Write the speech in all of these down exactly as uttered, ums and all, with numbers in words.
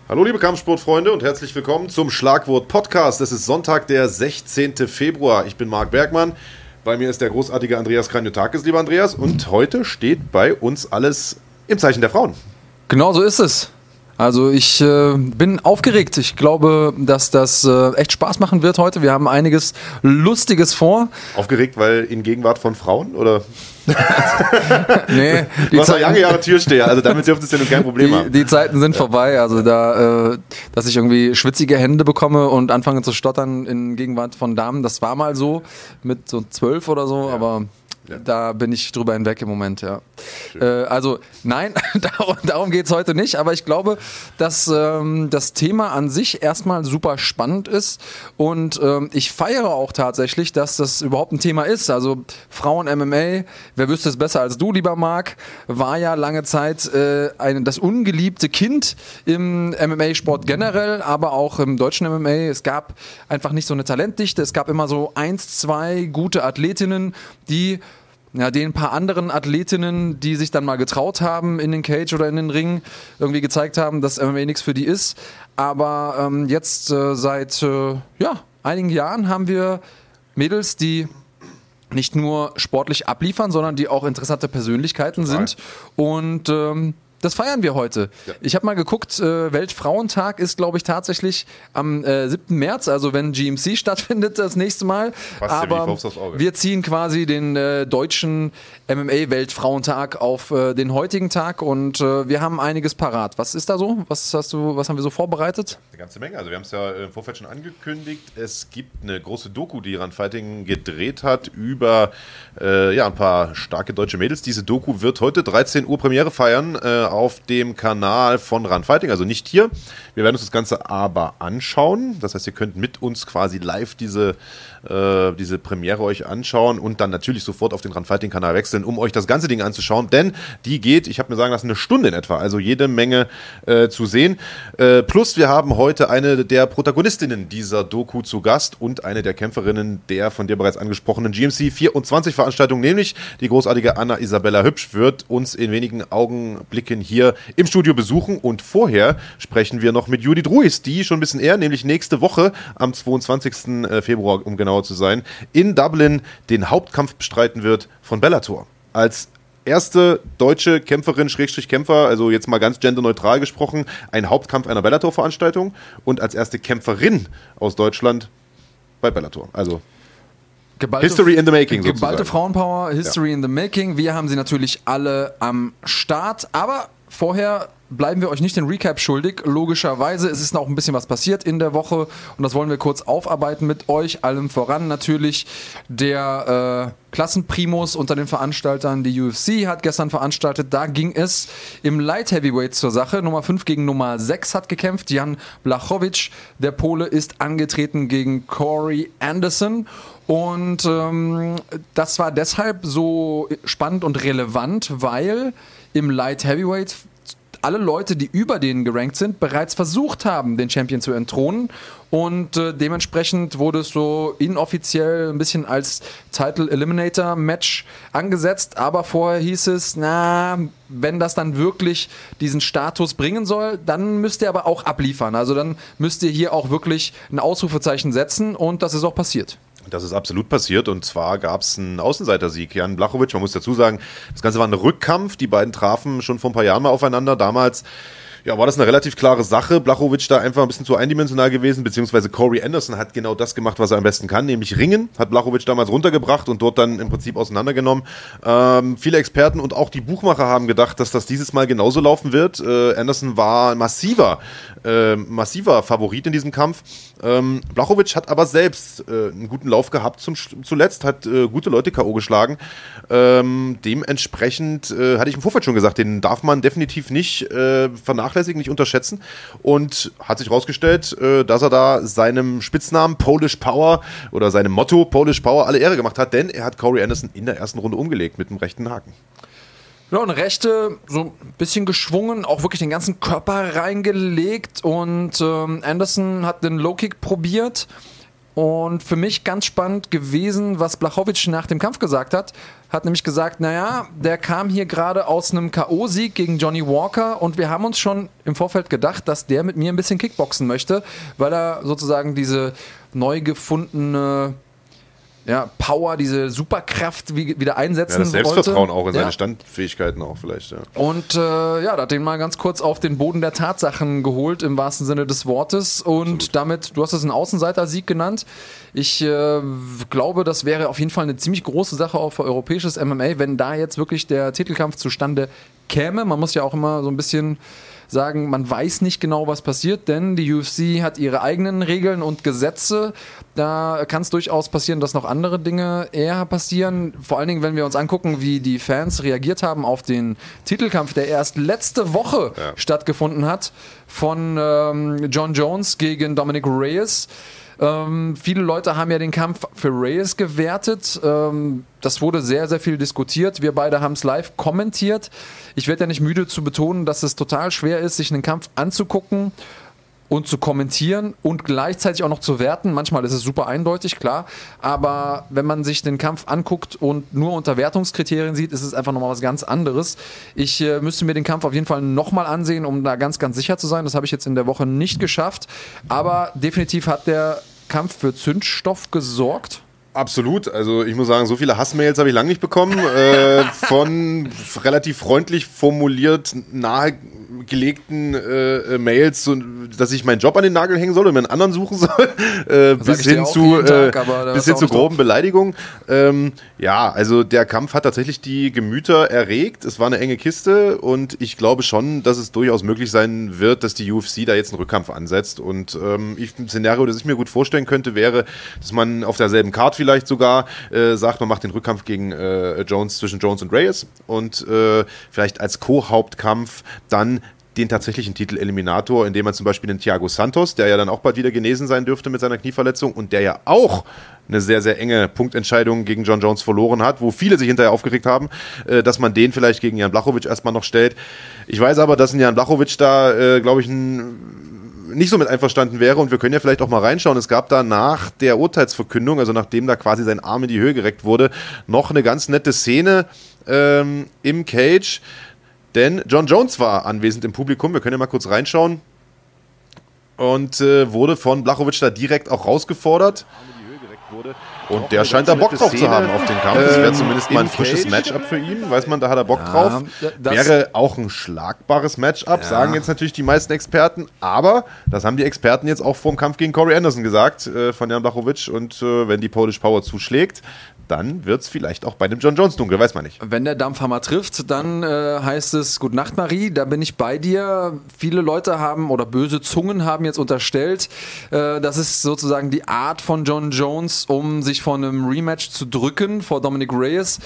Hallo liebe Kampfsportfreunde und herzlich willkommen zum Schlagwort Podcast. Es ist Sonntag, der sechzehnten Februar. Ich bin Marc Bergmann. Bei mir ist der großartige Andreas Kranjotakis, lieber Andreas. Und heute steht bei uns alles im Zeichen der Frauen. Genau so ist es. Also ich äh, bin aufgeregt. Ich glaube, dass das äh, echt Spaß machen wird heute. Wir haben einiges Lustiges vor. Aufgeregt, weil in Gegenwart von Frauen, oder? Nee. Du hast ja lange Jahre Türsteher, also damit dürftest du ja nun kein Problem die, haben. Die Zeiten sind ja vorbei. Also da, äh, dass ich irgendwie schwitzige Hände bekomme und anfange zu stottern in Gegenwart von Damen, das war mal so mit so zwölf oder so, ja. aber... Ja. Da bin ich drüber hinweg im Moment, ja. Äh, also nein, darum, darum geht es heute nicht, aber ich glaube, dass ähm, das Thema an sich erstmal super spannend ist und ähm, ich feiere auch tatsächlich, dass das überhaupt ein Thema ist. Also Frauen-M M A, wer wüsste es besser als du, lieber Marc, war ja lange Zeit äh, ein, das ungeliebte Kind im M M A-Sport generell, aber auch im deutschen M M A. Es gab einfach nicht so eine Talentdichte, es gab immer so eins, zwei gute Athletinnen, die ja, den paar anderen Athletinnen, die sich dann mal getraut haben in den Cage oder in den Ring, irgendwie gezeigt haben, dass M M A nichts für die ist. Aber ähm, jetzt äh, seit äh, ja, einigen Jahren haben wir Mädels, die nicht nur sportlich abliefern, sondern die auch interessante Persönlichkeiten Total. sind. Und ähm, das feiern wir heute. Ja. Ich habe mal geguckt, äh, Weltfrauentag ist, glaube ich, tatsächlich am äh, siebten März, also wenn G M C stattfindet das nächste Mal. Passt Aber ja aufs Auge. Wir ziehen quasi den äh, deutschen M M A-Weltfrauentag auf äh, den heutigen Tag und äh, wir haben einiges parat. Was ist da so? Was hast du, was haben wir so vorbereitet? Eine ganze Menge. Also wir haben es ja im Vorfeld schon angekündigt. Es gibt eine große Doku, die Run Fighting gedreht hat über äh, ja, ein paar starke deutsche Mädels. Diese Doku wird heute dreizehn Uhr Premiere feiern äh, auf dem Kanal von Run Fighting, also nicht hier. Wir werden uns das Ganze aber anschauen. Das heißt, ihr könnt mit uns quasi live diese, äh, diese Premiere euch anschauen und dann natürlich sofort auf den Run Fighting Kanal wechseln, um euch das ganze Ding anzuschauen, denn die geht, ich habe mir sagen lassen, eine Stunde in etwa, also jede Menge äh, zu sehen. Äh, plus wir haben heute eine der Protagonistinnen dieser Doku zu Gast und eine der Kämpferinnen der von dir bereits angesprochenen G M C vierundzwanzig Veranstaltung, nämlich die großartige Anna Isabella Hübsch, wird uns in wenigen Augenblicken hier im Studio besuchen und vorher sprechen wir noch mit Judith Ruiz, die schon ein bisschen eher, nämlich nächste Woche am zweiundzwanzigsten Februar, um genauer zu sein, in Dublin den Hauptkampf bestreiten wird von Bellator. Als erste deutsche Kämpferin, Schrägstrich Kämpfer, also jetzt mal ganz genderneutral gesprochen, ein Hauptkampf einer Bellator-Veranstaltung und als erste Kämpferin aus Deutschland bei Bellator. Also Geballte, History in the making sozusagen. Geballte Frauenpower, History ja. in the making. Wir haben sie natürlich alle am Start, aber vorher bleiben wir euch nicht den Recap schuldig. Logischerweise, es ist noch ein bisschen was passiert in der Woche und das wollen wir kurz aufarbeiten mit euch. Allem voran natürlich der äh, Klassenprimus unter den Veranstaltern. Die U F C hat gestern veranstaltet. Da ging es im Light Heavyweight zur Sache. Nummer fünf gegen Nummer sechs hat gekämpft. Jan Blachowicz, der Pole, ist angetreten gegen Corey Anderson. Und ähm, das war deshalb so spannend und relevant, weil im Light Heavyweight alle Leute, die über denen gerankt sind, bereits versucht haben, den Champion zu entthronen. Und äh, dementsprechend wurde es so inoffiziell ein bisschen als Title Eliminator Match angesetzt. Aber vorher hieß es, na, wenn das dann wirklich diesen Status bringen soll, dann müsst ihr aber auch abliefern. Also dann müsst ihr hier auch wirklich ein Ausrufezeichen setzen und das ist auch passiert. Das ist absolut passiert und zwar gab es einen Außenseitersieg. Jan Blachowicz, man muss dazu sagen, das Ganze war ein Rückkampf. Die beiden trafen schon vor ein paar Jahren mal aufeinander. Damals ja, war das eine relativ klare Sache. Blachowicz da einfach ein bisschen zu eindimensional gewesen, beziehungsweise Corey Anderson hat genau das gemacht, was er am besten kann, nämlich ringen. Hat Blachowicz damals runtergebracht und dort dann im Prinzip auseinandergenommen. Ähm, viele Experten und auch die Buchmacher haben gedacht, dass das dieses Mal genauso laufen wird. Äh, Anderson war massiver, äh, massiver Favorit in diesem Kampf. Ähm, Blachowicz hat aber selbst äh, einen guten Lauf gehabt zum, zuletzt, hat äh, gute Leute K O geschlagen. Ähm, dementsprechend äh, hatte ich im Vorfeld schon gesagt, den darf man definitiv nicht äh, vernachlässigen, nicht unterschätzen und hat sich herausgestellt, äh, dass er da seinem Spitznamen Polish Power oder seinem Motto Polish Power alle Ehre gemacht hat, denn er hat Corey Anderson in der ersten Runde umgelegt mit dem rechten Haken. Ja, eine rechte, so ein bisschen geschwungen, auch wirklich den ganzen Körper reingelegt und ähm, Anderson hat den Low-Kick probiert. Und für mich ganz spannend gewesen, was Blachowicz nach dem Kampf gesagt hat. Hat nämlich gesagt, naja, der kam hier gerade aus einem K O-Sieg gegen Johnny Walker und wir haben uns schon im Vorfeld gedacht, dass der mit mir ein bisschen Kickboxen möchte, weil er sozusagen diese neu gefundene ja, Power, diese Superkraft wie, wieder einsetzen wollte. Ja, das Selbstvertrauen wollte. auch in ja. seine Standfähigkeiten auch vielleicht. Ja. Und äh, ja, da hat den mal ganz kurz auf den Boden der Tatsachen geholt, im wahrsten Sinne des Wortes. Und Absolut. damit, du hast es einen Außenseiter-Sieg genannt. Ich äh, glaube, das wäre auf jeden Fall eine ziemlich große Sache auch für europäisches M M A, wenn da jetzt wirklich der Titelkampf zustande käme. Man muss ja auch immer so ein bisschen sagen, man weiß nicht genau, was passiert, denn die U F C hat ihre eigenen Regeln und Gesetze. Da kann es durchaus passieren, dass noch andere Dinge eher passieren. Vor allen Dingen, wenn wir uns angucken, wie die Fans reagiert haben auf den Titelkampf, der erst letzte Woche ja. stattgefunden hat, von ähm, John Jones gegen Dominic Reyes. Ähm, viele Leute haben ja den Kampf für Reyes gewertet. Ähm, das wurde sehr, sehr viel diskutiert. Wir beide haben es live kommentiert. Ich werde ja nicht müde zu betonen, dass es total schwer ist, sich einen Kampf anzugucken und zu kommentieren und gleichzeitig auch noch zu werten. Manchmal ist es super eindeutig, klar. Aber wenn man sich den Kampf anguckt und nur unter Wertungskriterien sieht, ist es einfach nochmal was ganz anderes. Ich äh, müsste mir den Kampf auf jeden Fall nochmal ansehen, um da ganz, ganz sicher zu sein. Das habe ich jetzt in der Woche nicht geschafft. Aber definitiv hat der Kampf für Zündstoff gesorgt. Absolut, also ich muss sagen, so viele Hassmails habe ich lange nicht bekommen, äh, von relativ freundlich formuliert nahegelegten äh, Mails, so, dass ich meinen Job an den Nagel hängen soll und mir einen anderen suchen soll, äh, bis hin zu, äh, Tag, bis hin zu groben Beleidigungen. Ähm, ja, also der Kampf hat tatsächlich die Gemüter erregt, es war eine enge Kiste und ich glaube schon, dass es durchaus möglich sein wird, dass die U F C da jetzt einen Rückkampf ansetzt und ähm, ich, ein Szenario, das ich mir gut vorstellen könnte, wäre, dass man auf derselben Card vielleicht vielleicht sogar äh, sagt, man macht den Rückkampf gegen äh, Jones, zwischen Jones und Reyes und äh, vielleicht als Co-Hauptkampf dann den tatsächlichen Titel Eliminator, indem man zum Beispiel den Thiago Santos, der ja dann auch bald wieder genesen sein dürfte mit seiner Knieverletzung und der ja auch eine sehr, sehr enge Punktentscheidung gegen John Jones verloren hat, wo viele sich hinterher aufgeregt haben, äh, dass man den vielleicht gegen Jan Blachowicz erstmal noch stellt. Ich weiß aber, dass ein Jan Blachowicz da, äh, glaube ich, ein nicht so mit einverstanden wäre und wir können ja vielleicht auch mal reinschauen. Es gab da nach der Urteilsverkündung, also nachdem da quasi sein Arm in die Höhe gereckt wurde, noch eine ganz nette Szene ähm, im Cage, denn John Jones war anwesend im Publikum, wir können ja mal kurz reinschauen und äh, wurde von Blachowicz da direkt auch rausgefordert. Und der scheint da Bock drauf zu haben auf den Kampf. Das wäre zumindest mal ein frisches Matchup für ihn. Weiß man, da hat er Bock drauf. Wäre auch ein schlagbares Matchup, sagen jetzt natürlich die meisten Experten. Aber das haben die Experten jetzt auch vor dem Kampf gegen Corey Anderson gesagt, äh, von Jan Blachowicz. Und äh, wenn die Polish Power zuschlägt, dann wird es vielleicht auch bei dem John Jones dunkel, weiß man nicht. Wenn der Dampfhammer trifft, dann äh, heißt es, Gute Nacht Marie, da bin ich bei dir. Viele Leute haben, oder böse Zungen haben jetzt unterstellt, äh, das ist sozusagen die Art von John Jones, um sich vor einem Rematch zu drücken vor Dominic Reyes.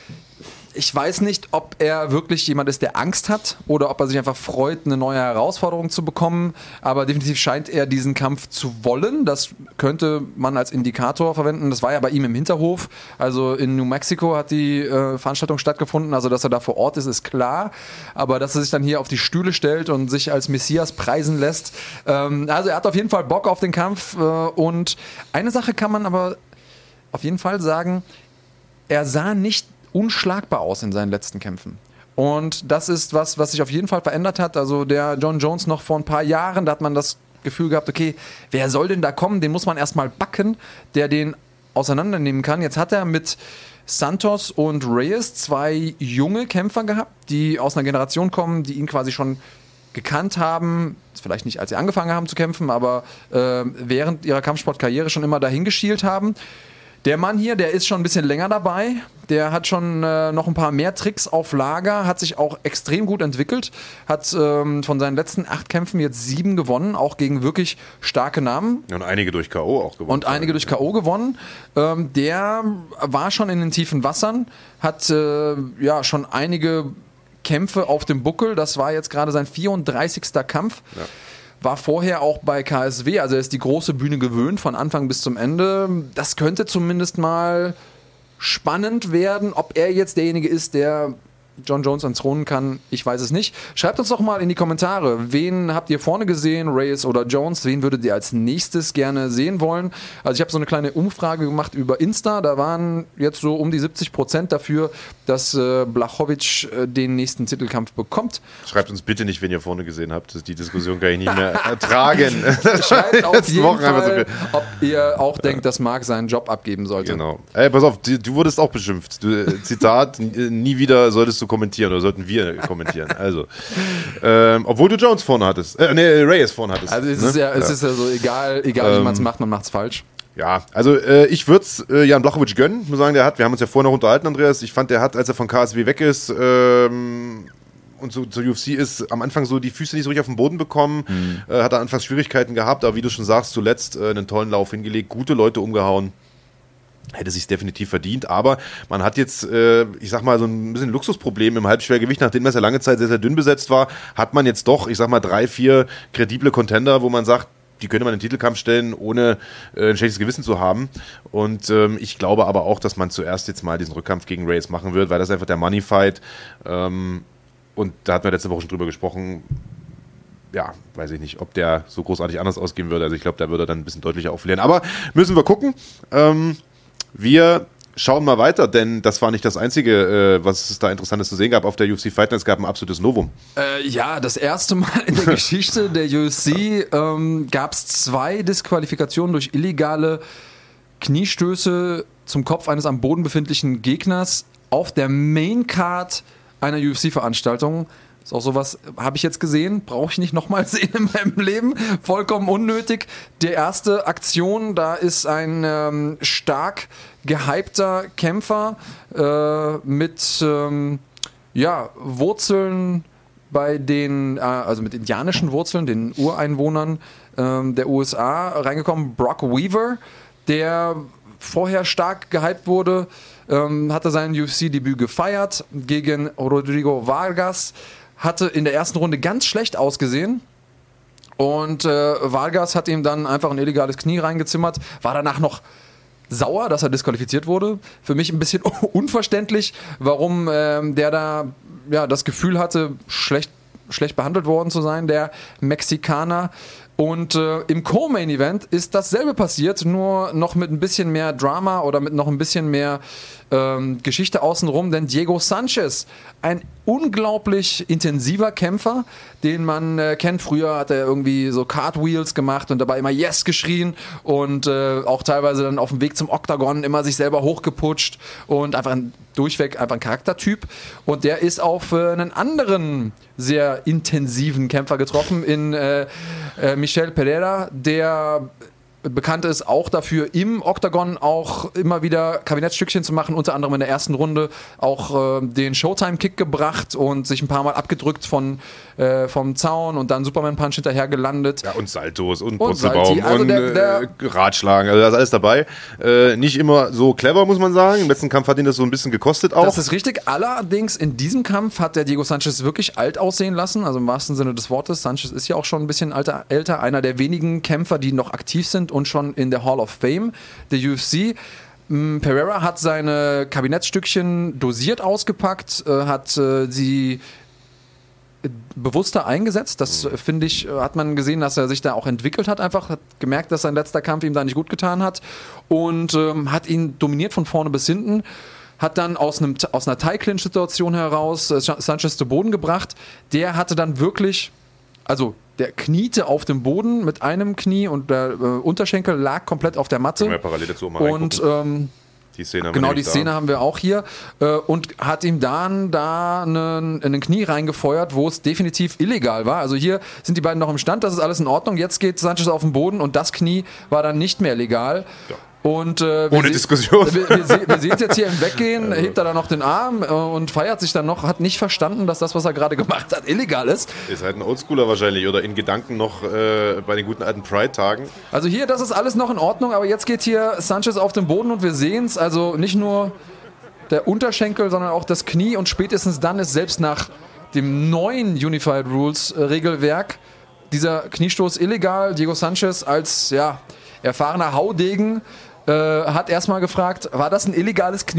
Ich weiß nicht, ob er wirklich jemand ist, der Angst hat oder ob er sich einfach freut, eine neue Herausforderung zu bekommen. Aber definitiv scheint er diesen Kampf zu wollen. Das könnte man als Indikator verwenden. Das war ja bei ihm im Hinterhof. Also in New Mexico hat die äh, Veranstaltung stattgefunden. Also dass er da vor Ort ist, ist klar. Aber dass er sich dann hier auf die Stühle stellt und sich als Messias preisen lässt. Ähm, also er hat auf jeden Fall Bock auf den Kampf. Äh, und eine Sache kann man aber auf jeden Fall sagen, er sah nicht unschlagbar aus in seinen letzten Kämpfen. Und das ist was, was sich auf jeden Fall verändert hat. Also der John Jones noch vor ein paar Jahren, da hat man das Gefühl gehabt, okay, wer soll denn da kommen? Den muss man erstmal backen, der den auseinandernehmen kann. Jetzt hat er mit Santos und Reyes zwei junge Kämpfer gehabt, die aus einer Generation kommen, die ihn quasi schon gekannt haben, vielleicht nicht als sie angefangen haben zu kämpfen, aber äh, während ihrer Kampfsportkarriere schon immer dahin geschielt haben. Der Mann hier, der ist schon ein bisschen länger dabei, der hat schon äh, noch ein paar mehr Tricks auf Lager, hat sich auch extrem gut entwickelt, hat ähm, von seinen letzten acht Kämpfen jetzt sieben gewonnen, auch gegen wirklich starke Namen. Und einige durch K O auch gewonnen. Und einige durch K O gewonnen. Ähm, der war schon in den tiefen Wassern, hat äh, ja schon einige Kämpfe auf dem Buckel, das war jetzt gerade sein vierunddreißigster Kampf. Ja. War vorher auch bei K S W, also er ist die große Bühne gewöhnt, von Anfang bis zum Ende. Das könnte zumindest mal spannend werden, ob er jetzt derjenige ist, der John Jones entthronen kann, ich weiß es nicht. Schreibt uns doch mal in die Kommentare, wen habt ihr vorne gesehen, Reyes oder Jones, wen würdet ihr als nächstes gerne sehen wollen? Also ich habe so eine kleine Umfrage gemacht über Insta, da waren jetzt so um die siebzig Prozent dafür, dass äh, Blachowicz äh, den nächsten Titelkampf bekommt. Schreibt uns bitte nicht, wenn ihr vorne gesehen habt, die Diskussion kann ich nicht mehr ertragen. Schreibt auf jeden Wochen Fall, so ob ihr auch denkt, dass Mark seinen Job abgeben sollte. Genau. Ey, pass auf, du, du wurdest auch beschimpft. Du, Zitat, nie wieder solltest du kommentieren oder sollten wir kommentieren. Also, ähm, obwohl du Jones vorne hattest. Äh, nee, Reyes vorne hattest. Also es, ne? ist, ja, es ja. ist ja so, egal, egal ähm, wie man es macht, man macht es falsch. Ja, also äh, ich würde es äh, Jan Blachowicz gönnen. Ich muss sagen, der hat, wir haben uns ja vorher noch unterhalten, Andreas. Ich fand, der hat, als er von K S W weg ist, ähm, und so zur U F C ist, am Anfang so die Füße nicht so richtig auf den Boden bekommen, mhm. äh, hat er anfangs Schwierigkeiten gehabt, aber wie du schon sagst, zuletzt äh, einen tollen Lauf hingelegt, gute Leute umgehauen. Hätte sich definitiv verdient, aber man hat jetzt, äh, ich sag mal, so ein bisschen Luxusproblem im Halbschwergewicht, nachdem das ja lange Zeit sehr, sehr dünn besetzt war, hat man jetzt doch, ich sag mal, drei, vier kredible Contender, wo man sagt, die könnte man in den Titelkampf stellen, ohne äh, ein schlechtes Gewissen zu haben. Und ähm, ich glaube aber auch, dass man zuerst jetzt mal diesen Rückkampf gegen Reyes machen wird, weil das einfach der Money-Fight. Ähm, und da hatten wir letzte Woche schon drüber gesprochen. Ja, weiß ich nicht, ob der so großartig anders ausgehen würde. Also ich glaube, da würde er dann ein bisschen deutlicher aufverlieren. Aber müssen wir gucken. Ähm, wir schauen mal weiter, denn das war nicht das Einzige, äh, was es da Interessantes zu sehen gab auf der U F C Fight Night. Es gab ein absolutes Novum. Äh, ja, das erste Mal in der Geschichte der U F C ähm, gab es zwei Disqualifikationen durch illegale Kniestöße zum Kopf eines am Boden befindlichen Gegners auf der Maincard einer U F C-Veranstaltung. Ist auch sowas, habe ich jetzt gesehen, brauche ich nicht nochmal sehen in meinem Leben. Vollkommen unnötig. Die erste Aktion, da ist ein ähm, stark gehypter Kämpfer äh, mit ähm, ja, Wurzeln bei den, äh, also mit indianischen Wurzeln, den Ureinwohnern äh, der U S A reingekommen. Brock Weaver, der vorher stark gehypt wurde, ähm, hatte sein U F C-Debüt gefeiert gegen Rodrigo Vargas. Hatte in der ersten Runde ganz schlecht ausgesehen und äh, Vargas hat ihm dann einfach ein illegales Knie reingezimmert, war danach noch sauer, dass er disqualifiziert wurde. Für mich ein bisschen unverständlich, warum ähm, der da ja, das Gefühl hatte, schlecht, schlecht behandelt worden zu sein, der Mexikaner. Und äh, im Co-Main-Event ist dasselbe passiert, nur noch mit ein bisschen mehr Drama oder mit noch ein bisschen mehr ähm, Geschichte außenrum, denn Diego Sanchez, ein unglaublich intensiver Kämpfer, den man äh, kennt. Früher hat er irgendwie so Cartwheels gemacht und dabei immer Yes geschrien und äh, auch teilweise dann auf dem Weg zum Oktagon immer sich selber hochgeputscht und einfach ein, durchweg einfach ein Charaktertyp. Und der ist auf äh, einen anderen sehr intensiven Kämpfer getroffen in äh, äh, Michel Pereira, der bekannt ist auch dafür, im Oktagon auch immer wieder Kabinettstückchen zu machen, unter anderem in der ersten Runde auch äh, den Showtime-Kick gebracht und sich ein paar Mal abgedrückt von, äh, vom Zaun und dann Superman-Punch hinterher gelandet. Ja, und Saltos und, und Purzelbaum also und der, der äh, Ratschlagen, also da ist alles dabei. Äh, nicht immer so clever, muss man sagen. Im letzten Kampf hat ihn das so ein bisschen gekostet auch. Das ist richtig. Allerdings in diesem Kampf hat der Diego Sanchez wirklich alt aussehen lassen, also im wahrsten Sinne des Wortes. Sanchez ist ja auch schon ein bisschen alter, älter, einer der wenigen Kämpfer, die noch aktiv sind und schon in der Hall of Fame der U F C. Ähm, Pereira hat seine Kabinettstückchen dosiert ausgepackt, äh, hat äh, sie bewusster eingesetzt. Das äh, finde ich, hat man gesehen, dass er sich da auch entwickelt hat einfach, hat gemerkt, dass sein letzter Kampf ihm da nicht gut getan hat und ähm, hat ihn dominiert von vorne bis hinten. Hat dann aus, einem, aus einer Thai-Clinch-Situation heraus äh, Sanchez zu Boden gebracht. Der hatte dann wirklich, also der kniete auf dem Boden mit einem Knie und der äh, Unterschenkel lag komplett auf der Matte. Können wir parallel dazu mal und ähm, die Szene haben genau, wir die Szene da. haben wir auch hier. Äh, und hat ihm dann da einen, in ein Knie reingefeuert, wo es definitiv illegal war. Also hier sind die beiden noch im Stand, das ist alles in Ordnung. Jetzt geht Sanchez auf den Boden und das Knie war dann nicht mehr legal. Ja. Und, äh, Ohne Diskussion. Wir, wir, wir sehen es jetzt hier im Weggehen, also. hebt er da noch den Arm äh, und feiert sich dann noch, hat nicht verstanden, dass das, was er gerade gemacht hat, illegal ist. Ist halt ein Oldschooler wahrscheinlich oder in Gedanken noch äh, bei den guten alten Pride-Tagen. Also hier, das ist alles noch in Ordnung, aber jetzt geht hier Sanchez auf den Boden und wir sehen es, also nicht nur der Unterschenkel, sondern auch das Knie und spätestens dann ist selbst nach dem neuen Unified Rules äh, Regelwerk dieser Kniestoß illegal. Diego Sanchez als ja, erfahrener Haudegen Äh, hat erstmal gefragt, war das ein illegales Knie?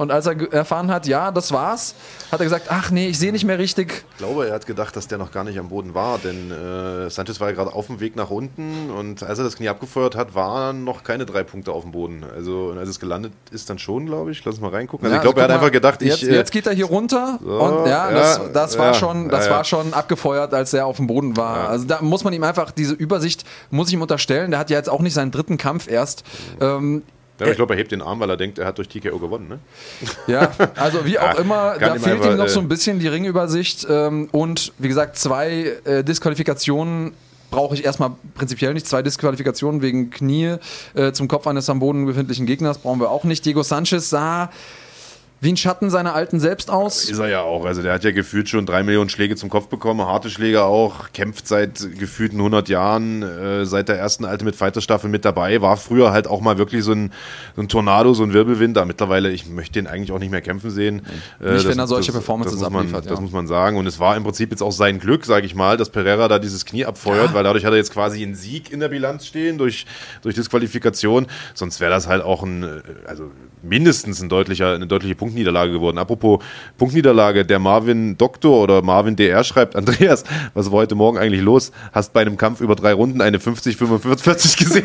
Und als er ge- erfahren hat, ja, das war's, hat er gesagt, ach nee, ich sehe nicht mehr richtig. Ich glaube, er hat gedacht, dass der noch gar nicht am Boden war, denn äh, Sanchez war ja gerade auf dem Weg nach unten und als er das Knie abgefeuert hat, waren noch keine drei Punkte auf dem Boden. Also und als es gelandet ist, dann schon, glaube ich. Lass uns mal reingucken. Also Ja, ich glaube, also er hat guck einfach mal, gedacht, ich... Jetzt, äh, jetzt geht er hier runter so, und ja, ja, das, das, war, ja, schon, das ja, ja. war schon abgefeuert, als er auf dem Boden war. Ja. Also da muss man ihm einfach, diese Übersicht muss ich ihm unterstellen. Der hat ja jetzt auch nicht seinen dritten Kampf erst. Ähm, ja, ich glaube, er hebt den Arm, weil er denkt, er hat durch T K O gewonnen. Ne? Ja, also wie auch Ja, immer, kann da ihm fehlt einfach, ihm noch äh, so ein bisschen die Ringübersicht ähm, und wie gesagt, zwei äh, Disqualifikationen brauche ich erstmal prinzipiell nicht. Zwei Disqualifikationen wegen Knie äh, zum Kopf eines am Boden befindlichen Gegners brauchen wir auch nicht. Diego Sanchez sah wie ein Schatten seiner alten selbst aus. Ist er ja auch. Also der hat ja gefühlt schon drei Millionen Schläge zum Kopf bekommen, harte Schläge auch, kämpft seit gefühlten hundert Jahren, äh, seit der ersten Ultimate Fighter Staffel mit dabei, war früher halt auch mal wirklich so ein, so ein Tornado, so ein Wirbelwind. Da mittlerweile, ich möchte den eigentlich auch nicht mehr kämpfen sehen. Äh, Nicht, das, wenn er solche das, Performances das muss man, abliefert. Ja. Das muss man sagen. Und es war im Prinzip jetzt auch sein Glück, sage ich mal, dass Pereira da dieses Knie abfeuert, ja. weil dadurch hat er jetzt quasi einen Sieg in der Bilanz stehen durch, durch Disqualifikation. Sonst wäre das halt auch ein, also mindestens ein deutlicher, eine deutliche Punktniederlage geworden. Apropos Punktniederlage, der Marvin Doktor oder Marvin D R schreibt, Andreas, was war heute Morgen eigentlich los? Hast bei einem Kampf über drei Runden eine fünfzig fünfundvierzig gesehen?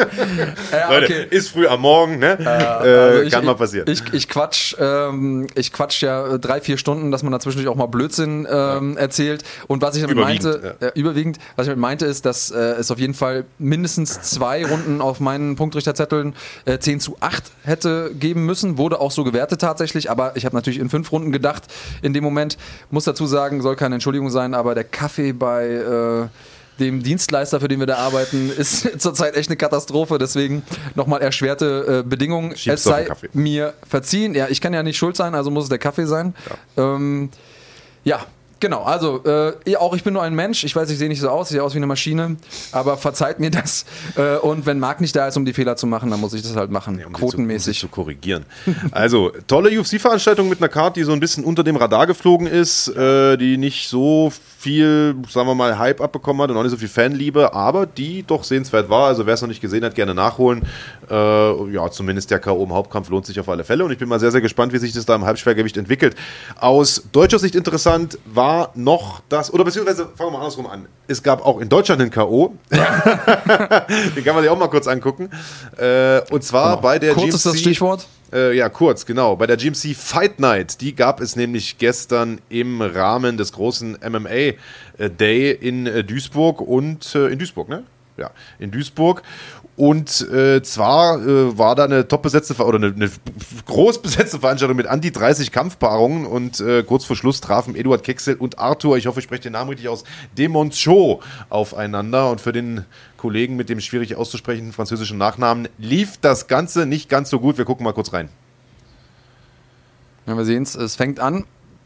Ja, Leute, okay. ist früh am Morgen, ne? Äh, äh, also ich, kann mal passieren. Ich, ich, ich quatsch, ähm, ich quatsch ja drei, vier Stunden, dass man da zwischendurch auch mal Blödsinn ähm, ja. erzählt. Und was ich damit überwiegend, meinte, ja. äh, überwiegend, was ich damit meinte, ist, dass äh, es auf jeden Fall mindestens zwei Runden auf meinen Punktrichterzetteln äh, zehn zu acht hätte geben müssen. Wurde auch so gewertet tatsächlich, aber ich habe natürlich in fünf Runden gedacht. In dem Moment, muss dazu sagen, soll keine Entschuldigung sein, aber der Kaffee bei äh, dem Dienstleister, für den wir da arbeiten, ist zurzeit echt eine Katastrophe. Deswegen nochmal erschwerte äh, Bedingungen. Schieb's es sei auf den Kaffee. mir verziehen. Ja, ich kann ja nicht schuld sein, also muss es der Kaffee sein. Ja, ähm, ja. Genau, also äh, auch ich bin nur ein Mensch, ich weiß, ich sehe nicht so aus, ich sehe aus wie eine Maschine, aber verzeiht mir das äh, und wenn Marc nicht da ist, um die Fehler zu machen, dann muss ich das halt machen, ja, um quotenmäßig. Sie zu, um sie zu korrigieren. Also, tolle U F C-Veranstaltung mit einer Card, die so ein bisschen unter dem Radar geflogen ist, äh, die nicht so viel, sagen wir mal, Hype abbekommen hat und auch nicht so viel Fanliebe, aber die doch sehenswert war, also wer es noch nicht gesehen hat, gerne nachholen. Äh, ja, zumindest der K O im Hauptkampf lohnt sich auf alle Fälle und ich bin mal sehr, sehr gespannt, wie sich das da im Halbschwergewicht entwickelt. Aus deutscher Sicht interessant war noch das, oder beziehungsweise fangen wir mal andersrum an. Es gab auch in Deutschland einen K O. Den kann man sich auch mal kurz angucken. Äh, und zwar genau. bei der kurz G M C. Ist das Stichwort? Äh, ja, kurz, genau. Bei der G M C Fight Night, die gab es nämlich gestern im Rahmen des großen M M A Day in äh, Duisburg und äh, in Duisburg, ne? Ja, in Duisburg. Und äh, zwar äh, war da eine top besetzte oder eine, eine groß besetzte Veranstaltung mit an die dreißig Kampfpaarungen und äh, kurz vor Schluss trafen Eduard Keksel und Arthur, ich hoffe, ich spreche den Namen richtig aus, Demoncho aufeinander und für den Kollegen mit dem schwierig auszusprechenden französischen Nachnamen lief das Ganze nicht ganz so gut. Wir gucken mal kurz rein. Ja, wir sehen es, es fängt an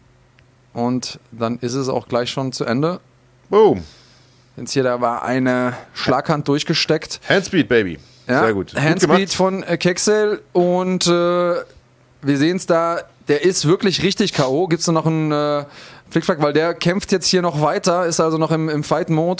und dann ist es auch gleich schon zu Ende. Boom. Jetzt hier, da war eine Schlaghand durchgesteckt. Handspeed, Baby. Ja, sehr gut. Handspeed gut von äh, Keksel und äh, wir sehen es da, der ist wirklich richtig K O. Gibt es noch einen äh, Flickflack, weil der kämpft jetzt hier noch weiter, ist also noch im, im Fight-Mode.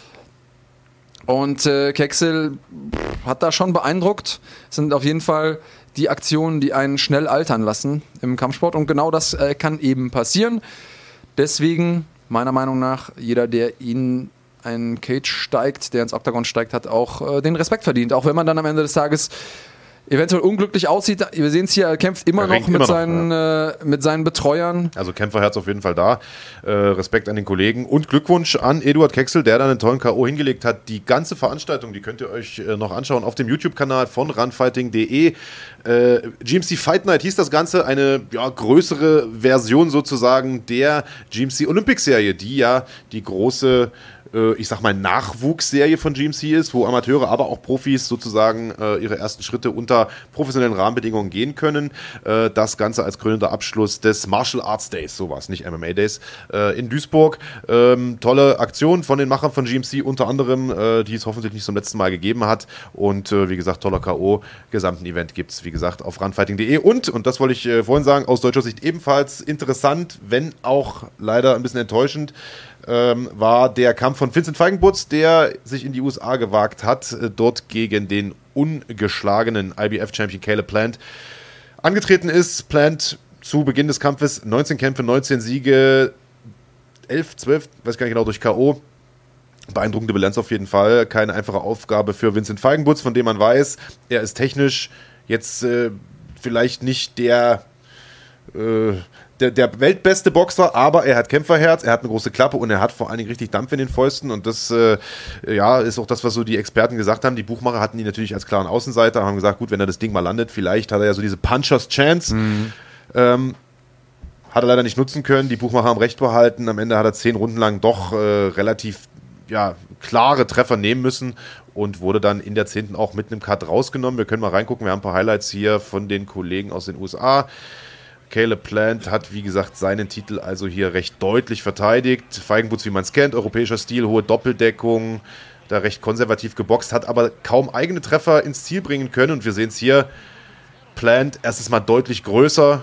Und äh, Keksel hat da schon beeindruckt. Das sind auf jeden Fall die Aktionen, die einen schnell altern lassen im Kampfsport. Und genau das äh, kann eben passieren. Deswegen, meiner Meinung nach, jeder, der ihn einen Cage steigt, der ins Oktagon steigt, hat auch äh, den Respekt verdient. Auch wenn man dann am Ende des Tages eventuell unglücklich aussieht. Wir sehen es hier, er kämpft immer noch, mit, immer noch seinen, ja. äh, mit seinen Betreuern. Also Kämpferherz auf jeden Fall da. Äh, Respekt an den Kollegen und Glückwunsch an Eduard Keksel, der dann einen tollen K O hingelegt hat. Die ganze Veranstaltung, die könnt ihr euch äh, noch anschauen auf dem YouTube-Kanal von runfighting punkt de. Äh, G M C Fight Night hieß das Ganze, eine ja, größere Version sozusagen der G M C Olympic-Serie, die ja die große ich sag mal, Nachwuchsserie von G M C ist, wo Amateure, aber auch Profis sozusagen äh, ihre ersten Schritte unter professionellen Rahmenbedingungen gehen können. Äh, das Ganze als krönender Abschluss des Martial Arts Days, sowas, nicht M M A Days, äh, in Duisburg. Ähm, tolle Aktion von den Machern von G M C, unter anderem, äh, die es hoffentlich nicht zum letzten Mal gegeben hat. Und äh, wie gesagt, toller K O. Gesamten Event gibt es, wie gesagt, auf runfighting punkt de. Und, und das wollte ich äh, vorhin sagen, aus deutscher Sicht ebenfalls interessant, wenn auch leider ein bisschen enttäuschend, Ähm, war der Kampf von Vincent Feigenbutz, der sich in die U S A gewagt hat, äh, dort gegen den ungeschlagenen I B F-Champion Caleb Plant. angetreten ist. Plant zu Beginn des Kampfes neunzehn Kämpfe, neunzehn Siege, elf, zwölf, weiß gar nicht genau, durch K O. Beeindruckende Bilanz auf jeden Fall. Keine einfache Aufgabe für Vincent Feigenbutz, von dem man weiß, er ist technisch jetzt äh, vielleicht nicht der, äh, der, der weltbeste Boxer, aber er hat Kämpferherz, er hat eine große Klappe und er hat vor allen Dingen richtig Dampf in den Fäusten und das äh, ja, ist auch das, was so die Experten gesagt haben. Die Buchmacher hatten ihn natürlich als klaren Außenseiter, haben gesagt, gut, wenn er das Ding mal landet, vielleicht hat er ja so diese Punchers Chance. Mhm. Ähm, hat er leider nicht nutzen können. Die Buchmacher haben recht behalten. Am Ende hat er zehn Runden lang doch äh, relativ ja, klare Treffer nehmen müssen und wurde dann in der zehnten auch mit einem Cut rausgenommen. Wir können mal reingucken, wir haben ein paar Highlights hier von den Kollegen aus den U S A. Caleb Plant hat, wie gesagt, seinen Titel also hier recht deutlich verteidigt. Feigenbutz, wie man es kennt, europäischer Stil, hohe Doppeldeckung, da recht konservativ geboxt, hat aber kaum eigene Treffer ins Ziel bringen können und wir sehen es hier, Plant erstes Mal deutlich größer,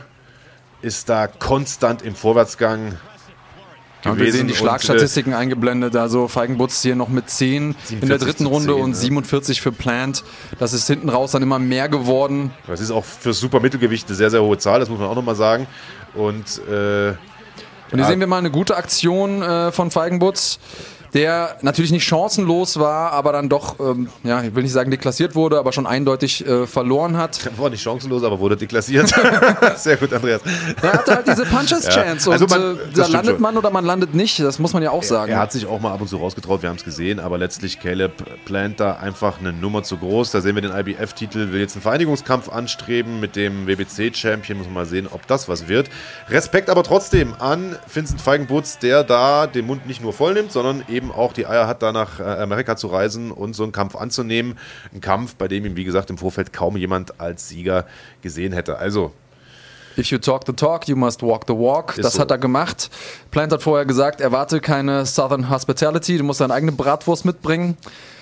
ist da konstant im Vorwärtsgang gewesen. Wir sehen die Schlagstatistiken und, äh, eingeblendet, also Feigenbutz hier noch mit zehn in der dritten Runde zehn, und siebenundvierzig für Plant. Das ist hinten raus dann immer mehr geworden. Das ist auch für super Mittelgewicht eine sehr, sehr hohe Zahl, das muss man auch nochmal sagen. Und, äh, und hier ja. sehen wir mal eine gute Aktion äh, von Feigenbutz, der natürlich nicht chancenlos war, aber dann doch, ähm, ja, ich will nicht sagen deklassiert wurde, aber schon eindeutig äh, verloren hat. Er war nicht chancenlos, aber wurde deklassiert. Sehr gut, Andreas. Er hatte halt diese Punchers ja. Chance und also man, äh, da landet schon. man oder man landet nicht, das muss man ja auch sagen. Er, er hat sich auch mal ab und zu rausgetraut, wir haben es gesehen, aber letztlich Caleb Plant da einfach eine Nummer zu groß. Da sehen wir den I B F-Titel, will jetzt einen Vereinigungskampf anstreben mit dem W B C-Champion, muss man mal sehen, ob das was wird. Respekt aber trotzdem an Vincent Feigenbutz, der da den Mund nicht nur voll nimmt, sondern eben auch die Eier hat, da nach Amerika zu reisen und so einen Kampf anzunehmen. Ein Kampf, bei dem ihm, wie gesagt, im Vorfeld kaum jemand als Sieger gesehen hätte. Also, if you talk the talk, you must walk the walk. Das so. hat er gemacht. Plant hat vorher gesagt, erwarte keine Southern Hospitality, du musst deine eigene Bratwurst mitbringen.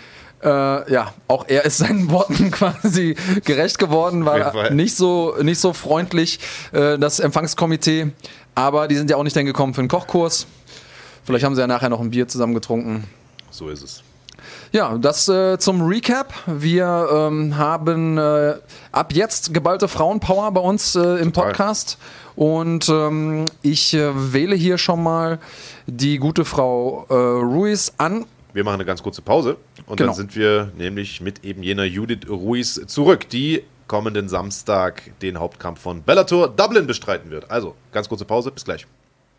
Äh, ja, auch er ist seinen Worten quasi gerecht geworden, war nicht so, nicht so freundlich, äh, das Empfangskomitee. Aber die sind ja auch nicht hingekommen für einen Kochkurs. Vielleicht haben sie ja nachher noch ein Bier zusammen getrunken. So ist es. Ja, das äh, zum Recap. Wir ähm, haben äh, ab jetzt geballte Frauenpower bei uns äh, im Total. Podcast. Und ähm, ich äh, wähle hier schon mal die gute Frau äh, Ruiz an. Wir machen eine ganz kurze Pause und genau. dann sind wir nämlich mit eben jener Judith Ruiz zurück, die kommenden Samstag den Hauptkampf von Bellator Dublin bestreiten wird. Also, ganz kurze Pause, bis gleich.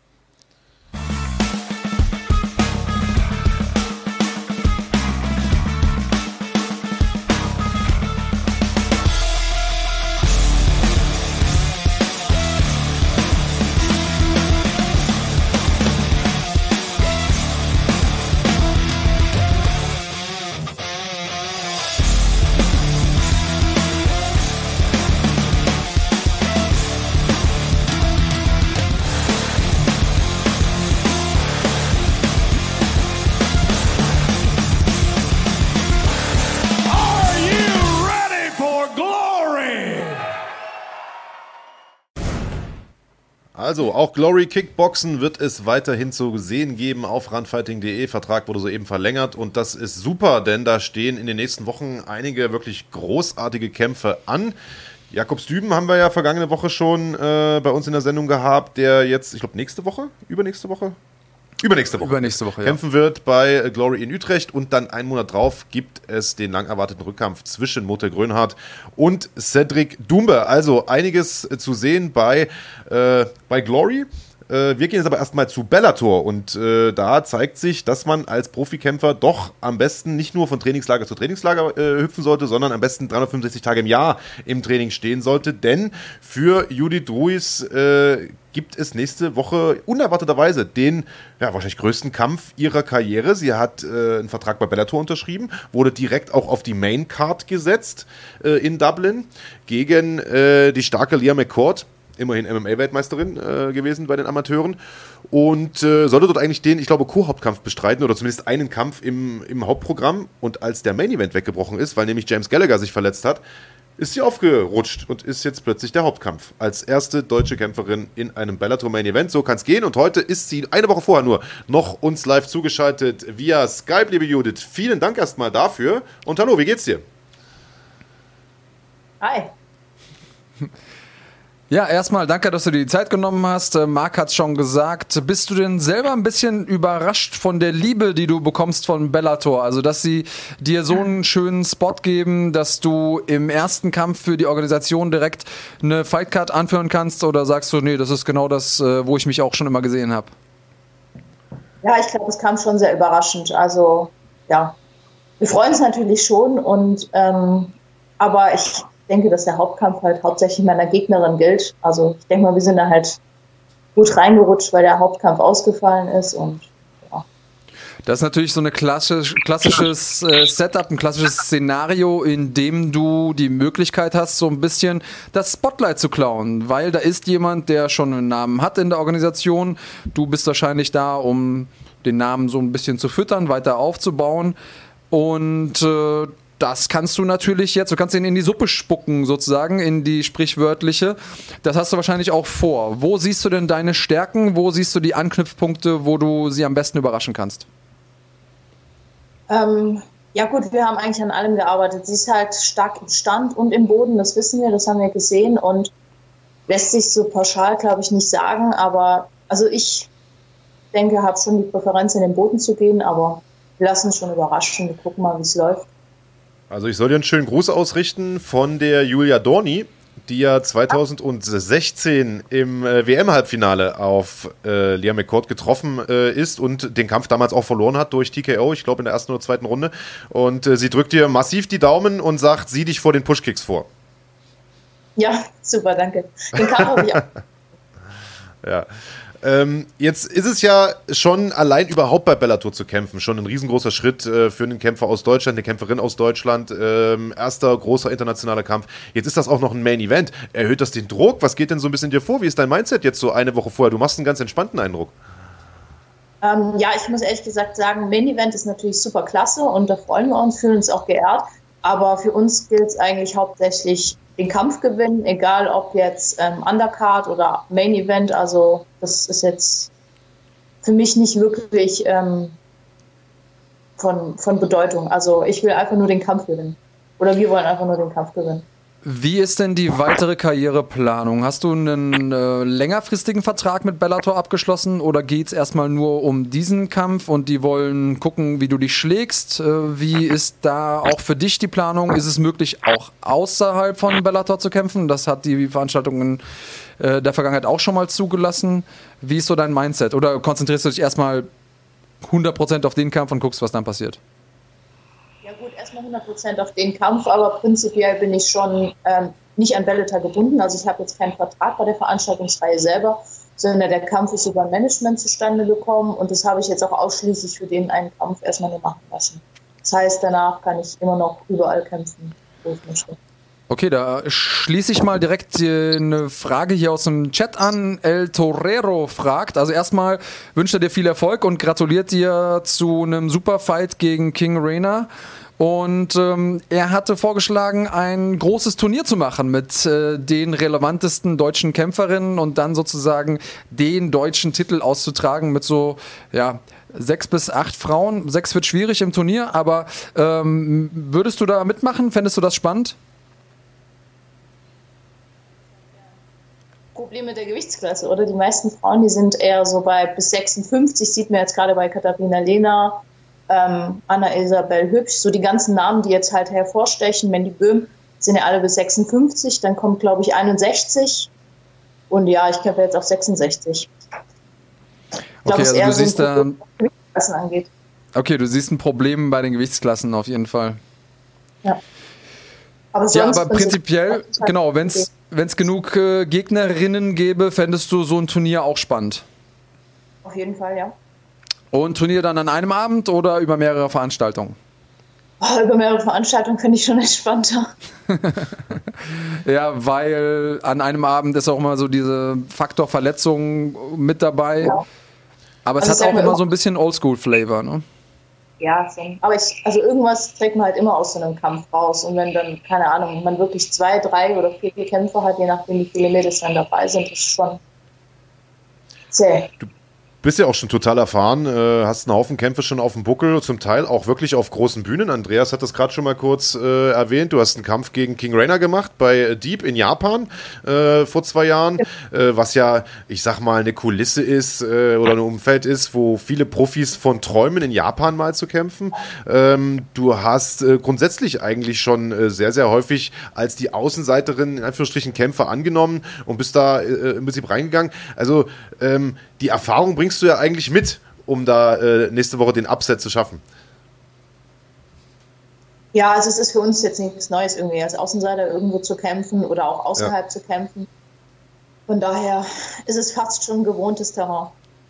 Also, auch Glory Kickboxen wird es weiterhin zu sehen geben auf runfighting punkt de. Vertrag wurde soeben verlängert und das ist super, denn da stehen in den nächsten Wochen einige wirklich großartige Kämpfe an. Jakob Stüben haben wir ja vergangene Woche schon äh, bei uns in der Sendung gehabt, der jetzt, ich glaube, nächste Woche, übernächste Woche? Übernächste Woche. Übernächste Woche, ja. Kämpfen wird bei Glory in Utrecht und dann einen Monat drauf gibt es den lang erwarteten Rückkampf zwischen Motte Grönhardt und Cedric Doumbé. Also einiges zu sehen bei, äh, bei Glory. Äh, wir gehen jetzt aber erstmal zu Bellator und äh, da zeigt sich, dass man als Profikämpfer doch am besten nicht nur von Trainingslager zu Trainingslager äh, hüpfen sollte, sondern am besten dreihundertfünfundsechzig Tage im Jahr im Training stehen sollte, denn für Judith Ruiz äh, gibt es nächste Woche unerwarteterweise den ja, wahrscheinlich größten Kampf ihrer Karriere. Sie hat äh, einen Vertrag bei Bellator unterschrieben, wurde direkt auch auf die Main Card gesetzt äh, in Dublin gegen äh, die starke Leah McCourt, immerhin M M A-Weltmeisterin äh, gewesen bei den Amateuren und äh, sollte dort eigentlich den, ich glaube, Co-Hauptkampf bestreiten oder zumindest einen Kampf im, im Hauptprogramm. Und als der Main-Event weggebrochen ist, weil nämlich James Gallagher sich verletzt hat, ist sie aufgerutscht und ist jetzt plötzlich der Hauptkampf. Als erste deutsche Kämpferin in einem Bellator Main Event. So kann es gehen. Und heute ist sie eine Woche vorher nur noch uns live zugeschaltet via Skype, liebe Judith. Vielen Dank erstmal dafür. Und hallo, wie geht's dir? Hi. Ja, erstmal danke, dass du dir die Zeit genommen hast. Marc hat es schon gesagt. Bist du denn selber ein bisschen überrascht von der Liebe, die du bekommst von Bellator? Also, dass sie dir so einen schönen Spot geben, dass du im ersten Kampf für die Organisation direkt eine Fightcard anführen kannst? Oder sagst du, nee, das ist genau das, wo ich mich auch schon immer gesehen habe? Ja, ich glaube, es kam schon sehr überraschend. Also, ja, wir freuen uns natürlich schon. Und ähm, aber ich Ich denke, dass der Hauptkampf halt hauptsächlich meiner Gegnerin gilt. Also ich denke mal, wir sind da halt gut reingerutscht, weil der Hauptkampf ausgefallen ist und ja. Das ist natürlich so ein klassisch, klassisches äh, Setup, ein klassisches Szenario, in dem du die Möglichkeit hast, so ein bisschen das Spotlight zu klauen, weil da ist jemand, der schon einen Namen hat in der Organisation. Du bist wahrscheinlich da, um den Namen so ein bisschen zu füttern, weiter aufzubauen und äh, das kannst du natürlich jetzt, du kannst ihn in die Suppe spucken sozusagen, in die sprichwörtliche. Das hast du wahrscheinlich auch vor. Wo siehst du denn deine Stärken? Wo siehst du die Anknüpfpunkte, wo du sie am besten überraschen kannst? Ähm, ja gut, wir haben eigentlich an allem gearbeitet. Sie ist halt stark im Stand und im Boden, das wissen wir, das haben wir gesehen und lässt sich so pauschal, glaube ich, nicht sagen. Aber also ich denke, habe schon die Präferenz, in den Boden zu gehen, aber wir lassen uns schon überraschen. Wir gucken mal, wie es läuft. Also ich soll dir einen schönen Gruß ausrichten von der Julia Dorni, die ja zweitausendsechzehn im äh, W M-Halbfinale auf äh, Leah McCourt getroffen äh, ist und den Kampf damals auch verloren hat durch T K O, ich glaube in der ersten oder zweiten Runde. Und äh, sie drückt dir massiv die Daumen und sagt, sieh dich vor den Pushkicks vor. Ja, super, danke. Den Kampf habe ich auch. Ja. Ähm, jetzt ist es ja schon allein überhaupt bei Bellator zu kämpfen, schon ein riesengroßer Schritt äh, für einen Kämpfer aus Deutschland, eine Kämpferin aus Deutschland, ähm, erster großer internationaler Kampf. Jetzt ist das auch noch ein Main Event. Erhöht das den Druck? Was geht denn so ein bisschen dir vor? Wie ist dein Mindset jetzt so eine Woche vorher? Du machst einen ganz entspannten Eindruck. Ähm, ja, ich muss ehrlich gesagt sagen, Main Event ist natürlich super klasse und da freuen wir uns, fühlen uns auch geehrt. Aber für uns gilt es eigentlich hauptsächlich den Kampf gewinnen, egal ob jetzt ähm, Undercard oder Main Event. Also das ist jetzt für mich nicht wirklich ähm, von, von Bedeutung. Also ich will einfach nur den Kampf gewinnen. Oder wir wollen einfach nur den Kampf gewinnen. Wie ist denn die weitere Karriereplanung? Hast du einen äh, längerfristigen Vertrag mit Bellator abgeschlossen oder geht es erstmal nur um diesen Kampf und die wollen gucken, wie du dich schlägst? Äh, wie ist da auch für dich die Planung? Ist es möglich, auch außerhalb von Bellator zu kämpfen? Das hat die Veranstaltung in äh, der Vergangenheit auch schon mal zugelassen. Wie ist so dein Mindset? Oder konzentrierst du dich erstmal hundert Prozent auf den Kampf und guckst, was dann passiert? Ja gut, erstmal hundert Prozent auf den Kampf, aber prinzipiell bin ich schon ähm, nicht an Bellator gebunden. Also ich habe jetzt keinen Vertrag bei der Veranstaltungsreihe selber, sondern der Kampf ist über ein Management zustande gekommen und das habe ich jetzt auch ausschließlich für den einen Kampf erstmal nur machen lassen. Das heißt, danach kann ich immer noch überall kämpfen, wo ich möchte. Okay, da schließe ich mal direkt eine Frage hier aus dem Chat an. El Torero fragt, also erstmal wünscht er dir viel Erfolg und gratuliert dir zu einem Superfight gegen King Rayner. Und ähm, er hatte vorgeschlagen, ein großes Turnier zu machen mit äh, den relevantesten deutschen Kämpferinnen und dann sozusagen den deutschen Titel auszutragen mit so, ja, sechs bis acht Frauen. Sechs wird schwierig im Turnier, aber ähm, würdest du da mitmachen? Fändest du das spannend? Problem mit der Gewichtsklasse, oder? Die meisten Frauen, die sind eher so bei bis sechsundfünfzig, sieht man jetzt gerade bei Katharina Lehner, ähm, Anna-Isabel Hübsch, so die ganzen Namen, die jetzt halt hervorstechen, Mandy Böhm, sind ja alle bis sechsundfünfzig, dann kommt, glaube ich, einundsechzig und ja, ich kämpfe jetzt auf sechsundsechzig. Ich glaube, okay, also du siehst da, Gewichtsklassen angeht. Okay, du siehst ein Problem bei den Gewichtsklassen auf jeden Fall. Ja. Aber ja, aber prinzipiell, genau, wenn es wenn es genug äh, Gegnerinnen gäbe, fändest du so ein Turnier auch spannend? Auf jeden Fall, ja. Und Turnier dann an einem Abend oder über mehrere Veranstaltungen? Oh, über mehrere Veranstaltungen finde ich schon entspannter. Ja, weil an einem Abend ist auch immer so diese Faktor Verletzung mit dabei. Ja. Aber es also hat auch immer so ein bisschen Oldschool-Flavor, ne? Ja, schon. Aber ich, also irgendwas trägt man halt immer aus so einem Kampf raus. Und wenn dann, keine Ahnung, man wirklich zwei, drei oder vier Kämpfer hat, je nachdem wie viele Mädels dann dabei sind, ist schon zäh. Du, bist ja auch schon total erfahren, äh, hast einen Haufen Kämpfe schon auf dem Buckel, zum Teil auch wirklich auf großen Bühnen. Andreas hat das gerade schon mal kurz äh, erwähnt. Du hast einen Kampf gegen King Rainer gemacht bei Deep in Japan äh, vor zwei Jahren, äh, was ja, ich sag mal, eine Kulisse ist äh, oder ein Umfeld ist, wo viele Profis von träumen, in Japan mal zu kämpfen. Ähm, du hast äh, grundsätzlich eigentlich schon äh, sehr, sehr häufig als die Außenseiterin in Anführungsstrichen Kämpfer angenommen und bist da äh, im Prinzip reingegangen. Also ähm, die Erfahrung bringst du ja eigentlich mit, um da äh, nächste Woche den Upset zu schaffen. Ja, also es ist für uns jetzt nichts Neues, irgendwie als Außenseiter irgendwo zu kämpfen oder auch außerhalb ja. zu kämpfen. Von daher ist es fast schon gewohntes Terrain.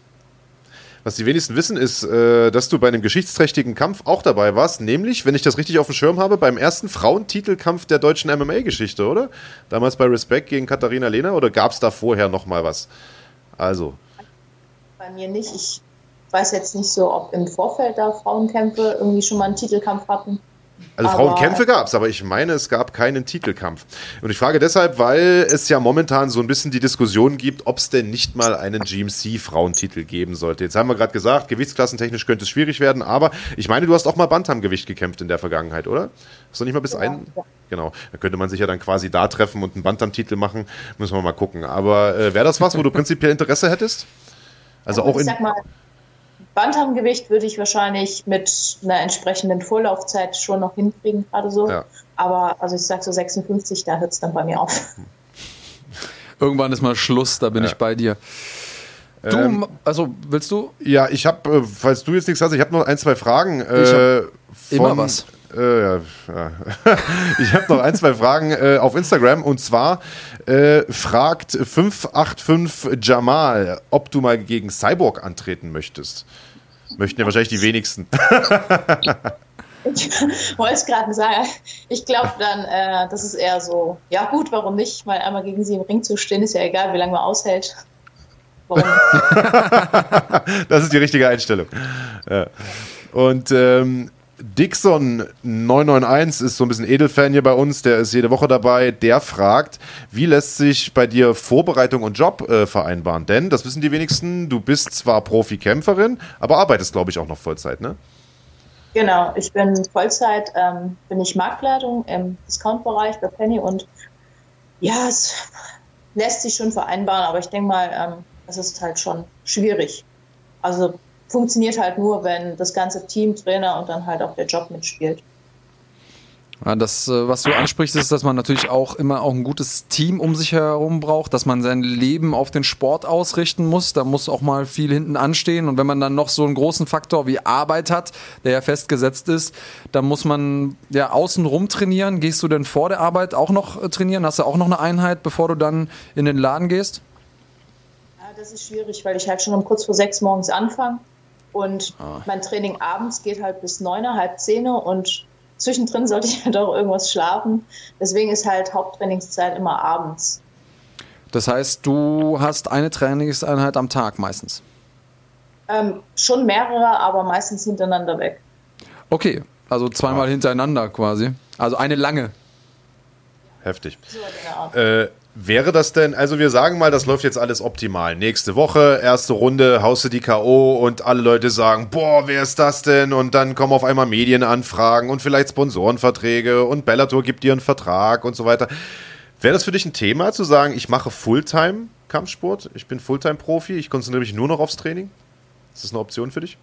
Was die wenigsten wissen, ist, äh, dass du bei einem geschichtsträchtigen Kampf auch dabei warst, nämlich, wenn ich das richtig auf dem Schirm habe, beim ersten Frauentitelkampf der deutschen M M A-Geschichte, oder? Damals bei Respect gegen Katharina Lehner, oder gab es da vorher noch mal was? Also... Bei mir nicht. Ich weiß jetzt nicht so, ob im Vorfeld da Frauenkämpfe irgendwie schon mal einen Titelkampf hatten. Also aber Frauenkämpfe gab es, aber ich meine, es gab keinen Titelkampf. Und ich frage deshalb, weil es ja momentan so ein bisschen die Diskussion gibt, ob es denn nicht mal einen G M C-Frauentitel geben sollte. Jetzt haben wir gerade gesagt, gewichtsklassentechnisch könnte es schwierig werden, aber ich meine, du hast auch mal Bantamgewicht gekämpft in der Vergangenheit, oder? Hast du nicht mal bis genau, ein... Ja. Genau, da könnte man sich ja dann quasi da treffen und einen Bantam-Titel machen. Müssen wir mal gucken. Aber äh, wäre das was, wo du prinzipiell Interesse hättest? Also also auch in... Ich sag mal, Bantamgewicht würde ich wahrscheinlich mit einer entsprechenden Vorlaufzeit schon noch hinkriegen, gerade so. Ja. Aber also ich sag so sechsundfünfzig, da hört es dann bei mir auf. Irgendwann ist mal Schluss, da bin ja. ich bei dir. Du, ähm, also willst du? Ja, ich habe, äh, falls du jetzt nichts hast, ich habe noch ein, zwei Fragen. Äh, ich hab von, immer was. Äh, ja, ja. Ich habe noch ein, zwei Fragen äh, auf Instagram, und zwar äh, fragt fünf acht fünf Jamal, ob du mal gegen Cyborg antreten möchtest. Möchten ja wahrscheinlich die wenigsten. Ich wollte es gerade sagen. Ich glaube dann, äh, das ist eher so, ja gut, warum nicht? Mal einmal gegen sie im Ring zu stehen, ist ja egal, wie lange man aushält. Warum nicht? Das ist die richtige Einstellung. Ja. Und ähm, Dixon neun neun eins ist so ein bisschen Edelfan hier bei uns, der ist jede Woche dabei, der fragt, wie lässt sich bei dir Vorbereitung und Job äh, vereinbaren? Denn, das wissen die wenigsten, du bist zwar Profikämpferin, aber arbeitest, glaube ich, auch noch Vollzeit, ne? Genau, ich bin Vollzeit, ähm, bin ich Marktleitung im Discount-Bereich bei Penny, und ja, es lässt sich schon vereinbaren, aber ich denke mal, ähm, es ist halt schon schwierig. Also funktioniert halt nur, wenn das ganze Team, Trainer und dann halt auch der Job mitspielt. Ja, das, was du ansprichst, ist, dass man natürlich auch immer auch ein gutes Team um sich herum braucht, dass man sein Leben auf den Sport ausrichten muss. Da muss auch mal viel hinten anstehen. Und wenn man dann noch so einen großen Faktor wie Arbeit hat, der ja festgesetzt ist, dann muss man ja außen rum trainieren. Gehst du denn vor der Arbeit auch noch trainieren? Hast du auch noch eine Einheit, bevor du dann in den Laden gehst? Ja, das ist schwierig, weil ich halt schon um kurz vor sechs morgens anfange. Und ah. mein Training abends geht halt bis neun, halb zehn, und zwischendrin sollte ich halt auch irgendwas schlafen. Deswegen ist halt Haupttrainingszeit immer abends. Das heißt, du hast eine Trainingseinheit am Tag meistens? Ähm, schon mehrere, aber meistens hintereinander weg. Okay, also zweimal ah. hintereinander quasi. Also eine lange. Heftig. So, genau. Äh, wäre das denn, also wir sagen mal, das läuft jetzt alles optimal. Nächste Woche, erste Runde, haust du die K O und alle Leute sagen, boah, wer ist das denn? Und dann kommen auf einmal Medienanfragen und vielleicht Sponsorenverträge und Bellator gibt dir einen Vertrag und so weiter. Wäre das für dich ein Thema, zu sagen, ich mache Fulltime-Kampfsport, ich bin Fulltime-Profi, ich konzentriere mich nur noch aufs Training? Ist das eine Option für dich?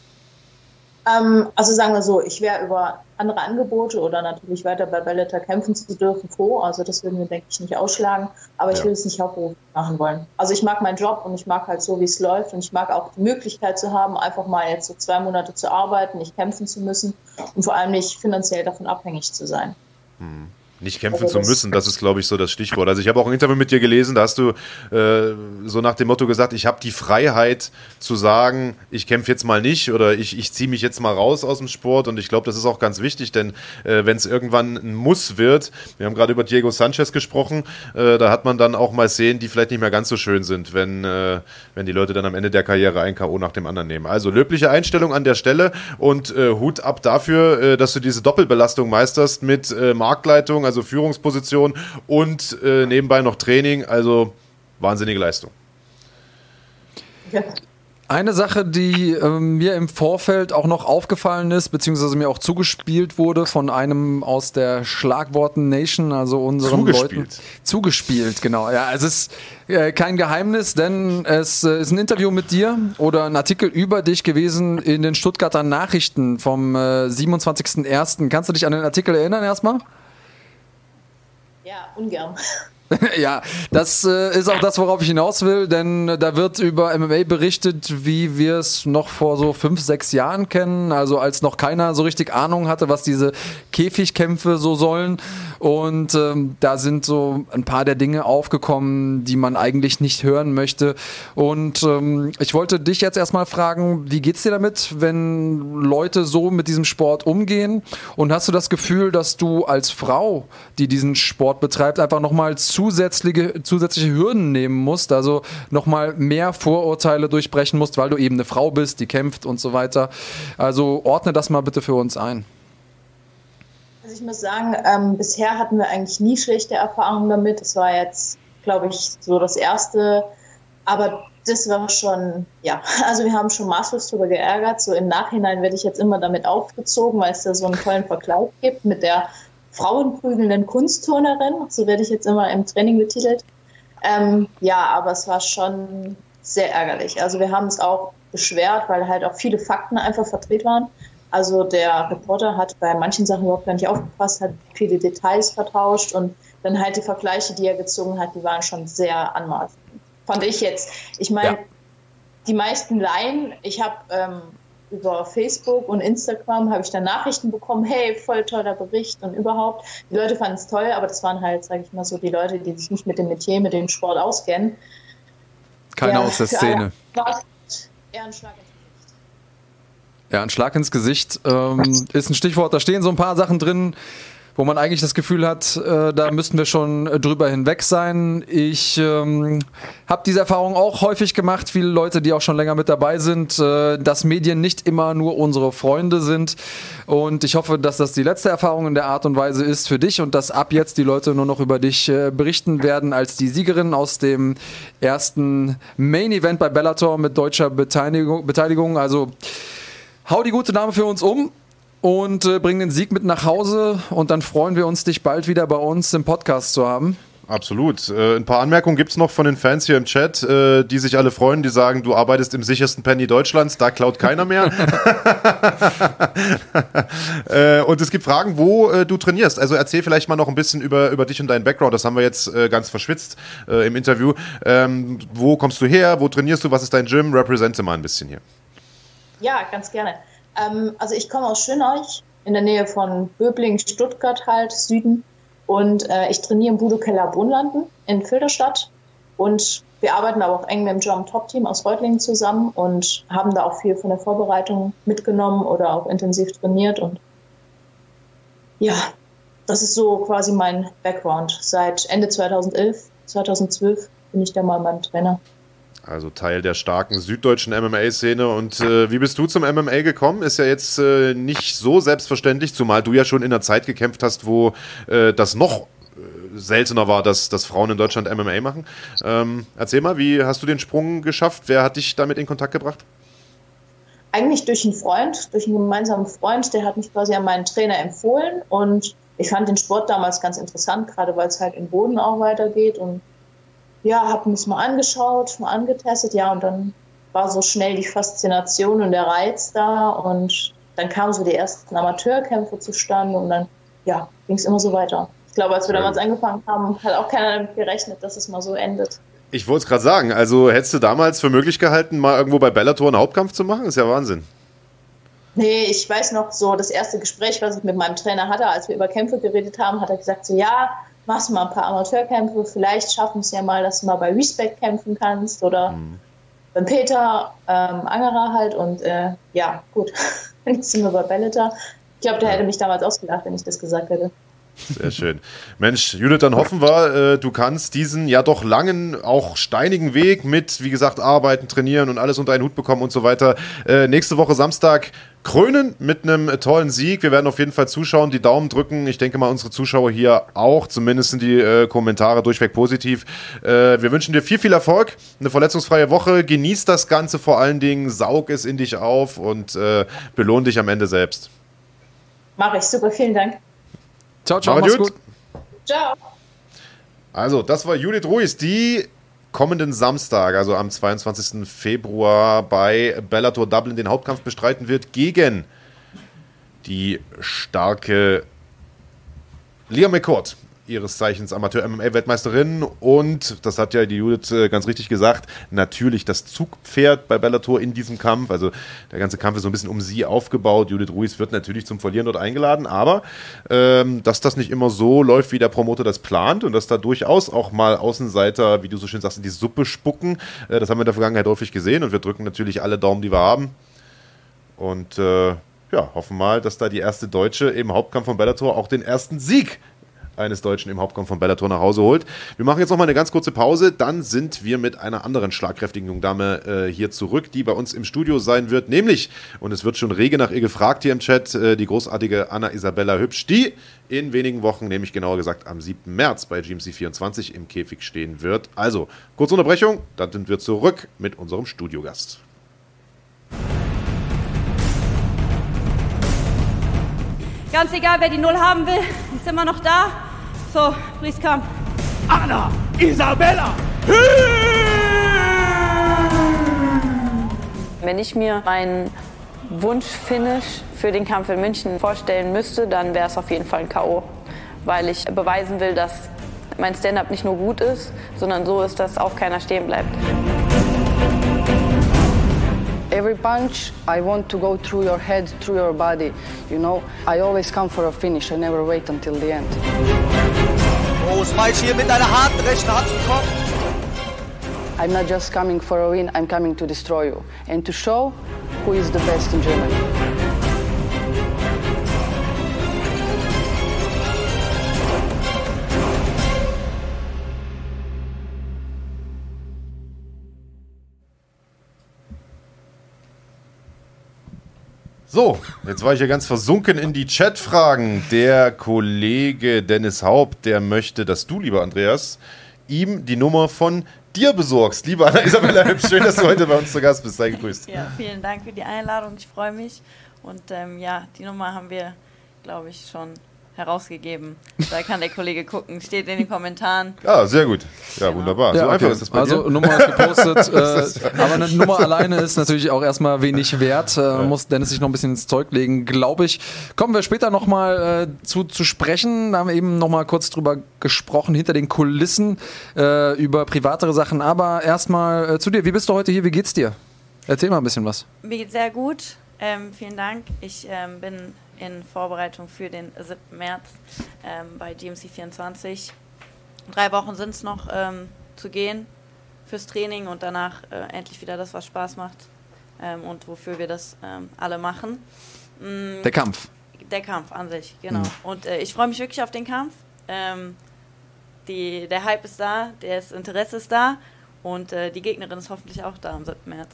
Ähm, also sagen wir so, ich wäre über andere Angebote oder natürlich weiter bei Bellator kämpfen zu dürfen froh. Also das würden wir, denke ich, nicht ausschlagen. Aber ich ja. will es nicht hauptberuflich machen wollen. Also ich mag meinen Job und ich mag halt so, wie es läuft. Und ich mag auch die Möglichkeit zu haben, einfach mal jetzt so zwei Monate zu arbeiten, nicht kämpfen zu müssen und vor allem nicht finanziell davon abhängig zu sein. Hm. Nicht kämpfen also zu müssen, das ist, glaube ich, so das Stichwort. Also ich habe auch ein Interview mit dir gelesen, da hast du äh, so nach dem Motto gesagt, ich habe die Freiheit zu sagen, ich kämpfe jetzt mal nicht oder ich, ich ziehe mich jetzt mal raus aus dem Sport, und ich glaube, das ist auch ganz wichtig, denn äh, wenn es irgendwann ein Muss wird, wir haben gerade über Diego Sanchez gesprochen, äh, da hat man dann auch mal Szenen, die vielleicht nicht mehr ganz so schön sind, wenn, äh, wenn die Leute dann am Ende der Karriere ein K O nach dem anderen nehmen. Also löbliche Einstellung an der Stelle und äh, Hut ab dafür, äh, dass du diese Doppelbelastung meisterst mit äh, Marktleitung, also Führungsposition und äh, nebenbei noch Training, also wahnsinnige Leistung. Ja. Eine Sache, die äh, mir im Vorfeld auch noch aufgefallen ist, beziehungsweise mir auch zugespielt wurde von einem aus der Schlagworten Nation, also unseren zugespielt. Leuten. Zugespielt, genau. Ja, es ist äh, kein Geheimnis, denn es äh, ist ein Interview mit dir oder ein Artikel über dich gewesen in den Stuttgarter Nachrichten vom äh, siebenundzwanzigsten ersten Kannst du dich an den Artikel erinnern erstmal? Ja, ungern. Ja, das äh, ist auch das, worauf ich hinaus will, denn äh, da wird über M M A berichtet, wie wir es noch vor so fünf, sechs Jahren kennen, also als noch keiner so richtig Ahnung hatte, was diese Käfigkämpfe so sollen, und ähm, da sind so ein paar der Dinge aufgekommen, die man eigentlich nicht hören möchte, und ähm, ich wollte dich jetzt erstmal fragen, wie geht's dir damit, wenn Leute so mit diesem Sport umgehen, und hast du das Gefühl, dass du als Frau, die diesen Sport betreibt, einfach nochmal zusätzliche, zusätzliche Hürden nehmen musst, also nochmal mehr Vorurteile durchbrechen musst, weil du eben eine Frau bist, die kämpft und so weiter. Also ordne das mal bitte für uns ein. Also ich muss sagen, ähm, bisher hatten wir eigentlich nie schlechte Erfahrungen damit. Das war jetzt, glaube ich, so das Erste. Aber das war schon, ja, also wir haben schon maßlos darüber geärgert. So im Nachhinein werde ich jetzt immer damit aufgezogen, weil es da so einen tollen Vergleich gibt mit der frauenprügelnden Kunstturnerin, so werde ich jetzt immer im Training betitelt. Ähm, ja, aber es war schon sehr ärgerlich. Also wir haben es auch beschwert, weil halt auch viele Fakten einfach verdreht waren. Also der Reporter hat bei manchen Sachen überhaupt gar nicht aufgepasst, hat viele Details vertauscht, und dann halt die Vergleiche, die er gezogen hat, die waren schon sehr anmaßend. Fand ich jetzt. Ich meine, ja. Die meisten Laien, ich habe ähm, über Facebook und Instagram habe ich dann Nachrichten bekommen, hey, voll toller Bericht und überhaupt. Die Leute fanden es toll, aber das waren halt, sage ich mal so, die Leute, die sich nicht mit dem Metier, mit dem Sport auskennen. Keiner ja, aus der Szene. War eher ein Schlag ins Gesicht. Ja, ein Schlag ins Gesicht ähm, ist ein Stichwort. Da stehen so ein paar Sachen drin, wo man eigentlich das Gefühl hat, äh, da müssten wir schon äh, drüber hinweg sein. Ich ähm, habe diese Erfahrung auch häufig gemacht, viele Leute, die auch schon länger mit dabei sind, äh, dass Medien nicht immer nur unsere Freunde sind, und ich hoffe, dass das die letzte Erfahrung in der Art und Weise ist für dich und dass ab jetzt die Leute nur noch über dich äh, berichten werden als die Siegerin aus dem ersten Main Event bei Bellator mit deutscher Beteiligung. Beteiligung. Also hau die gute Dame für uns um und äh, bring den Sieg mit nach Hause, und dann freuen wir uns, dich bald wieder bei uns im Podcast zu haben. Absolut. Äh, ein paar Anmerkungen gibt es noch von den Fans hier im Chat, äh, die sich alle freuen, die sagen, du arbeitest im sichersten Penny Deutschlands, da klaut keiner mehr. äh, und es gibt Fragen, wo äh, du trainierst. Also erzähl vielleicht mal noch ein bisschen über, über dich und deinen Background. Das haben wir jetzt äh, ganz verschwitzt äh, im Interview. Ähm, wo kommst du her? Wo trainierst du? Was ist dein Gym? Represente mal ein bisschen hier. Ja, ganz gerne. Ähm, also ich komme aus Schöneich, in der Nähe von Böblingen, Stuttgart halt, Süden. Und äh, ich trainiere im Budo Keller Brunlanden in Filderstadt. Und wir arbeiten aber auch eng mit dem German Top Team aus Reutlingen zusammen und haben da auch viel von der Vorbereitung mitgenommen oder auch intensiv trainiert. Und ja, das ist so quasi mein Background. Seit Ende zweitausendelf, zweitausendzwölf bin ich da mal beim Trainer. Also Teil der starken süddeutschen M M A-Szene. Und äh, wie bist du zum M M A gekommen? Ist ja jetzt äh, nicht so selbstverständlich, zumal du ja schon in einer Zeit gekämpft hast, wo äh, das noch äh, seltener war, dass, dass Frauen in Deutschland M M A machen. Ähm, erzähl mal, wie hast du den Sprung geschafft? Wer hat dich damit in Kontakt gebracht? Eigentlich durch einen Freund, durch einen gemeinsamen Freund, der hat mich quasi an meinen Trainer empfohlen. Und ich fand den Sport damals ganz interessant, gerade weil es halt im Boden auch weitergeht. Und ja, habe mich mal angeschaut, mal angetestet, ja, und dann war so schnell die Faszination und der Reiz da, und dann kamen so die ersten Amateurkämpfe zustande, und dann, ja, ging es immer so weiter. Ich glaube, als wir damals angefangen haben, hat auch keiner damit gerechnet, dass es mal so endet. Ich wollte es gerade sagen, also hättest du damals für möglich gehalten, mal irgendwo bei Bellator einen Hauptkampf zu machen? Ist ja Wahnsinn. Nee, ich weiß noch so, das erste Gespräch, was ich mit meinem Trainer hatte, als wir über Kämpfe geredet haben, hat er gesagt so, ja, machst du mal ein paar Amateurkämpfe, vielleicht schaffen es ja mal, dass du mal bei Respect kämpfen kannst oder mhm. beim Peter ähm, Angerer halt, und äh, ja, gut, jetzt sind wir bei Bellator. Ich glaube, der hätte mich damals ausgelacht, wenn ich das gesagt hätte. Sehr schön. Mensch, Judith, dann hoffen wir, äh, du kannst diesen ja doch langen, auch steinigen Weg mit, wie gesagt, Arbeiten, Trainieren und alles unter einen Hut bekommen und so weiter. Äh, nächste Woche Samstag krönen mit einem tollen Sieg. Wir werden auf jeden Fall zuschauen, die Daumen drücken. Ich denke mal, unsere Zuschauer hier auch. Zumindest sind die äh, Kommentare durchweg positiv. Äh, wir wünschen dir viel, viel Erfolg. Eine verletzungsfreie Woche. Genieß das Ganze vor allen Dingen. Saug es in dich auf und äh, belohn dich am Ende selbst. Mach ich. Super. Vielen Dank. Ciao, ciao. Mach's gut. Ciao. Also, das war Judith Ruiz, die kommenden Samstag, also am zweiundzwanzigsten Februar bei Bellator Dublin den Hauptkampf bestreiten wird gegen die starke Leah McCourt, ihres Zeichens Amateur-M M A-Weltmeisterin, und das hat ja die Judith äh, ganz richtig gesagt, natürlich das Zugpferd bei Bellator in diesem Kampf, also der ganze Kampf ist so ein bisschen um sie aufgebaut. Judith Ruiz wird natürlich zum Verlieren dort eingeladen, aber ähm, dass das nicht immer so läuft, wie der Promoter das plant, und dass da durchaus auch mal Außenseiter, wie du so schön sagst, in die Suppe spucken, äh, das haben wir in der Vergangenheit häufig gesehen, und wir drücken natürlich alle Daumen, die wir haben, und äh, ja, hoffen mal, dass da die erste Deutsche im Hauptkampf von Bellator auch den ersten Sieg eines Deutschen im Hauptkampf von Bellator nach Hause holt. Wir machen jetzt noch mal eine ganz kurze Pause, dann sind wir mit einer anderen schlagkräftigen Jungdame äh, hier zurück, die bei uns im Studio sein wird, nämlich, und es wird schon rege nach ihr gefragt hier im Chat, äh, die großartige Anna-Isabella Hübsch, die in wenigen Wochen, nämlich genauer gesagt am siebten März bei G M C vierundzwanzig im Käfig stehen wird. Also, kurze Unterbrechung, dann sind wir zurück mit unserem Studiogast. Ganz egal, wer die Null haben will, ist immer noch da. So, please come. Anna Isabella! Wenn ich mir meinen Wunsch-Finish für den Kampf in München vorstellen müsste, dann wäre es auf jeden Fall ein K O. Weil ich beweisen will, dass mein Stand-up nicht nur gut ist, sondern so ist, dass auch keiner stehen bleibt. Every punch, I want to go through your head, through your body. You know, I always come for a finish. I never wait until the end. Oh, Smile hier mit einer harten rechten Hand zum Kopf. I'm not just coming for a win, I'm coming to destroy you. And to show who is the best in Germany. So, jetzt war ich ja ganz versunken in die Chatfragen. Der Kollege Dennis Haupt, der möchte, dass du, lieber Andreas, ihm die Nummer von dir besorgst. Liebe Anna-Isabella Hübsch, schön, dass du heute bei uns zu Gast bist. Sei gegrüßt. Ja, vielen Dank für die Einladung. Ich freue mich. Und ähm, ja, die Nummer haben wir, glaube ich, schon herausgegeben. Da kann der Kollege gucken. Steht in den Kommentaren. Ja, sehr gut. Ja, genau. Wunderbar. So ja, okay. einfach ist das bei also, dir. Nummer ist gepostet. äh, aber eine Nummer alleine ist natürlich auch erstmal wenig wert. Äh, ja. Muss Dennis sich noch ein bisschen ins Zeug legen, glaube ich. Kommen wir später nochmal äh, zu, zu sprechen. Da haben wir eben nochmal kurz drüber gesprochen, hinter den Kulissen, äh, über privatere Sachen. Aber erstmal äh, zu dir. Wie bist du heute hier? Wie geht's dir? Erzähl mal ein bisschen was. Mir geht's sehr gut. Ähm, vielen Dank. Ich ähm, bin in Vorbereitung für den siebten März ähm, bei G M C vierundzwanzig. Drei Wochen sind es noch ähm, zu gehen fürs Training und danach äh, endlich wieder das, was Spaß macht ähm, und wofür wir das ähm, alle machen. Mm, der Kampf. Der Kampf an sich, genau. Mhm. Und äh, ich freue mich wirklich auf den Kampf. Ähm, die, der Hype ist da, das Interesse ist da. Und äh, die Gegnerin ist hoffentlich auch da am siebten März.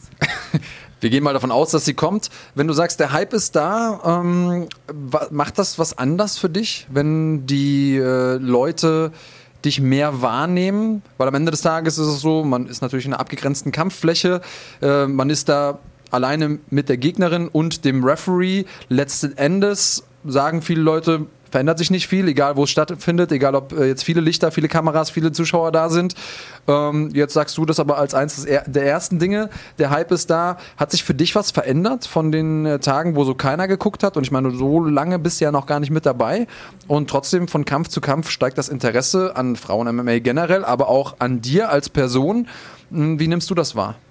Wir gehen mal davon aus, dass sie kommt. Wenn du sagst, der Hype ist da, ähm, macht das was anders für dich, wenn die äh, Leute dich mehr wahrnehmen? Weil am Ende des Tages ist es so, man ist natürlich in einer abgegrenzten Kampffläche, äh, man ist da alleine mit der Gegnerin und dem Referee. Letzten Endes sagen viele Leute, verändert sich nicht viel, egal wo es stattfindet, egal ob äh, jetzt viele Lichter, viele Kameras, viele Zuschauer da sind. Ähm, jetzt sagst du das aber als eins der ersten Dinge. Der Hype ist da. Hat sich für dich was verändert von den äh, Tagen, wo so keiner geguckt hat? Und ich meine, so lange bist du ja noch gar nicht mit dabei. Und trotzdem von Kampf zu Kampf steigt das Interesse an Frauen-M M A generell, aber auch an dir als Person. Wie nimmst du das wahr?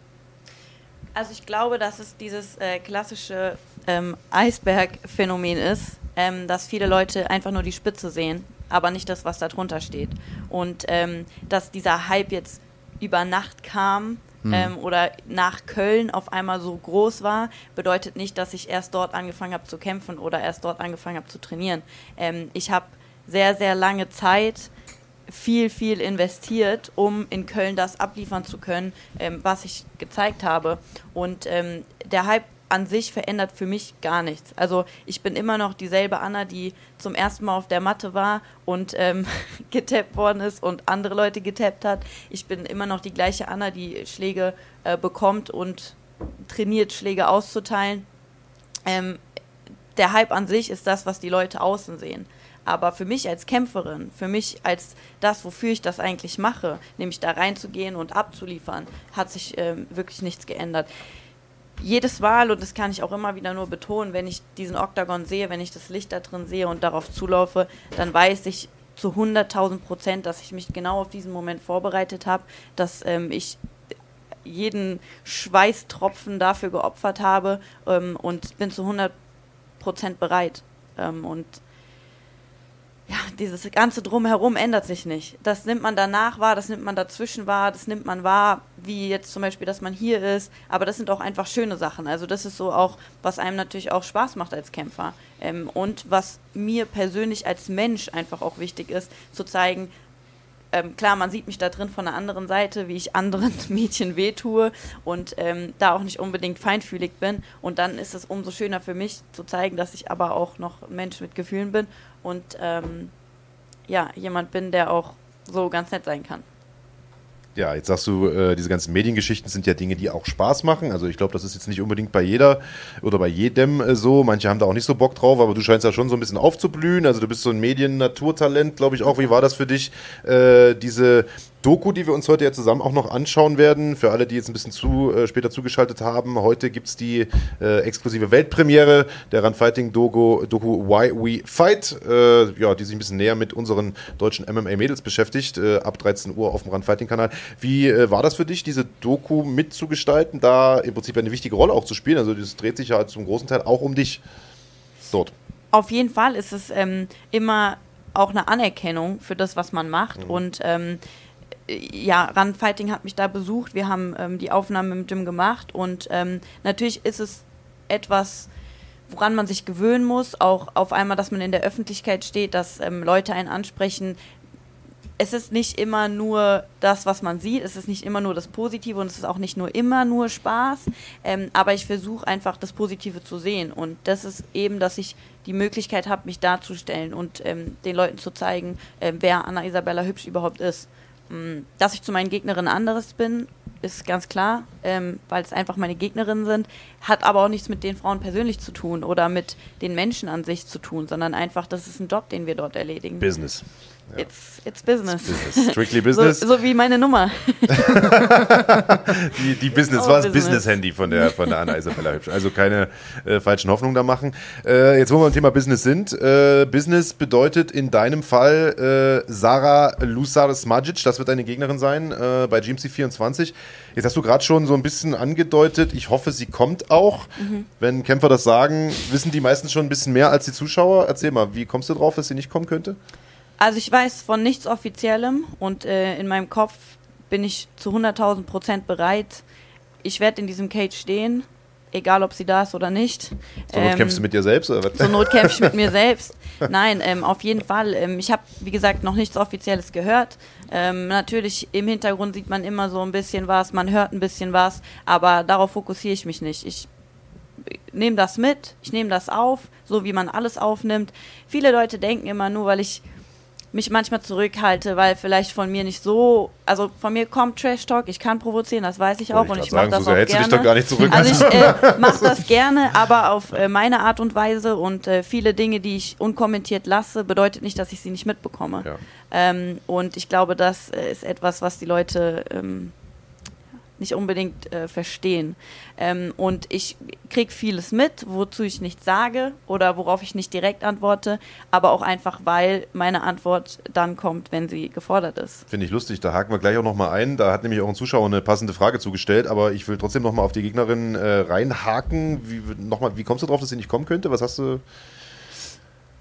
Also ich glaube, dass es dieses äh, klassische ähm, Eisberg-Phänomen ist, ähm, dass viele Leute einfach nur die Spitze sehen, aber nicht das, was da drunter steht. Und ähm, dass dieser Hype jetzt über Nacht kam hm. ähm, oder nach Köln auf einmal so groß war, bedeutet nicht, dass ich erst dort angefangen habe zu kämpfen oder erst dort angefangen habe zu trainieren. Ähm, ich habe sehr, sehr lange Zeit viel, viel investiert, um in Köln das abliefern zu können, ähm, was ich gezeigt habe. Und ähm, der Hype an sich verändert für mich gar nichts. Also ich bin immer noch dieselbe Anna, die zum ersten Mal auf der Matte war und ähm, getappt worden ist und andere Leute getappt hat. Ich bin immer noch die gleiche Anna, die Schläge äh, bekommt und trainiert, Schläge auszuteilen. Ähm, der Hype an sich ist das, was die Leute außen sehen. Aber für mich als Kämpferin, für mich als das, wofür ich das eigentlich mache, nämlich da reinzugehen und abzuliefern, hat sich ähm, wirklich nichts geändert. Jedes Mal, und das kann ich auch immer wieder nur betonen, wenn ich diesen Oktagon sehe, wenn ich das Licht da drin sehe und darauf zulaufe, dann weiß ich zu hunderttausend Prozent, dass ich mich genau auf diesen Moment vorbereitet habe, dass ähm, ich jeden Schweißtropfen dafür geopfert habe ähm, und bin zu hundert Prozent bereit. Ähm, und ja, dieses ganze Drumherum ändert sich nicht. Das nimmt man danach wahr, das nimmt man dazwischen wahr, das nimmt man wahr, wie jetzt zum Beispiel, dass man hier ist. Aber das sind auch einfach schöne Sachen. Also das ist so auch, was einem natürlich auch Spaß macht als Kämpfer. Ähm, und was mir persönlich als Mensch einfach auch wichtig ist, zu zeigen, ähm, klar, man sieht mich da drin von der anderen Seite, wie ich anderen Mädchen wehtue und ähm, da auch nicht unbedingt feinfühlig bin. Und dann ist es umso schöner für mich zu zeigen, dass ich aber auch noch Mensch mit Gefühlen bin und ähm, ja, jemand bin, der auch so ganz nett sein kann. Ja, jetzt sagst du, äh, diese ganzen Mediengeschichten sind ja Dinge, die auch Spaß machen. Also ich glaube, das ist jetzt nicht unbedingt bei jeder oder bei jedem äh, so. Manche haben da auch nicht so Bock drauf, aber du scheinst ja schon so ein bisschen aufzublühen. Also du bist so ein Medien-Naturtalent, glaube ich auch. Wie war das für dich, äh, diese Doku, die wir uns heute ja zusammen auch noch anschauen werden? Für alle, die jetzt ein bisschen zu äh, später zugeschaltet haben, heute gibt es die äh, exklusive Weltpremiere der Run-Fighting-Doku Doku Why We Fight, äh, ja, die sich ein bisschen näher mit unseren deutschen M M A-Mädels beschäftigt, äh, ab dreizehn Uhr auf dem Run-Fighting-Kanal. Wie äh, war das für dich, diese Doku mitzugestalten, da im Prinzip eine wichtige Rolle auch zu spielen? Also das dreht sich ja zum großen Teil auch um dich dort. Auf jeden Fall ist es ähm, immer auch eine Anerkennung für das, was man macht. Mhm. Und ähm, ja, Run-Fighting hat mich da besucht. Wir haben ähm, die Aufnahme im Gym gemacht. Und ähm, natürlich ist es etwas, woran man sich gewöhnen muss. Auch auf einmal, dass man in der Öffentlichkeit steht, dass ähm, Leute einen ansprechen. Es ist nicht immer nur das, was man sieht, es ist nicht immer nur das Positive und es ist auch nicht nur immer nur Spaß, ähm, aber ich versuche einfach das Positive zu sehen und das ist eben, dass ich die Möglichkeit habe, mich darzustellen und ähm, den Leuten zu zeigen, äh, wer Anna-Isabella Hübsch überhaupt ist. Ähm, dass ich zu meinen Gegnerinnen anderes bin, ist ganz klar, ähm, weil es einfach meine Gegnerinnen sind, hat aber auch nichts mit den Frauen persönlich zu tun oder mit den Menschen an sich zu tun, sondern einfach, das ist ein Job, den wir dort erledigen. Business. Ja. It's, it's business. It's business. Strictly business. So, so wie meine Nummer. die, die Business, oh, war das Business-Handy von der, von der Anna-Isabella Hübsch. Also keine äh, falschen Hoffnungen da machen. Äh, jetzt, wo wir beim Thema Business sind. Äh, Business bedeutet in deinem Fall äh, Sarah Lusar-Smajic. Das wird deine Gegnerin sein äh, bei G M C vierundzwanzig. Jetzt hast du gerade schon so ein bisschen angedeutet, ich hoffe, sie kommt auch. Mhm. Wenn Kämpfer das sagen, wissen die meistens schon ein bisschen mehr als die Zuschauer. Erzähl mal, wie kommst du drauf, dass sie nicht kommen könnte? Also ich weiß von nichts Offiziellem und äh, in meinem Kopf bin ich zu hunderttausend Prozent bereit. Ich werde in diesem Cage stehen, egal ob sie da ist oder nicht. Zur Not ähm, kämpfst du mit dir selbst? Oder was? Zur Not kämpfe ich mit mir selbst. Nein, ähm, auf jeden Fall. Ähm, ich habe, wie gesagt, noch nichts Offizielles gehört. Ähm, natürlich im Hintergrund sieht man immer so ein bisschen was, man hört ein bisschen was, aber darauf fokussiere ich mich nicht. Ich nehme das mit, ich nehme das auf, so wie man alles aufnimmt. Viele Leute denken immer nur, weil ich mich manchmal zurückhalte, weil vielleicht von mir nicht so, also von mir kommt Trash Talk, ich kann provozieren, das weiß ich auch ich und ich mache das so auch hältst gerne. Du dich doch gar nicht zurück. Also ich äh, mache das gerne, aber auf äh, meine Art und Weise und äh, viele Dinge, die ich unkommentiert lasse, bedeutet nicht, dass ich sie nicht mitbekomme. Ja. Ähm, und ich glaube, das äh, ist etwas, was die Leute ähm, nicht unbedingt äh, verstehen. Ähm, und ich kriege vieles mit, wozu ich nichts sage oder worauf ich nicht direkt antworte, aber auch einfach, weil meine Antwort dann kommt, wenn sie gefordert ist. Finde ich lustig, da haken wir gleich auch nochmal ein. Da hat nämlich auch ein Zuschauer eine passende Frage zugestellt, aber ich will trotzdem nochmal auf die Gegnerin äh, reinhaken. Wie, noch mal, wie kommst du drauf, dass sie nicht kommen könnte? Was hast du...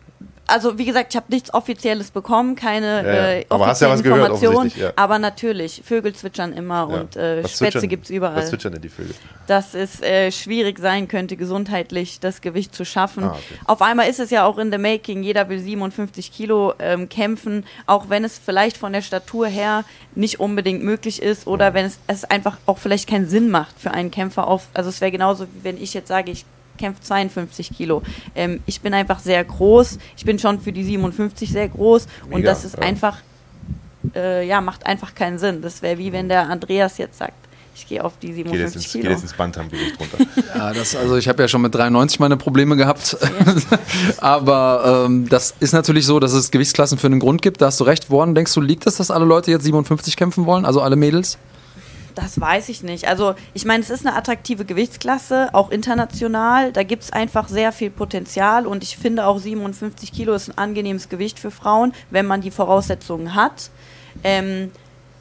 also wie gesagt, ich habe nichts Offizielles bekommen, keine ja, ja. äh, aber hast ja was gehört, Informationen. Ja. Aber natürlich, Vögel zwitschern immer ja. und äh, Spätze gibt es überall. Was zwitschern denn die Vögel? Dass es äh, schwierig sein könnte, gesundheitlich das Gewicht zu schaffen. Ah, okay. Auf einmal ist es ja auch in the making, jeder will siebenundfünfzig Kilo ähm, kämpfen, auch wenn es vielleicht von der Statur her nicht unbedingt möglich ist oder wenn es, es einfach auch vielleicht keinen Sinn macht für einen Kämpfer auf, also es wäre genauso, wie wenn ich jetzt sage, ich kämpfe zweiundfünfzig Kilo. Ähm, ich bin einfach sehr groß, ich bin schon für die siebenundfünfzig sehr groß Mega, und das ist ja. einfach, äh, ja, macht einfach keinen Sinn. Das wäre wie wenn der Andreas jetzt sagt, ich gehe auf die siebenundfünfzig geht ins, Kilo. Geht jetzt ins Bantamgewicht runter. Ja, das, also ich habe ja schon mit dreiundneunzig meine Probleme gehabt, ja. aber ähm, das ist natürlich so, dass es Gewichtsklassen für einen Grund gibt, da hast du recht. Woran denkst du, liegt es, dass alle Leute jetzt siebenundfünfzig kämpfen wollen, also alle Mädels? Das weiß ich nicht. Also ich meine, es ist eine attraktive Gewichtsklasse, auch international. Da gibt es einfach sehr viel Potenzial und ich finde auch siebenundfünfzig Kilo ist ein angenehmes Gewicht für Frauen, wenn man die Voraussetzungen hat. Ähm,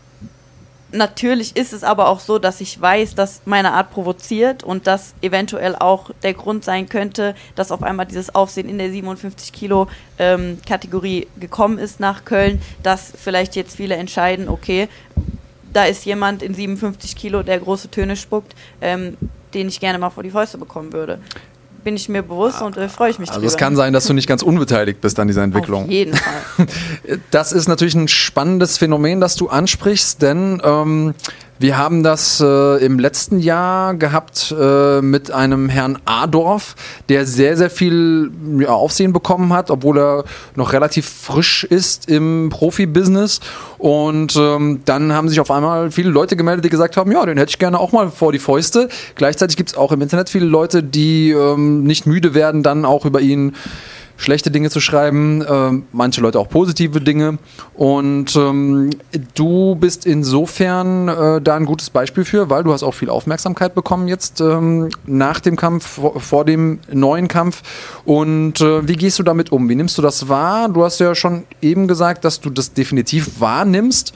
natürlich ist es aber auch so, dass ich weiß, dass meine Art provoziert und das eventuell auch der Grund sein könnte, dass auf einmal dieses Aufsehen in der siebenundfünfzig Kilo ähm, Kategorie gekommen ist nach Köln, dass vielleicht jetzt viele entscheiden, okay, da ist jemand in siebenundfünfzig Kilo, der große Töne spuckt, ähm, den ich gerne mal vor die Fäuste bekommen würde. Bin ich mir bewusst und äh, freue ich mich also drüber. Also es kann sein, dass du nicht ganz unbeteiligt bist an dieser Entwicklung. Auf jeden Fall. Das ist natürlich ein spannendes Phänomen, das du ansprichst, denn ähm, wir haben das äh, im letzten Jahr gehabt äh, mit einem Herrn Adorf, der sehr, sehr viel ja, Aufsehen bekommen hat, obwohl er noch relativ frisch ist im Profibusiness. Und ähm, dann haben sich auf einmal viele Leute gemeldet, die gesagt haben, ja, den hätte ich gerne auch mal vor die Fäuste. Gleichzeitig gibt es auch im Internet viele Leute, die ähm, nicht müde werden, dann auch über ihn schlechte Dinge zu schreiben, äh, manche Leute auch positive Dinge. Und ähm, du bist insofern äh, da ein gutes Beispiel für, weil du hast auch viel Aufmerksamkeit bekommen jetzt ähm, nach dem Kampf, vor, vor dem neuen Kampf. Und äh, wie gehst du damit um? Wie nimmst du das wahr? Du hast ja schon eben gesagt, dass du das definitiv wahrnimmst.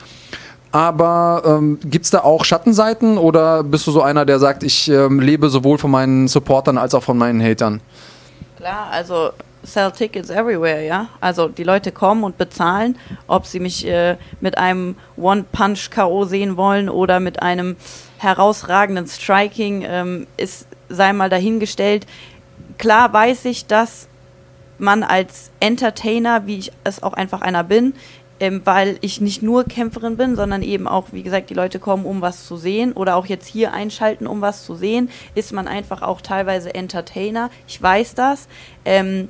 Aber ähm, gibt es da auch Schattenseiten oder bist du so einer, der sagt, ich ähm, lebe sowohl von meinen Supportern als auch von meinen Hatern? Klar, also sell tickets everywhere, ja. Also die Leute kommen und bezahlen, ob sie mich äh, mit einem One-Punch-K O sehen wollen oder mit einem herausragenden Striking, ähm, ist, sei mal dahingestellt. Klar weiß ich, dass man als Entertainer, wie ich es auch einfach einer bin, ähm, weil ich nicht nur Kämpferin bin, sondern eben auch, wie gesagt, die Leute kommen, um was zu sehen oder auch jetzt hier einschalten, um was zu sehen, ist man einfach auch teilweise Entertainer. Ich weiß das. Ähm,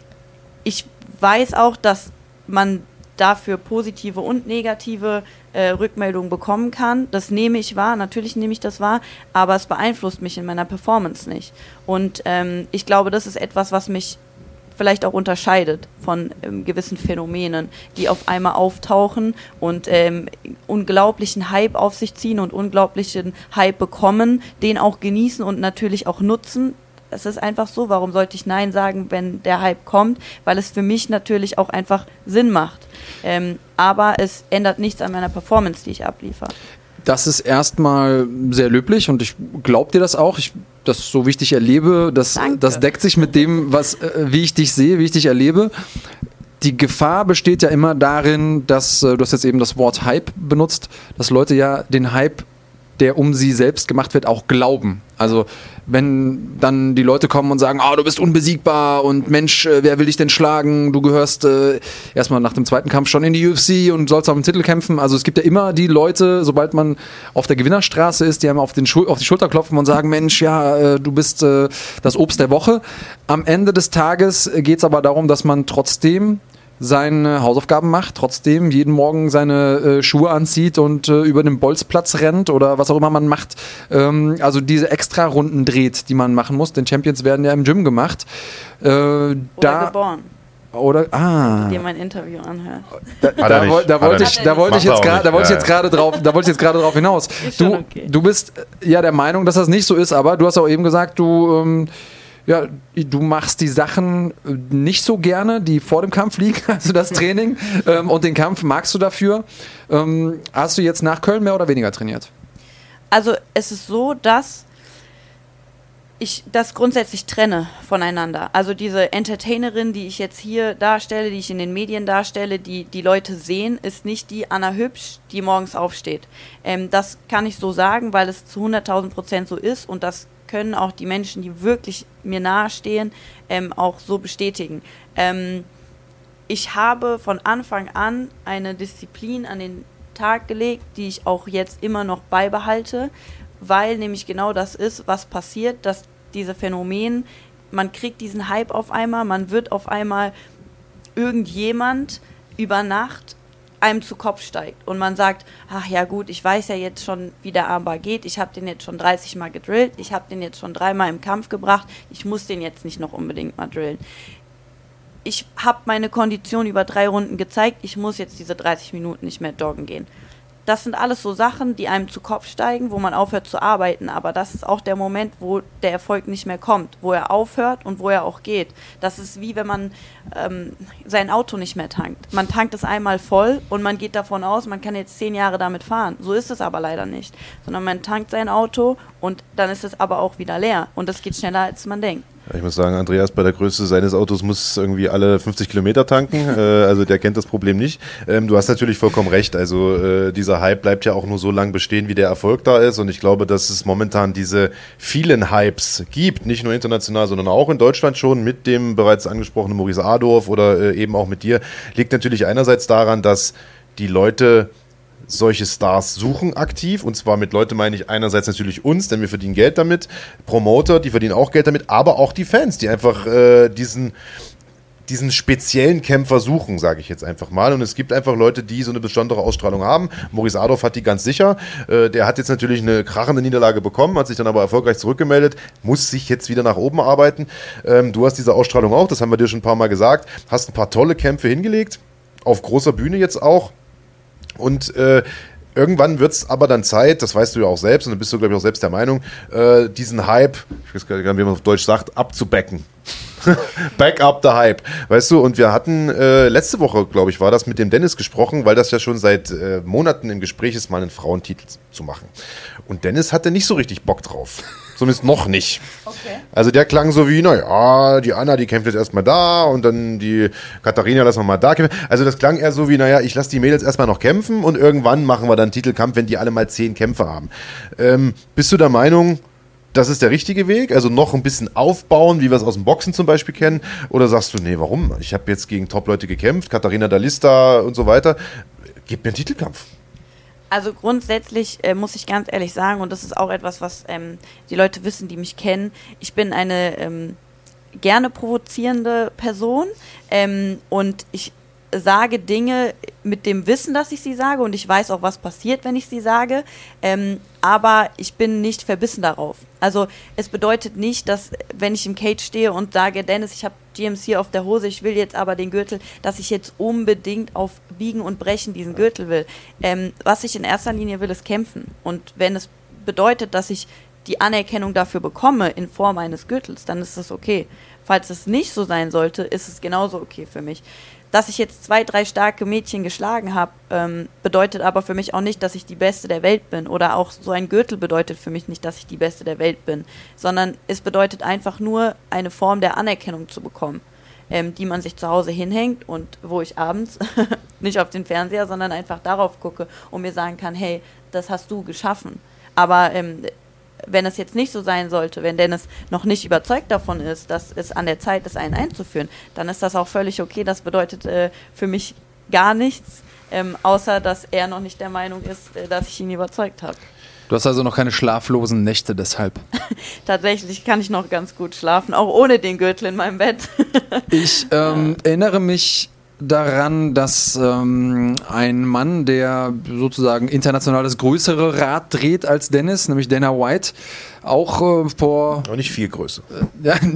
Ich weiß auch, dass man dafür positive und negative äh, Rückmeldungen bekommen kann. Das nehme ich wahr, natürlich nehme ich das wahr, aber es beeinflusst mich in meiner Performance nicht. Und ähm, ich glaube, das ist etwas, was mich vielleicht auch unterscheidet von ähm, gewissen Phänomenen, die auf einmal auftauchen und ähm, unglaublichen Hype auf sich ziehen und unglaublichen Hype bekommen, den auch genießen und natürlich auch nutzen. Es ist einfach so, warum sollte ich Nein sagen, wenn der Hype kommt? Weil es für mich natürlich auch einfach Sinn macht. Ähm, aber es ändert nichts an meiner Performance, die ich abliefere. Das ist erstmal sehr löblich und ich glaube dir das auch. Ich, das so wie ich dich erlebe, das, das deckt sich mit dem, was, äh, wie ich dich sehe, wie ich dich erlebe. Die Gefahr besteht ja immer darin, dass, äh, du hast jetzt eben das Wort Hype benutzt, dass Leute ja den Hype, der um sie selbst gemacht wird, auch glauben. Also wenn dann die Leute kommen und sagen, oh, du bist unbesiegbar und Mensch, äh, wer will dich denn schlagen? Du gehörst äh, erstmal nach dem zweiten Kampf schon in die U F C und sollst auf den Titel kämpfen. Also es gibt ja immer die Leute, sobald man auf der Gewinnerstraße ist, die einem auf, den Schul- auf die Schulter klopfen und sagen, Mensch, ja, äh, du bist äh, das Obst der Woche. Am Ende des Tages geht es aber darum, dass man trotzdem seine Hausaufgaben macht, trotzdem jeden Morgen seine äh, Schuhe anzieht und äh, über den Bolzplatz rennt oder was auch immer man macht. Ähm, also diese Extra-Runden dreht, die man machen muss. Denn Champions werden ja im Gym gemacht. Äh, oder da, geboren. Oder, ah. Wenn du dir mein Interview anhörst. Da, da, da, wo, da wollte ich, da wollte ich jetzt gerade, da wollte ich jetzt gerade drauf, da wollte ich jetzt gerade drauf hinaus. Du, okay. du bist ja der Meinung, dass das nicht so ist, aber du hast auch eben gesagt, du, ähm, ja, du machst die Sachen nicht so gerne, die vor dem Kampf liegen, also das Training, ähm, und den Kampf magst du dafür. Ähm, hast du jetzt nach Köln mehr oder weniger trainiert? Also es ist so, dass, ähm, wie gesagt, die Leute kommen, um was zu sehen oder auch jetzt hier einschalten, um was zu sehen, ist man einfach auch Entertainer. Ich weiß das. Ähm, klar weiß ich, dass man die Voraussetzungen hat. Aber es beeinflusst mich in meiner Performance nicht. Und ähm, ich glaube, das ist etwas, was mich vielleicht auch unterscheidet von ähm, gewissen Phänomenen, die auf einmal auftauchen und ähm, also es ist so, dass ich das grundsätzlich trenne voneinander. Also diese Entertainerin, die ich jetzt hier darstelle, die ich in den Medien darstelle, die die Leute sehen, ist nicht die Anna Hübsch, die morgens aufsteht. Ähm, das kann ich so sagen, weil es zu hunderttausend Prozent so ist und das können auch die Menschen, die wirklich mir nahestehen, ähm, auch so bestätigen. Ähm, ich habe von Anfang an eine Disziplin an den Tag gelegt, die ich auch jetzt immer noch beibehalte, weil nämlich genau das ist, was passiert, dass diese Phänomen, man kriegt diesen Hype auf einmal, man wird auf einmal irgendjemand über Nacht einem zu Kopf steigt und man sagt, ach ja gut, ich weiß ja jetzt schon, wie der Armbar geht, ich habe den jetzt schon dreißig Mal gedrillt, ich habe den jetzt schon dreimal im Kampf gebracht, ich muss den jetzt nicht noch unbedingt mal drillen. Ich habe meine Kondition über drei Runden gezeigt, ich muss jetzt diese dreißig Minuten nicht mehr joggen gehen. Das sind alles so Sachen, die einem zu Kopf steigen, wo man aufhört zu arbeiten. Aber das ist auch der Moment, wo der Erfolg nicht mehr kommt, wo er aufhört und wo er auch geht. Das ist wie wenn man ähm, sein Auto nicht mehr tankt. Man tankt es einmal voll und man geht davon aus, man kann jetzt zehn Jahre damit fahren. So ist es aber leider nicht. Sondern man tankt sein Auto und dann ist es aber auch wieder leer. Und das geht schneller, als man denkt. Ich muss sagen, Andreas bei der Größe seines Autos muss irgendwie alle fünfzig Kilometer tanken, äh, also der kennt das Problem nicht. Ähm, du hast natürlich vollkommen recht, also äh, dieser Hype bleibt ja auch nur so lange bestehen, wie der Erfolg da ist und ich glaube, dass es momentan diese vielen Hypes gibt, nicht nur international, sondern auch in Deutschland schon mit dem bereits angesprochenen Maurice Adorf oder äh, eben auch mit dir, liegt natürlich einerseits daran, dass die Leute solche Stars suchen aktiv und zwar mit Leute meine ich einerseits natürlich uns, denn wir verdienen Geld damit, Promoter, die verdienen auch Geld damit, aber auch die Fans, die einfach äh, diesen diesen speziellen Kämpfer suchen, sage ich jetzt einfach mal. Und es gibt einfach Leute, die so eine besondere Ausstrahlung haben. Maurice Adorf hat die ganz sicher. Äh, der hat jetzt natürlich eine krachende Niederlage bekommen, hat sich dann aber erfolgreich zurückgemeldet, muss sich jetzt wieder nach oben arbeiten. Ähm, du hast diese Ausstrahlung auch, das haben wir dir schon ein paar Mal gesagt, hast ein paar tolle Kämpfe hingelegt, auf großer Bühne jetzt auch. Und äh, irgendwann wird es aber dann Zeit, das weißt du ja auch selbst und dann bist du, glaube ich, auch selbst der Meinung, äh, diesen Hype, ich weiß gar nicht, wie man auf Deutsch sagt, abzubacken. Back up the Hype, weißt du, und wir hatten äh, letzte Woche, glaube ich, war das mit dem Dennis gesprochen, weil das ja schon seit äh, Monaten im Gespräch ist, mal einen Frauentitel zu machen. Und Dennis hatte nicht so richtig Bock drauf. Zumindest noch nicht. Okay. Also der klang so wie, naja, die Anna, die kämpft jetzt erstmal da und dann die Katharina lassen wir mal da kämpfen. Also das klang eher so wie, naja, ich lasse die Mädels erstmal noch kämpfen und irgendwann machen wir dann Titelkampf, wenn die alle mal zehn Kämpfe haben. Ähm, bist du der Meinung, das ist der richtige Weg? Also noch ein bisschen aufbauen, wie wir es aus dem Boxen zum Beispiel kennen? Oder sagst du, nee, warum? Ich habe jetzt gegen Top-Leute gekämpft, Katharina Dalista und so weiter. Gib mir einen Titelkampf. Also grundsätzlich äh, muss ich ganz ehrlich sagen, und das ist auch etwas, was ähm, die Leute wissen, die mich kennen, ich bin eine ähm, gerne provozierende Person ähm, und ich sage Dinge mit dem Wissen, dass ich sie sage und ich weiß auch, was passiert, wenn ich sie sage, ähm, aber ich bin nicht verbissen darauf. Also es bedeutet nicht, dass wenn ich im Cage stehe und sage, Dennis, ich habe G M C auf der Hose, ich will jetzt aber den Gürtel, dass ich jetzt unbedingt auf Biegen und Brechen diesen Gürtel will. Ähm, was ich in erster Linie will, ist kämpfen. Und wenn es bedeutet, dass ich die Anerkennung dafür bekomme in Form eines Gürtels, dann ist das okay. Falls es nicht so sein sollte, ist es genauso okay für mich. Dass ich jetzt zwei, drei starke Mädchen geschlagen habe, ähm, bedeutet aber für mich auch nicht, dass ich die Beste der Welt bin. Oder auch so ein Gürtel bedeutet für mich nicht, dass ich die Beste der Welt bin. Sondern es bedeutet einfach nur, eine Form der Anerkennung zu bekommen, ähm, die man sich zu Hause hinhängt und wo ich abends nicht auf den Fernseher, sondern einfach darauf gucke und mir sagen kann, hey, das hast du geschaffen. Aber ähm, wenn es jetzt nicht so sein sollte, wenn Dennis noch nicht überzeugt davon ist, dass es an der Zeit ist, einen einzuführen, dann ist das auch völlig okay. Das bedeutet äh, für mich gar nichts, ähm, außer dass er noch nicht der Meinung ist, äh, dass ich ihn überzeugt habe. Du hast also noch keine schlaflosen Nächte deshalb? Tatsächlich kann ich noch ganz gut schlafen, auch ohne den Gürtel in meinem Bett. Ich ähm, erinnere mich daran, dass ähm, ein Mann, der sozusagen internationales größere Rad dreht als Dennis, nämlich Dana White, auch äh, vor... Aber nicht viel größer. Äh, ja,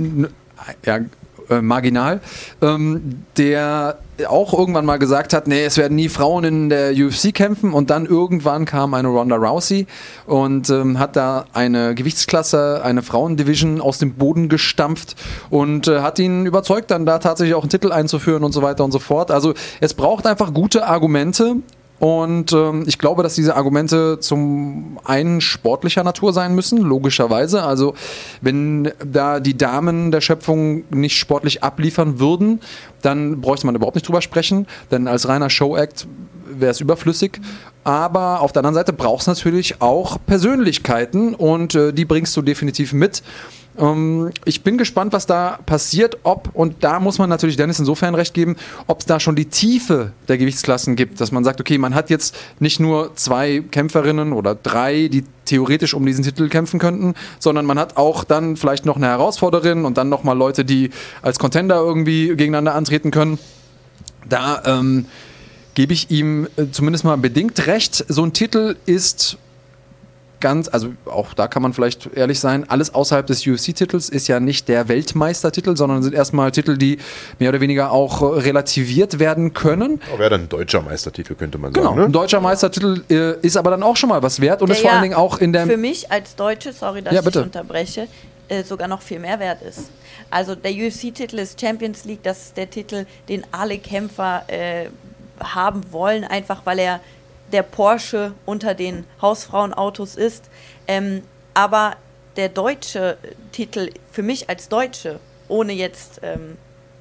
ja äh, marginal, ähm, der auch irgendwann mal gesagt hat, nee, es werden nie Frauen in der U F C kämpfen und dann irgendwann kam eine Ronda Rousey und ähm, hat da eine Gewichtsklasse, eine Frauendivision aus dem Boden gestampft und äh, hat ihn überzeugt, dann da tatsächlich auch einen Titel einzuführen und so weiter und so fort. Also es braucht einfach gute Argumente Und ähm, ich glaube, dass diese Argumente zum einen sportlicher Natur sein müssen, logischerweise. Also wenn da die Damen der Schöpfung nicht sportlich abliefern würden, dann bräuchte man überhaupt nicht drüber sprechen, denn als reiner Show-Act wäre es überflüssig. Aber auf der anderen Seite braucht es natürlich auch Persönlichkeiten und äh, die bringst du definitiv mit. Ähm, ich bin gespannt, was da passiert, ob, und da muss man natürlich Dennis insofern recht geben, ob es da schon die Tiefe der Gewichtsklassen gibt, dass man sagt, okay, man hat jetzt nicht nur zwei Kämpferinnen oder drei, die theoretisch um diesen Titel kämpfen könnten, sondern man hat auch dann vielleicht noch eine Herausforderin und dann nochmal Leute, die als Contender irgendwie gegeneinander antreten können. Da ähm, gebe ich ihm äh, zumindest mal bedingt recht. So ein Titel ist ganz, also auch da kann man vielleicht ehrlich sein, alles außerhalb des U F C-Titels ist ja nicht der Weltmeistertitel, sondern sind erstmal Titel, die mehr oder weniger auch äh, relativiert werden können. Aber wäre dann ein deutscher Meistertitel, könnte man genau, sagen. Genau, ne? Ein deutscher Meistertitel äh, ist aber dann auch schon mal was wert und der ist vor ja allen Dingen auch in der... Für mich als Deutsche, sorry, dass ja, ich dich unterbreche, äh, sogar noch viel mehr wert ist. Also der U F C-Titel ist Champions League, das ist der Titel, den alle Kämpfer äh, haben wollen, einfach weil er der Porsche unter den Hausfrauenautos ist. Ähm, aber der deutsche Titel, für mich als Deutsche, ohne jetzt ähm,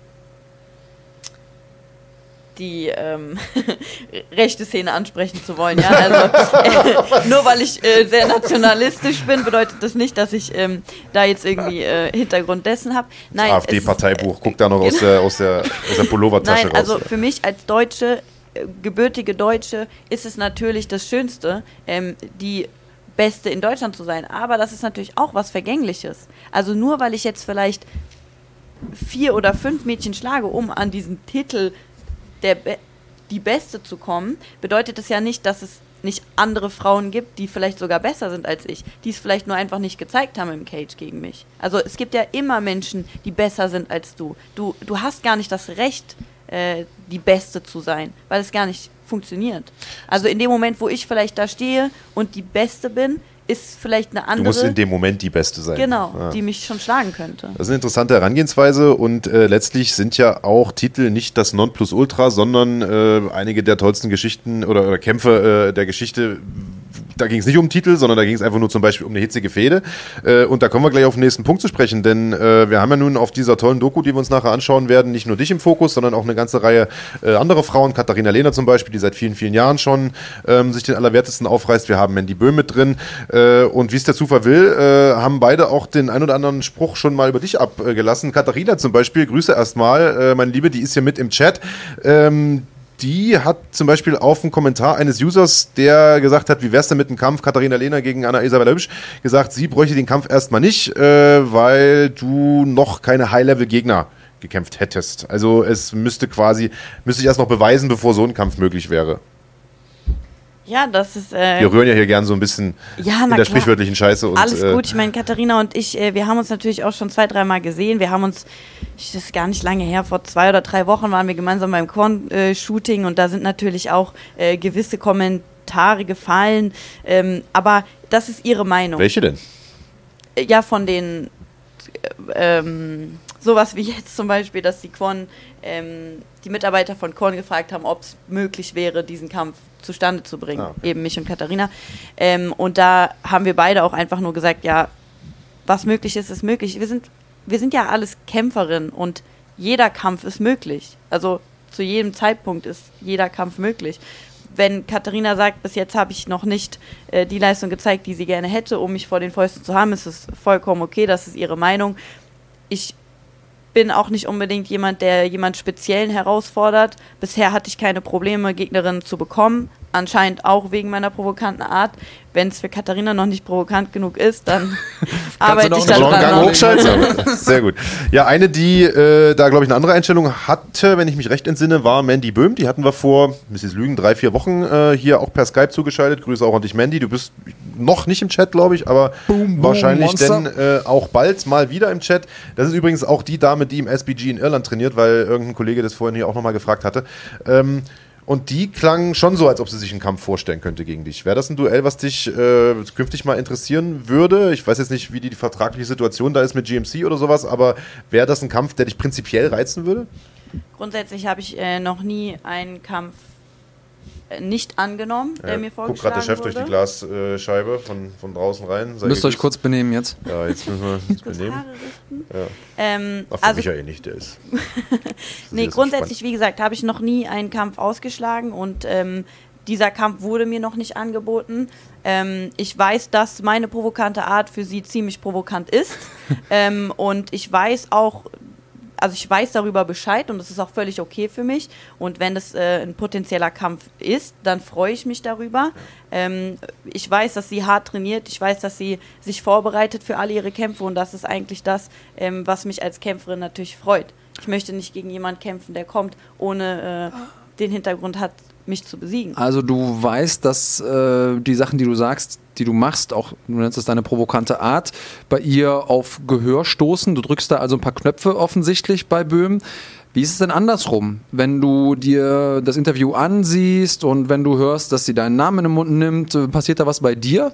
die ähm, rechte Szene ansprechen zu wollen, ja, also äh, nur weil ich äh, sehr nationalistisch bin, bedeutet das nicht, dass ich ähm, da jetzt irgendwie äh, Hintergrund dessen habe. Nein, AfD-Parteibuch, äh, guck da noch aus der, aus der, aus der Pullovertasche Nein, raus. also für mich als Deutsche, gebürtige Deutsche, ist es natürlich das Schönste, ähm, die Beste in Deutschland zu sein. Aber das ist natürlich auch was Vergängliches. Also nur weil ich jetzt vielleicht vier oder fünf Mädchen schlage, um an diesen Titel der Be- die Beste zu kommen, bedeutet es ja nicht, dass es nicht andere Frauen gibt, die vielleicht sogar besser sind als ich, die es vielleicht nur einfach nicht gezeigt haben im Cage gegen mich. Also es gibt ja immer Menschen, die besser sind als du. Du, du hast gar nicht das Recht, die Beste zu sein, weil es gar nicht funktioniert. Also in dem Moment, wo ich vielleicht da stehe und die Beste bin, ist vielleicht eine andere... Du musst in dem Moment die Beste sein. Genau, ja. die mich schon schlagen könnte. Das ist eine interessante Herangehensweise und äh, letztlich sind ja auch Titel nicht das Nonplusultra, sondern äh, einige der tollsten Geschichten oder, oder Kämpfe äh, der Geschichte. Da ging es nicht um Titel, sondern da ging es einfach nur zum Beispiel um eine hitzige Fehde. Äh, und da kommen wir gleich auf den nächsten Punkt zu sprechen, denn äh, wir haben ja nun auf dieser tollen Doku, die wir uns nachher anschauen werden, nicht nur dich im Fokus, sondern auch eine ganze Reihe äh, anderer Frauen. Katharina Lehner zum Beispiel, die seit vielen, vielen Jahren schon ähm, sich den Allerwertesten aufreißt. Wir haben Mandy Böhm mit drin. Äh, und wie es der Zufall will, äh, haben beide auch den ein oder anderen Spruch schon mal über dich abgelassen. Katharina zum Beispiel, Grüße erstmal, äh, meine Liebe, die ist hier mit im Chat. Ähm, Die hat zum Beispiel auf einen Kommentar eines Users, der gesagt hat, wie wär's denn mit dem Kampf Katharina Lehner gegen Anna Isabella Hübsch, gesagt, sie bräuchte den Kampf erstmal nicht, äh, weil du noch keine High-Level-Gegner gekämpft hättest. Also es müsste quasi, müsste ich erst noch beweisen, bevor so ein Kampf möglich wäre. Ja, das ist... Äh, Wir rühren ja hier gern so ein bisschen ja, in der klar. sprichwörtlichen Scheiße. Und, alles äh, gut, ich meine, Katharina und ich, äh, wir haben uns natürlich auch schon zwei, dreimal gesehen. Wir haben uns, das ist gar nicht lange her, vor zwei oder drei Wochen waren wir gemeinsam beim Korn-Shooting und da sind natürlich auch äh, gewisse Kommentare gefallen. Ähm, aber das ist ihre Meinung. Welche denn? Äh, ja, von den... Äh, ähm, sowas wie jetzt zum Beispiel, dass die Korn, ähm, die Mitarbeiter von Korn gefragt haben, ob es möglich wäre, diesen Kampf zustande zu bringen. Ah, okay. Eben mich und Katharina. Ähm, und da haben wir beide auch einfach nur gesagt, ja, was möglich ist, ist möglich. Wir sind, wir sind ja alles Kämpferinnen und jeder Kampf ist möglich. Also zu jedem Zeitpunkt ist jeder Kampf möglich. Wenn Katharina sagt, bis jetzt habe ich noch nicht äh, die Leistung gezeigt, die sie gerne hätte, um mich vor den Fäusten zu haben, ist es vollkommen okay, das ist ihre Meinung. Ich bin auch nicht unbedingt jemand, der jemand Speziellen herausfordert. Bisher hatte ich keine Probleme, Gegnerinnen zu bekommen. Anscheinend auch wegen meiner provokanten Art. Wenn es für Katharina noch nicht provokant genug ist, dann arbeite ich da dran. Sehr gut. Ja, eine, die äh, da, glaube ich, eine andere Einstellung hatte, wenn ich mich recht entsinne, war Mandy Böhm. Die hatten wir vor, müsst ihr lügen, drei, vier Wochen äh, hier auch per Skype zugeschaltet. Grüße auch an dich, Mandy. Du bist noch nicht im Chat, glaube ich, aber boom, boom, wahrscheinlich denn äh, auch bald mal wieder im Chat. Das ist übrigens auch die Dame, die im S B G in Irland trainiert, weil irgendein Kollege das vorhin hier auch nochmal gefragt hatte. Ähm, Und die klang schon so, als ob sie sich einen Kampf vorstellen könnte gegen dich. Wäre das ein Duell, was dich äh, künftig mal interessieren würde? Ich weiß jetzt nicht, wie die, die vertragliche Situation da ist mit G M C oder sowas, aber wäre das ein Kampf, der dich prinzipiell reizen würde? Grundsätzlich habe ich äh, noch nie einen Kampf nicht angenommen, der ja, mir vorgeschlagen guckt gerade der Chef wurde. durch die Glasscheibe von, von draußen rein. Müsst ihr euch kurz benehmen jetzt. Ja, jetzt müssen wir uns benehmen. Ja. Ähm, Ach, für also, Michael nicht, der ist. nee, ist grundsätzlich, wie gesagt, habe ich noch nie einen Kampf ausgeschlagen und ähm, dieser Kampf wurde mir noch nicht angeboten. Ähm, ich weiß, dass meine provokante Art für sie ziemlich provokant ist. ähm, und ich weiß auch, also ich weiß darüber Bescheid und das ist auch völlig okay für mich. Und wenn es äh, ein potenzieller Kampf ist, dann freue ich mich darüber. Ähm, ich weiß, dass sie hart trainiert. Ich weiß, dass sie sich vorbereitet für alle ihre Kämpfe und das ist eigentlich das, ähm, was mich als Kämpferin natürlich freut. Ich möchte nicht gegen jemanden kämpfen, der kommt, ohne äh, den Hintergrund hat, mich zu besiegen. Also du weißt, dass äh, die Sachen, die du sagst, die du machst, auch du nennst es deine provokante Art, bei ihr auf Gehör stoßen. Du drückst da also ein paar Knöpfe offensichtlich bei Böhm. Wie ist es denn andersrum, wenn du dir das Interview ansiehst und wenn du hörst, dass sie deinen Namen in den Mund nimmt, passiert da was bei dir?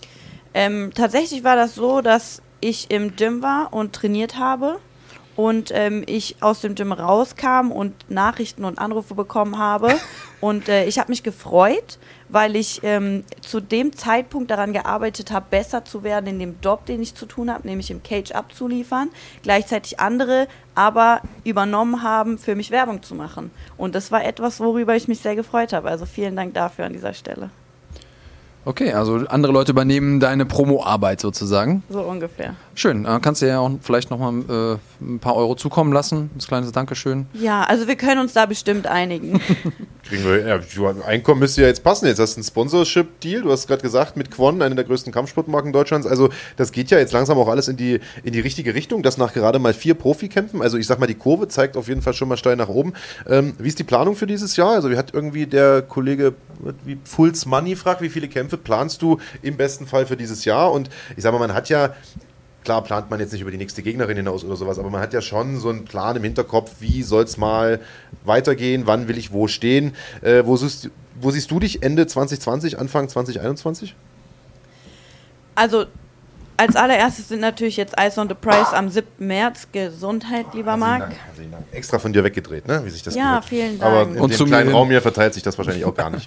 Ähm, tatsächlich war das so, dass ich im Gym war und trainiert habe und ähm, ich aus dem Gym rauskam und Nachrichten und Anrufe bekommen habe und äh, ich habe mich gefreut, weil ich ähm, zu dem Zeitpunkt daran gearbeitet habe, besser zu werden in dem Job, den ich zu tun habe, nämlich im Cage abzuliefern, gleichzeitig andere aber übernommen haben, für mich Werbung zu machen. Und das war etwas, worüber ich mich sehr gefreut habe. Also vielen Dank dafür an dieser Stelle. Okay, also andere Leute übernehmen deine Promo-Arbeit sozusagen. So ungefähr. Schön, äh, kannst du ja auch vielleicht nochmal äh, ein paar Euro zukommen lassen, ein kleines Dankeschön. Ja, also wir können uns da bestimmt einigen. Kriegen wir, ja, Einkommen müsste ja jetzt passen. Jetzt hast du einen Sponsorship-Deal, du hast gerade gesagt, mit Kwon, eine der größten Kampfsportmarken Deutschlands. Also das geht ja jetzt langsam auch alles in die, in die richtige Richtung. Das nach gerade mal vier Profikämpfen. Also ich sag mal, die Kurve zeigt auf jeden Fall schon mal steil nach oben. Ähm, wie ist die Planung für dieses Jahr? Also wie hat irgendwie der Kollege wie Fulls Money fragt, wie viele Kämpfe planst du im besten Fall für dieses Jahr? Und ich sag mal, man hat ja, klar plant man jetzt nicht über die nächste Gegnerin hinaus oder sowas, aber man hat ja schon so einen Plan im Hinterkopf, wie soll es mal weitergehen, wann will ich wo stehen. Äh, wo, siehst, wo siehst du dich Ende zwanzig zwanzig, Anfang zwanzig einundzwanzig? Also als allererstes sind natürlich jetzt Ice on the Price am siebten März. Gesundheit, lieber Marc. Dank, Dank. Extra von dir weggedreht, ne? Wie sich das Ja, gehört. vielen Dank. Aber in Und dem kleinen Raum hier verteilt sich das wahrscheinlich auch gar nicht.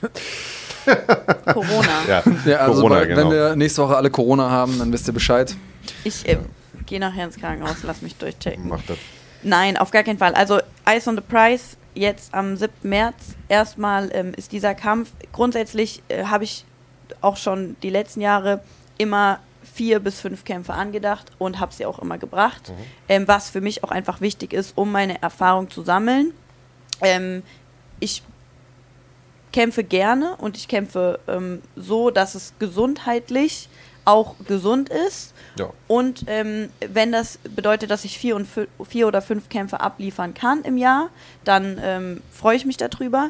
Corona. Ja, Ja, also Corona, bei, genau. wenn wir nächste Woche alle Corona haben, dann wisst ihr Bescheid. Ich äh, gehe nachher ins Krankenhaus, lass mich durchchecken. Mach das. Nein, auf gar keinen Fall. Also Ice on the Price jetzt am siebten März. Erstmal ähm, ist dieser Kampf. Grundsätzlich äh, habe ich auch schon die letzten Jahre immer vier bis fünf Kämpfe angedacht und habe sie auch immer gebracht. Mhm. Ähm, was für mich auch einfach wichtig ist, um meine Erfahrung zu sammeln. Ähm, ich kämpfe gerne und ich kämpfe ähm, so, dass es gesundheitlich auch gesund ist. Ja. Und ähm, wenn das bedeutet, dass ich vier, und fü- vier oder fünf Kämpfe abliefern kann im Jahr, dann ähm, freue ich mich darüber.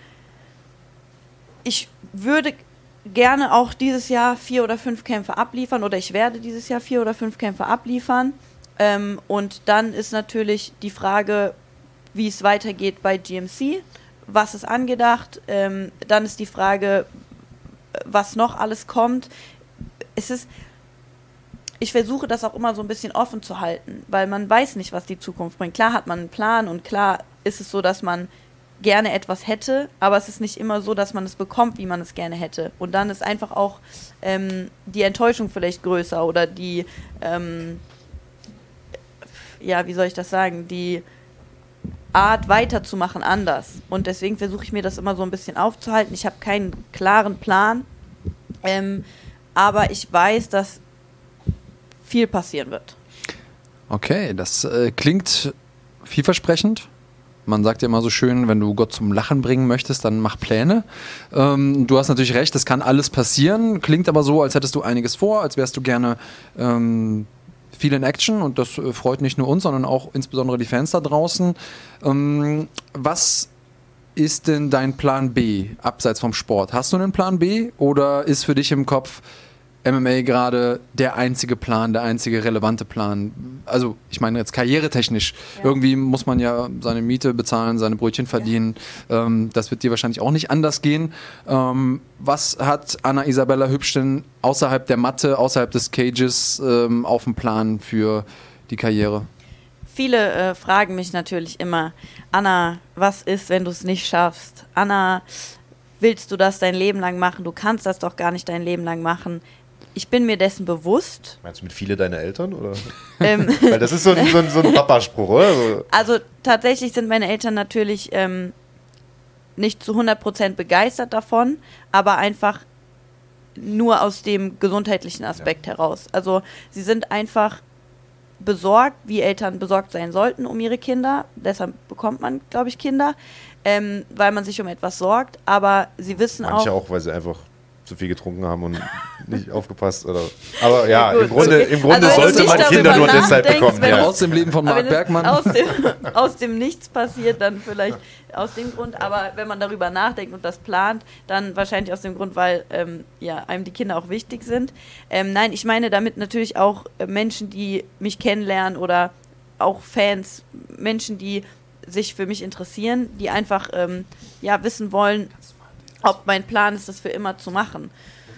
Ich würde gerne auch dieses Jahr vier oder fünf Kämpfe abliefern oder ich werde dieses Jahr vier oder fünf Kämpfe abliefern. Ähm, und dann ist natürlich die Frage, wie es weitergeht bei G M C. Was ist angedacht? Ähm, dann ist die Frage, was noch alles kommt. Es ist, ich versuche das auch immer so ein bisschen offen zu halten, weil man weiß nicht, was die Zukunft bringt. Klar hat man einen Plan und klar ist es so, dass man gerne etwas hätte, aber es ist nicht immer so, dass man es bekommt, wie man es gerne hätte. Und dann ist einfach auch ähm, die Enttäuschung vielleicht größer oder die, ähm, ja, wie soll ich das sagen, die Art weiterzumachen anders. Und deswegen versuche ich mir das immer so ein bisschen aufzuhalten. Ich habe keinen klaren Plan, ähm, aber ich weiß, dass viel passieren wird. Okay, das äh, klingt vielversprechend. Man sagt ja immer so schön, wenn du Gott zum Lachen bringen möchtest, dann mach Pläne. Ähm, du hast natürlich recht, das kann alles passieren. Klingt aber so, als hättest du einiges vor, als wärst du gerne ähm, viel in Action und das äh, freut nicht nur uns, sondern auch insbesondere die Fans da draußen. Ähm, was ist denn dein Plan B, abseits vom Sport? Hast du einen Plan B oder ist für dich im Kopf M M A gerade der einzige Plan, der einzige relevante Plan? Also ich meine jetzt karrieretechnisch. Ja. Irgendwie muss man ja seine Miete bezahlen, seine Brötchen verdienen. Ja. Ähm, das wird dir wahrscheinlich auch nicht anders gehen. Ähm, was hat Anna Isabella Hübsch denn außerhalb der Matte, außerhalb des Cages ähm, auf dem Plan für die Karriere? Viele äh, fragen mich natürlich immer, Anna, was ist, wenn du es nicht schaffst? Anna, willst du das dein Leben lang machen? Du kannst das doch gar nicht dein Leben lang machen. Ich bin mir dessen bewusst. Meinst du mit viele deiner Eltern? Oder? Ähm, Weil das ist so ein, so ein, so ein Papaspruch, oder? So. Also tatsächlich sind meine Eltern natürlich ähm, nicht zu hundert Prozent begeistert davon, aber einfach nur aus dem gesundheitlichen Aspekt ja. heraus. Also sie sind einfach besorgt, wie Eltern besorgt sein sollten um ihre Kinder. Deshalb bekommt man, glaube ich, Kinder, ähm, weil man sich um etwas sorgt. Aber sie wissen Manche auch... Manche auch, weil sie einfach zu viel getrunken haben und nicht aufgepasst. Oder. Aber ja, ja im Grunde, im Grunde also, sollte man Kinder nur deshalb bekommen. Ja. Aus dem Leben von Marc Bergmann. Aus dem, aus dem Nichts passiert, dann vielleicht aus dem Grund. Aber wenn man darüber nachdenkt und das plant, dann wahrscheinlich aus dem Grund, weil ähm, ja, einem die Kinder auch wichtig sind. Ähm, nein, ich meine damit natürlich auch äh, Menschen, die mich kennenlernen oder auch Fans, Menschen, die sich für mich interessieren, die einfach ähm, ja, wissen wollen, ob mein Plan ist, das für immer zu machen.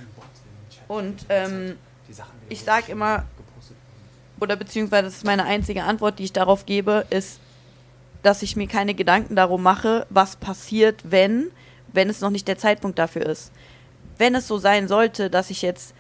Und ähm, ich sage immer, oder beziehungsweise das ist meine einzige Antwort, die ich darauf gebe, ist, dass ich mir keine Gedanken darum mache, was passiert, wenn, wenn es noch nicht der Zeitpunkt dafür ist. Wenn es so sein sollte, dass ich jetzt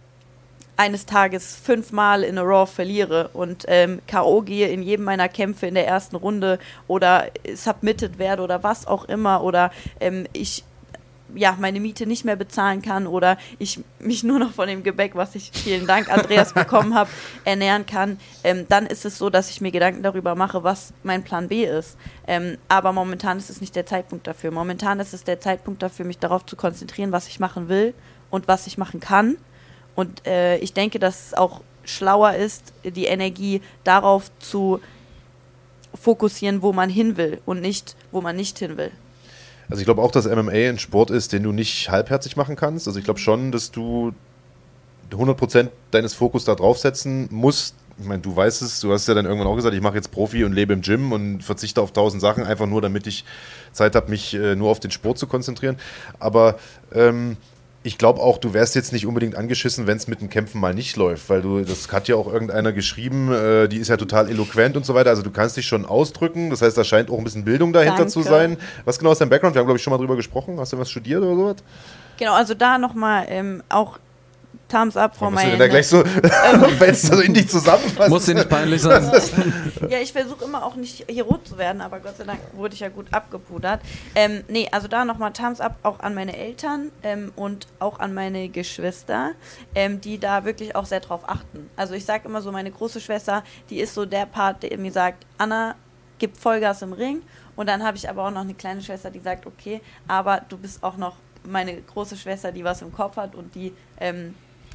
eines Tages fünfmal in a Raw verliere und ähm, K O gehe in jedem meiner Kämpfe in der ersten Runde oder submitted werde oder was auch immer oder ähm, ich ja, meine Miete nicht mehr bezahlen kann oder ich mich nur noch von dem Gebäck, was ich, vielen Dank, Andreas, bekommen habe, ernähren kann, ähm, dann ist es so, dass ich mir Gedanken darüber mache, was mein Plan B ist. Ähm, aber momentan ist es nicht der Zeitpunkt dafür. Momentan ist es der Zeitpunkt dafür, mich darauf zu konzentrieren, was ich machen will und was ich machen kann. Und äh, ich denke, dass es auch schlauer ist, die Energie darauf zu fokussieren, wo man hin will und nicht, wo man nicht hin will. Also ich glaube auch, dass M M A ein Sport ist, den du nicht halbherzig machen kannst. Also ich glaube schon, dass du hundert Prozent deines Fokus da draufsetzen musst. Ich meine, du weißt es, du hast ja dann irgendwann auch gesagt, ich mache jetzt Profi und lebe im Gym und verzichte auf tausend Sachen, einfach nur, damit ich Zeit habe, mich äh, nur auf den Sport zu konzentrieren. Aber ähm, ich glaube auch, du wärst jetzt nicht unbedingt angeschissen, wenn es mit den Kämpfen mal nicht läuft, weil du, das hat ja auch irgendeiner geschrieben, äh, die ist ja total eloquent und so weiter, also du kannst dich schon ausdrücken, das heißt, da scheint auch ein bisschen Bildung dahinter Danke. zu sein. Was genau ist dein Background? Wir haben, glaube ich, schon mal drüber gesprochen. Hast du was studiert oder sowas? Genau, also da nochmal ähm, auch Thumbs up von meinen... Musst du denn da gleich so, wälzt da so in dich zusammenfassen? Muss dir nicht peinlich sein. Ja, ich versuche immer auch nicht hier rot zu werden, aber Gott sei Dank wurde ich ja gut abgepudert. Ähm, nee, also da nochmal Thumbs up auch an meine Eltern ähm, und auch an meine Geschwister, ähm, die da wirklich auch sehr drauf achten. Also ich sage immer so, meine große Schwester, die ist so der Part, der mir sagt, Anna, gib Vollgas im Ring. Und dann habe ich aber auch noch eine kleine Schwester, die sagt, okay, aber du bist auch noch meine große Schwester, die was im Kopf hat und die ähm,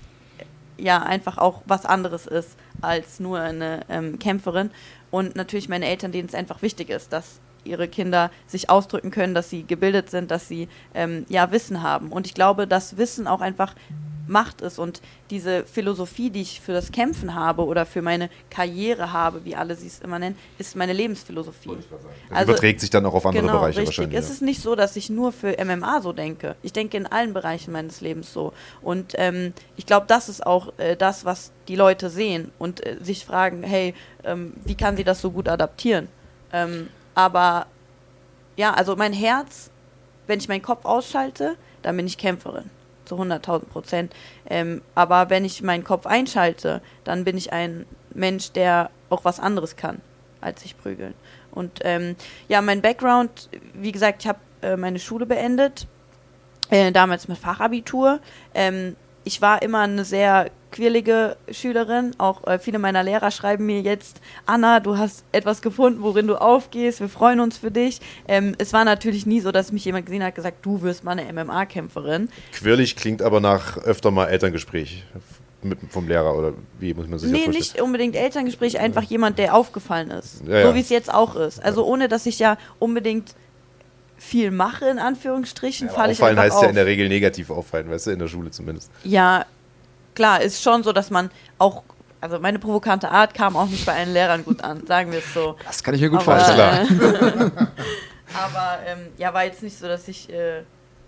ja einfach auch was anderes ist als nur eine ähm, Kämpferin. Und natürlich meine Eltern, denen es einfach wichtig ist, dass ihre Kinder sich ausdrücken können, dass sie gebildet sind, dass sie ähm, ja Wissen haben. Und ich glaube, dass Wissen auch einfach Macht ist und diese Philosophie, die ich für das Kämpfen habe oder für meine Karriere habe, wie alle sie es immer nennen, ist meine Lebensphilosophie. Das also, überträgt sich dann auch auf andere genau, Bereiche richtig. wahrscheinlich. Es ist nicht so, dass ich nur für M M A so denke. Ich denke in allen Bereichen meines Lebens so. Und ähm, ich glaube, das ist auch äh, das, was die Leute sehen und äh, sich fragen, hey, ähm, wie kann sie das so gut adaptieren? Ähm, aber ja, also mein Herz, wenn ich meinen Kopf ausschalte, dann bin ich Kämpferin. Zu hunderttausend Prozent. Ähm, aber wenn ich meinen Kopf einschalte, dann bin ich ein Mensch, der auch was anderes kann, als sich prügeln. Und ähm, ja, mein Background, wie gesagt, ich habe äh, meine Schule beendet, äh, damals mit Fachabitur. Ähm, ich war immer eine sehr quirlige Schülerin. Auch äh, viele meiner Lehrer schreiben mir jetzt, Anna, du hast etwas gefunden, worin du aufgehst. Wir freuen uns für dich. Ähm, es war natürlich nie so, dass mich jemand gesehen hat, gesagt, du wirst mal eine M M A-Kämpferin. Quirlig klingt aber nach öfter mal Elterngespräch mit, vom Lehrer oder wie muss man sich nee, das vorstellen? Nee, nicht unbedingt Elterngespräch, einfach jemand, der aufgefallen ist. Ja, ja. So wie es jetzt auch ist. Also ohne, dass ich ja unbedingt viel mache, in Anführungsstrichen, ja, falle ich einfach heißt auf. Ja in der Regel negativ auffallen, weißt du, in der Schule zumindest. Ja, klar, ist schon so, dass man auch, also meine provokante Art kam auch nicht bei allen Lehrern gut an, sagen wir es so. Das kann ich mir gut aber, vorstellen. Äh, aber ähm, ja, war jetzt nicht so, dass ich äh,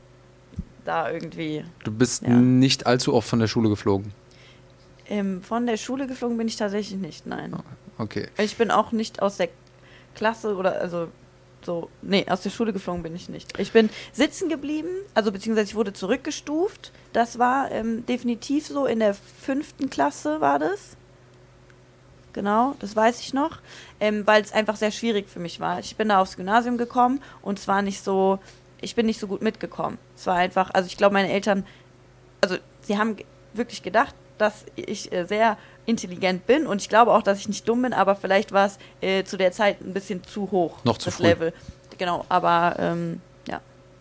da irgendwie... Du bist ja. nicht allzu oft von der Schule geflogen? Ähm, von der Schule geflogen bin ich tatsächlich nicht, nein. Okay. Ich bin auch nicht aus der Klasse oder, also so, nee, aus der Schule geflogen bin ich nicht. Ich bin sitzen geblieben, also beziehungsweise ich wurde zurückgestuft. Das war ähm, definitiv so, in der fünften Klasse war das. Genau, das weiß ich noch, ähm, weil es einfach sehr schwierig für mich war. Ich bin da aufs Gymnasium gekommen und es war nicht so, ich bin nicht so gut mitgekommen. Es war einfach, also ich glaube, meine Eltern, also sie haben g- wirklich gedacht, dass ich äh, sehr intelligent bin und ich glaube auch, dass ich nicht dumm bin, aber vielleicht war es äh, zu der Zeit ein bisschen zu hoch, Noch zu das früh. Level. Genau, aber ähm, ja.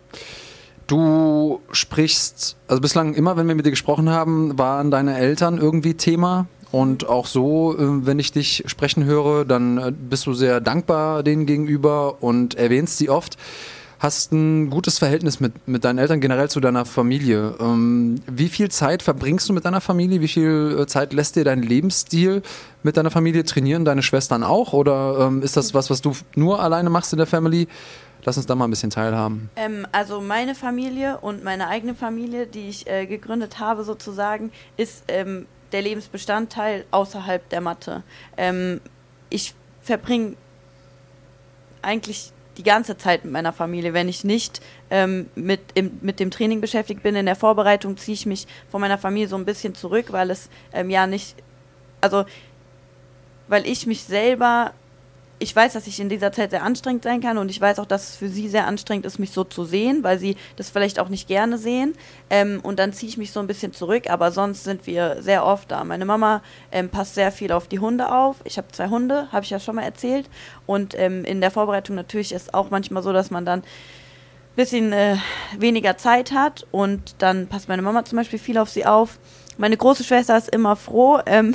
Du sprichst, also bislang immer, wenn wir mit dir gesprochen haben, waren deine Eltern irgendwie Thema und auch so, äh, wenn ich dich sprechen höre, dann äh, bist du sehr dankbar denen gegenüber und erwähnst sie oft. Hast ein gutes Verhältnis mit, mit deinen Eltern, generell zu deiner Familie. Ähm, wie viel Zeit verbringst du mit deiner Familie? Wie viel äh, Zeit lässt dir dein Lebensstil mit deiner Familie? Trainieren deine Schwestern auch? Oder ähm, ist das was, was du nur alleine machst in der Family? Lass uns da mal ein bisschen teilhaben. Ähm, also meine Familie und meine eigene Familie, die ich äh, gegründet habe sozusagen, ist ähm, der Lebensbestandteil außerhalb der Matte. Ähm, ich verbringe eigentlich die ganze Zeit mit meiner Familie, wenn ich nicht ähm, mit, im, mit dem Training beschäftigt bin. In der Vorbereitung ziehe ich mich von meiner Familie so ein bisschen zurück, weil es ähm, ja nicht, also weil ich mich selber, ich weiß, dass ich in dieser Zeit sehr anstrengend sein kann und ich weiß auch, dass es für sie sehr anstrengend ist, mich so zu sehen, weil sie das vielleicht auch nicht gerne sehen. Ähm, und dann ziehe ich mich so ein bisschen zurück, aber sonst sind wir sehr oft da. Meine Mama ähm, passt sehr viel auf die Hunde auf. Ich habe zwei Hunde, habe ich ja schon mal erzählt. Und ähm, in der Vorbereitung natürlich ist auch manchmal so, dass man dann ein bisschen äh, weniger Zeit hat und dann passt meine Mama zum Beispiel viel auf sie auf. Meine große Schwester ist immer froh, ähm,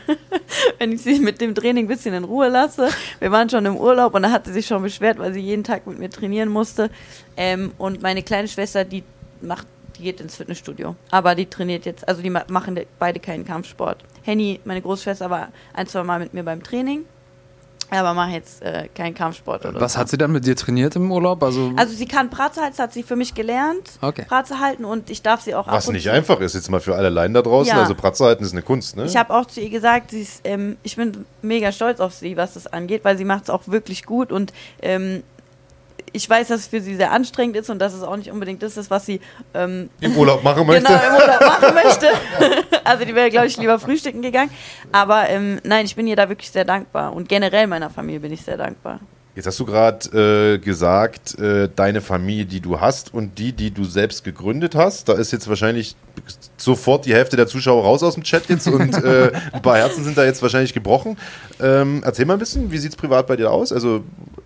wenn ich sie mit dem Training ein bisschen in Ruhe lasse. Wir waren schon im Urlaub und da hat sie sich schon beschwert, weil sie jeden Tag mit mir trainieren musste. Ähm, und meine kleine Schwester, die macht, die geht ins Fitnessstudio. Aber die trainiert jetzt, also die ma- machen beide keinen Kampfsport. Henny, meine Großschwester, war ein, zwei Mal mit mir beim Training. Aber mache jetzt äh, keinen Kampfsport oder Was so. hat sie dann mit dir trainiert im Urlaub? Also, Also sie kann Bratze halten, das hat sie für mich gelernt. Okay. Bratze halten und ich darf sie auch ab Was und nicht zu- einfach ist, jetzt mal für alle Laien da draußen. Ja. Also Pratze halten ist eine Kunst, ne? Ich habe auch zu ihr gesagt, sie ist, ähm, ich bin mega stolz auf sie, was das angeht, weil sie macht es auch wirklich gut und ähm, ich weiß, dass es für sie sehr anstrengend ist und dass es auch nicht unbedingt das ist, was sie ähm, Im Urlaub machen möchte. genau im Urlaub machen möchte. Also die wäre, glaube ich, lieber frühstücken gegangen. Aber ähm, nein, ich bin ihr da wirklich sehr dankbar und generell meiner Familie bin ich sehr dankbar. Jetzt hast du gerade äh, gesagt, äh, deine Familie, die du hast und die, die du selbst gegründet hast. Da ist jetzt wahrscheinlich sofort die Hälfte der Zuschauer raus aus dem Chat jetzt und äh, ein paar Herzen sind da jetzt wahrscheinlich gebrochen. Ähm, erzähl mal ein bisschen, wie sieht es privat bei dir aus? Also,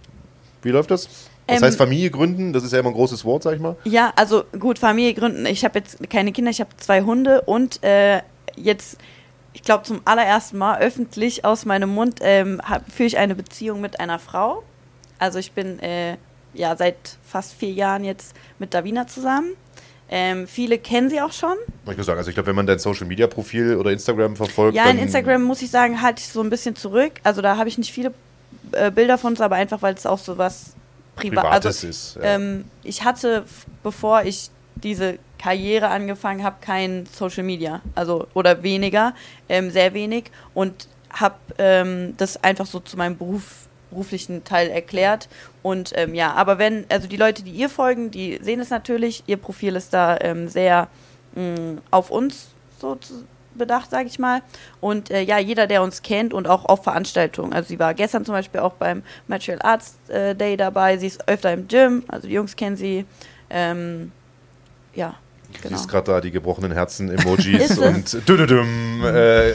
wie läuft das? Was Ähm, heißt Familie gründen? Das ist ja immer ein großes Wort, sag ich mal. Ja, also gut, Familie gründen. Ich habe jetzt keine Kinder, ich habe zwei Hunde und äh, jetzt, ich glaube zum allerersten Mal öffentlich aus meinem Mund ähm, hab, führe ich eine Beziehung mit einer Frau. Also ich bin äh, ja seit fast vier Jahren jetzt mit Davina zusammen. Ähm, viele kennen sie auch schon. Wollte ich nur sagen, also ich glaube, wenn man dein Social-Media-Profil oder Instagram verfolgt, Ja, dann in Instagram muss ich sagen, halte ich so ein bisschen zurück. Also da habe ich nicht viele äh, Bilder von uns, aber einfach, weil es auch so was Priva- Privates also, ist. Ja. Ähm, ich hatte, f- bevor ich diese Karriere angefangen habe, kein Social Media, also oder weniger, ähm, sehr wenig und habe ähm, das einfach so zu meinem Beruf, beruflichen Teil erklärt und ähm, ja, aber wenn, also die Leute, die ihr folgen, die sehen es natürlich, ihr Profil ist da ähm, sehr mh, auf uns so zu, bedacht, sage ich mal. Und äh, ja, jeder, der uns kennt und auch auf Veranstaltungen. Also sie war gestern zum Beispiel auch beim Martial Arts äh, Day dabei. Sie ist öfter im Gym. Also die Jungs kennen sie. Ähm, ja, Du genau. siehst gerade da die gebrochenen Herzen-Emojis Ist es? und dü-dü-düm, äh,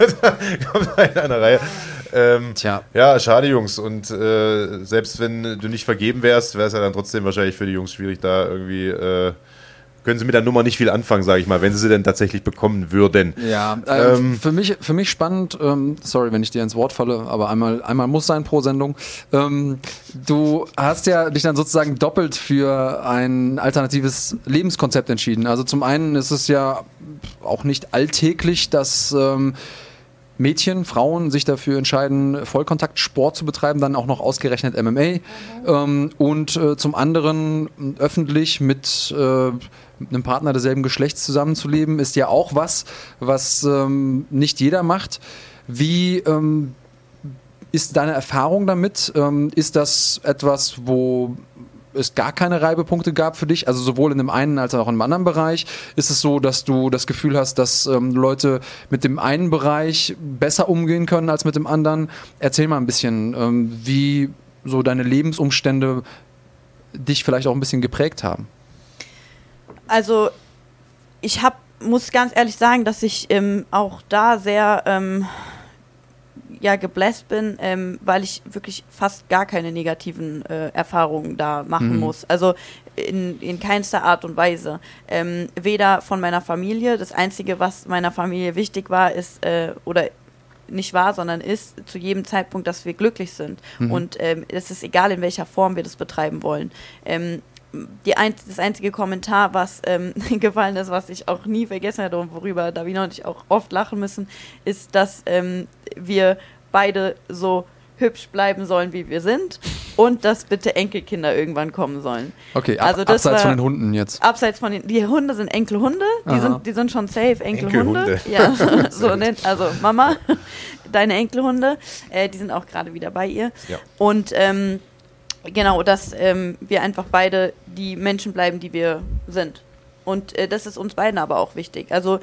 kommt da in einer Reihe. Ähm, Tja. Ja, schade, Jungs. Und äh, selbst wenn du nicht vergeben wärst, wäre es ja dann trotzdem wahrscheinlich für die Jungs schwierig, da irgendwie. Äh, können sie mit der Nummer nicht viel anfangen, sage ich mal, wenn sie sie denn tatsächlich bekommen würden. Ja, äh, Ähm, für mich, für mich spannend, ähm, sorry, wenn ich dir ins Wort falle, aber einmal, einmal muss sein pro Sendung. Ähm, du hast ja dich dann sozusagen doppelt für ein alternatives Lebenskonzept entschieden. Also zum einen ist es ja auch nicht alltäglich, dass ähm, Mädchen, Frauen sich dafür entscheiden, Vollkontaktsport zu betreiben, dann auch noch ausgerechnet M M A. Mhm. Ähm, und äh, zum anderen äh, öffentlich mit äh, einem Partner desselben Geschlechts zusammenzuleben, ist ja auch was, was ähm, nicht jeder macht. Wie ähm, ist deine Erfahrung damit? Ähm, ist das etwas, wo es gar keine Reibepunkte gab für dich, also sowohl in dem einen als auch im anderen Bereich? Ist es so, dass du das Gefühl hast, dass ähm, Leute mit dem einen Bereich besser umgehen können als mit dem anderen? Erzähl mal ein bisschen, ähm, wie so deine Lebensumstände dich vielleicht auch ein bisschen geprägt haben. Also ich hab, muss ganz ehrlich sagen, dass ich ähm, auch da sehr ähm, ja, gebläst bin, ähm, weil ich wirklich fast gar keine negativen äh, Erfahrungen da machen mhm. muss. Also in, in keinster Art und Weise. Ähm, weder von meiner Familie. Das Einzige, was meiner Familie wichtig war, ist, äh, oder nicht war, sondern ist zu jedem Zeitpunkt, dass wir glücklich sind. Mhm. Und ähm, es ist egal, in welcher Form wir das betreiben wollen. Ähm, Die ein, das einzige Kommentar, was ähm, gefallen ist, was ich auch nie vergessen werde und worüber Davina und ich auch oft lachen müssen, ist, dass ähm, wir beide so hübsch bleiben sollen, wie wir sind und dass bitte Enkelkinder irgendwann kommen sollen. Okay, ab, also das abseits war, von den Hunden jetzt. Abseits von den, die Hunde sind Enkelhunde, die sind, die sind schon safe, Enkelhunde. Enkelhunde. Ja, so nennt, also Mama, deine Enkelhunde, äh, die sind auch gerade wieder bei ihr. Ja. Und ähm, genau, dass ähm, wir einfach beide die Menschen bleiben, die wir sind. Und äh, das ist uns beiden aber auch wichtig. Also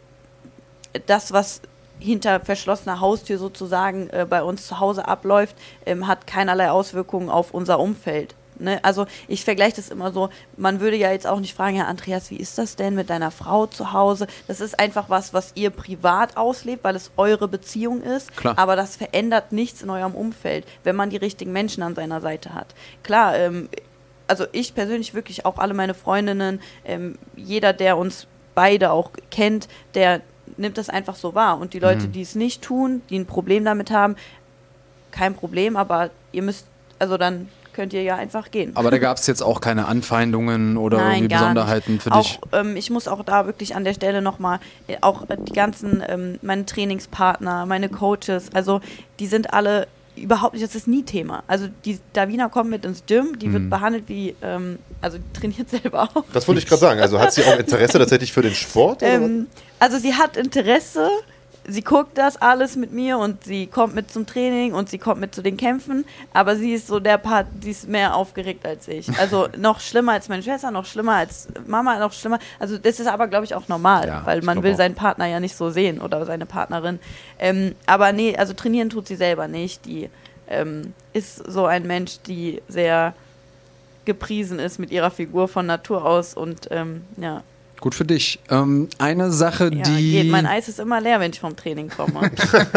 das, was hinter verschlossener Haustür sozusagen äh, bei uns zu Hause abläuft, ähm, hat keinerlei Auswirkungen auf unser Umfeld. Ne? Also ich vergleiche das immer so, man würde ja jetzt auch nicht fragen, Herr Andreas, wie ist das denn mit deiner Frau zu Hause? Das ist einfach was, was ihr privat auslebt, weil es eure Beziehung ist. Klar. Aber das verändert nichts in eurem Umfeld, wenn man die richtigen Menschen an seiner Seite hat. Klar, ähm, also ich persönlich wirklich, auch alle meine Freundinnen, ähm, jeder, der uns beide auch kennt, der nimmt das einfach so wahr. Und die Leute, mhm. die es nicht tun, die ein Problem damit haben, kein Problem, aber ihr müsst, also dann könnt ihr ja einfach gehen. Aber da gab es jetzt auch keine Anfeindungen oder Nein, irgendwie Besonderheiten nicht. für auch, dich? Ähm, ich muss auch da wirklich an der Stelle nochmal, äh, auch äh, die ganzen, ähm, meine Trainingspartner, meine Coaches, also die sind alle überhaupt nicht, das ist nie Thema. Also die Davina kommt mit ins Gym, die mhm. wird behandelt wie, ähm, also die trainiert selber auch. Das wollte ich gerade sagen, also hat sie auch Interesse tatsächlich für den Sport? Ähm, also sie hat Interesse, sie guckt das alles mit mir und sie kommt mit zum Training und sie kommt mit zu den Kämpfen, aber sie ist so der Part, die ist mehr aufgeregt als ich. Also noch schlimmer als meine Schwester, noch schlimmer als Mama, noch schlimmer. Also das ist aber, glaube ich, auch normal, ja, weil man will auch seinen Partner ja nicht so sehen oder seine Partnerin. Ähm, aber nee, also trainieren tut sie selber nicht. Die ähm, ist so ein Mensch, die sehr gepriesen ist mit ihrer Figur von Natur aus und ähm, ja. Gut für dich. Ähm, eine Sache, ja, die... Geht. Mein Eis ist immer leer, wenn ich vom Training komme.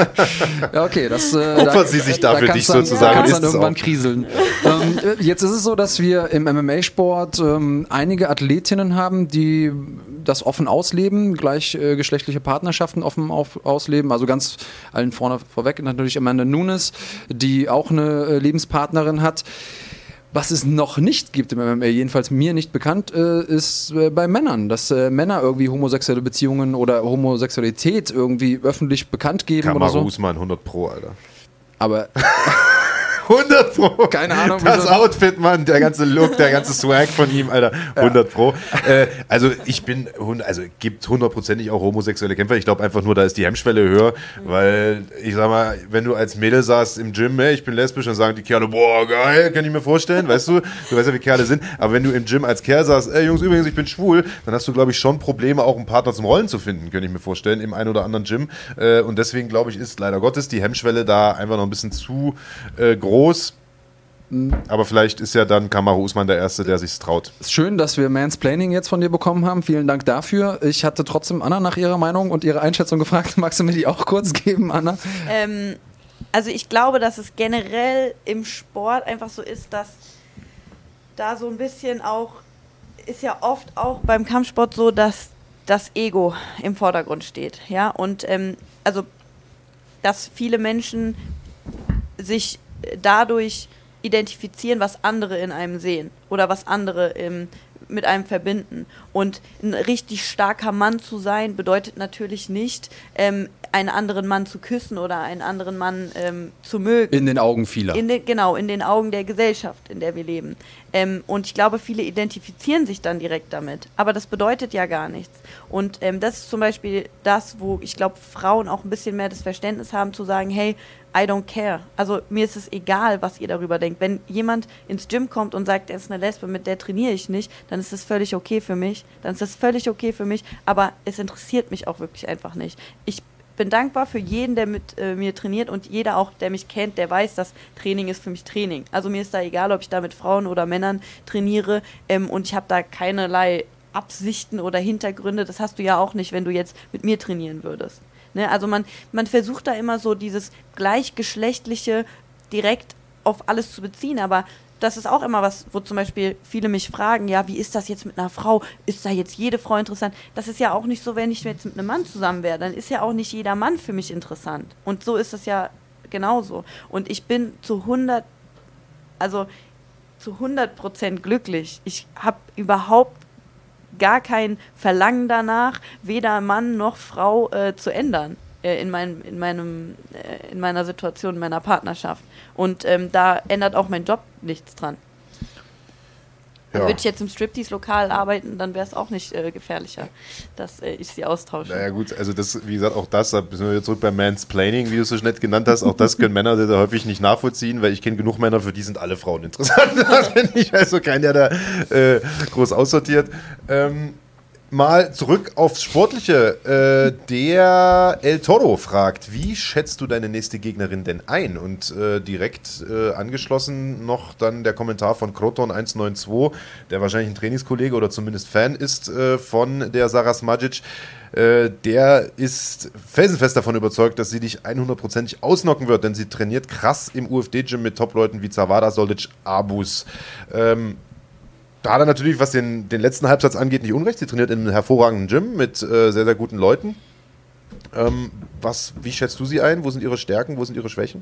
Ja, okay, das... Äh, Opfert da, sie sich dafür da dich dann, sozusagen. Da kann dann irgendwann kriseln. ähm, jetzt ist es so, dass wir im M M A-Sport ähm, einige Athletinnen haben, die das offen ausleben, gleichgeschlechtliche äh, Partnerschaften offen auf, ausleben. Also ganz allen vorne vorweg natürlich Amanda Nunes, die auch eine äh, Lebenspartnerin hat. Was es noch nicht gibt im M M A, jedenfalls mir nicht bekannt, äh, ist äh, bei Männern, dass äh, Männer irgendwie homosexuelle Beziehungen oder Homosexualität irgendwie öffentlich bekannt geben Kamaru oder so. Usman, hundert Pro, Alter. Aber... hundert Pro. Keine Ahnung. Das Outfit, Mann, der ganze Look, der ganze Swag von ihm, Alter, hundert Pro. Äh, also ich bin, also gibt hundertprozentig auch homosexuelle Kämpfer. Ich glaube einfach nur, da ist die Hemmschwelle höher, weil ich sag mal, wenn du als Mädel sagst im Gym, hey, ich bin lesbisch, dann sagen die Kerle, boah, geil, kann ich mir vorstellen, weißt du, du weißt ja, wie Kerle sind. Aber wenn du im Gym als Kerl sagst, ey Jungs, übrigens, ich bin schwul, dann hast du, glaube ich, schon Probleme, auch einen Partner zum Rollen zu finden, könnte ich mir vorstellen, im einen oder anderen Gym. Äh, und deswegen, glaube ich, ist leider Gottes die Hemmschwelle da einfach noch ein bisschen zu äh, groß. Groß. Aber vielleicht ist ja dann Kamaru Usman der Erste, der sich's traut. Ist schön, dass wir Mansplaining jetzt von dir bekommen haben. Vielen Dank dafür. Ich hatte trotzdem Anna nach ihrer Meinung und ihrer Einschätzung gefragt. Magst du mir die auch kurz geben, Anna? Ähm, also ich glaube, dass es generell im Sport einfach so ist, dass da so ein bisschen auch, ist ja oft auch beim Kampfsport so, dass das Ego im Vordergrund steht. Ja, und ähm, also, dass viele Menschen sich dadurch identifizieren, was andere in einem sehen oder was andere im, mit einem verbinden. Und ein richtig starker Mann zu sein, bedeutet natürlich nicht, ähm, einen anderen Mann zu küssen oder einen anderen Mann ähm, zu mögen. In den Augen vieler. In de, genau, in den Augen der Gesellschaft, in der wir leben. Ähm, und ich glaube, viele identifizieren sich dann direkt damit. Aber das bedeutet ja gar nichts. Und ähm, das ist zum Beispiel das, wo ich glaube, Frauen auch ein bisschen mehr das Verständnis haben, zu sagen, hey, I don't care. Also mir ist es egal, was ihr darüber denkt. Wenn jemand ins Gym kommt und sagt, er ist eine Lesbe, mit der trainiere ich nicht, dann ist das völlig okay für mich. Dann ist das völlig okay für mich, aber es interessiert mich auch wirklich einfach nicht. Ich bin dankbar für jeden, der mit äh, mir trainiert und jeder auch, der mich kennt, der weiß, dass Training ist für mich Training. Also mir ist da egal, ob ich da mit Frauen oder Männern trainiere ähm, und ich habe da keinerlei Absichten oder Hintergründe. Das hast du ja auch nicht, wenn du jetzt mit mir trainieren würdest. Ne? Also man, man versucht da immer so dieses Gleichgeschlechtliche direkt auf alles zu beziehen, aber das ist auch immer was, wo zum Beispiel viele mich fragen, ja, wie ist das jetzt mit einer Frau? Ist da jetzt jede Frau interessant? Das ist ja auch nicht so, wenn ich jetzt mit einem Mann zusammen wäre, dann ist ja auch nicht jeder Mann für mich interessant. Und so ist das ja genauso. Und ich bin zu hundert, also zu hundert Prozent glücklich. Ich habe überhaupt gar kein Verlangen danach, weder Mann noch Frau äh, zu ändern. In, mein, in, meinem, in meiner Situation, in meiner Partnerschaft. Und ähm, da ändert auch mein Job nichts dran. Ja. Würde ich jetzt im Striptease-Lokal arbeiten, dann wäre es auch nicht äh, gefährlicher, dass äh, ich sie austausche. Naja gut, also das, wie gesagt, auch das, da sind wir jetzt zurück beim Mansplaining, wie du es so nett genannt hast, auch das können Männer sehr, sehr häufig nicht nachvollziehen, weil ich kenne genug Männer, für die sind alle Frauen interessant. Das bin ich also keiner, der da äh, groß aussortiert. Ähm, Mal zurück aufs Sportliche. Äh, der El Toro fragt, wie schätzt du deine nächste Gegnerin denn ein? Und äh, direkt äh, angeschlossen noch dann der Kommentar von Kroton eins neun zwei, der wahrscheinlich ein Trainingskollege oder zumindest Fan ist äh, von der Sarah Smajic. Äh, der ist felsenfest davon überzeugt, dass sie dich hundertprozentig ausnocken wird, denn sie trainiert krass im U F D-Gym mit Top-Leuten wie Zawada, Solic, Abus. Ähm, Da hat er natürlich, was den, den letzten Halbsatz angeht, nicht unrecht. Sie trainiert in einem hervorragenden Gym mit äh, sehr, sehr guten Leuten. Ähm, was, wie schätzt du sie ein? Wo sind ihre Stärken? Wo sind ihre Schwächen?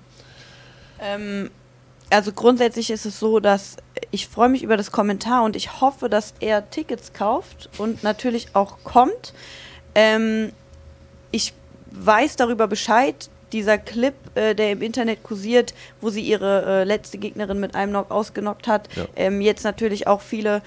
Ähm, also grundsätzlich ist es so, dass ich freue mich über das Kommentar und ich hoffe, dass er Tickets kauft und natürlich auch kommt. Ähm, ich weiß darüber Bescheid. Dieser Clip, äh, der im Internet kursiert, wo sie ihre äh, letzte Gegnerin mit einem Knock ausgenockt hat, ja. ähm, jetzt natürlich auch viele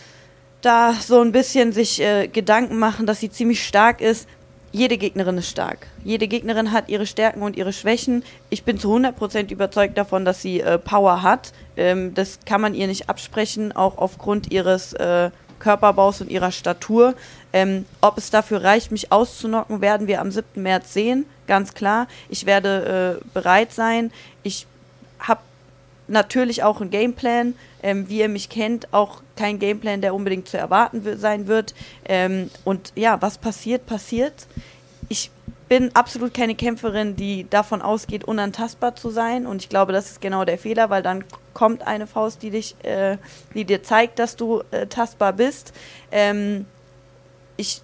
da so ein bisschen sich äh, Gedanken machen, dass sie ziemlich stark ist. Jede Gegnerin ist stark. Jede Gegnerin hat ihre Stärken und ihre Schwächen. Ich bin zu hundert Prozent überzeugt davon, dass sie äh, Power hat. Ähm, das kann man ihr nicht absprechen, auch aufgrund ihres äh, Körperbaus und ihrer Statur. Ähm, ob es dafür reicht, mich auszunocken, werden wir am siebten März sehen, ganz klar. Ich werde äh, bereit sein. Ich habe natürlich auch einen Gameplan, ähm, wie ihr mich kennt, auch kein Gameplan, der unbedingt zu erwarten w- sein wird. Ähm, und ja, was passiert, passiert. Ich bin absolut keine Kämpferin, die davon ausgeht, unantastbar zu sein. Und ich glaube, das ist genau der Fehler, weil dann kommt eine Faust, die dich, äh, die dir zeigt, dass du äh, tastbar bist. Ähm, ich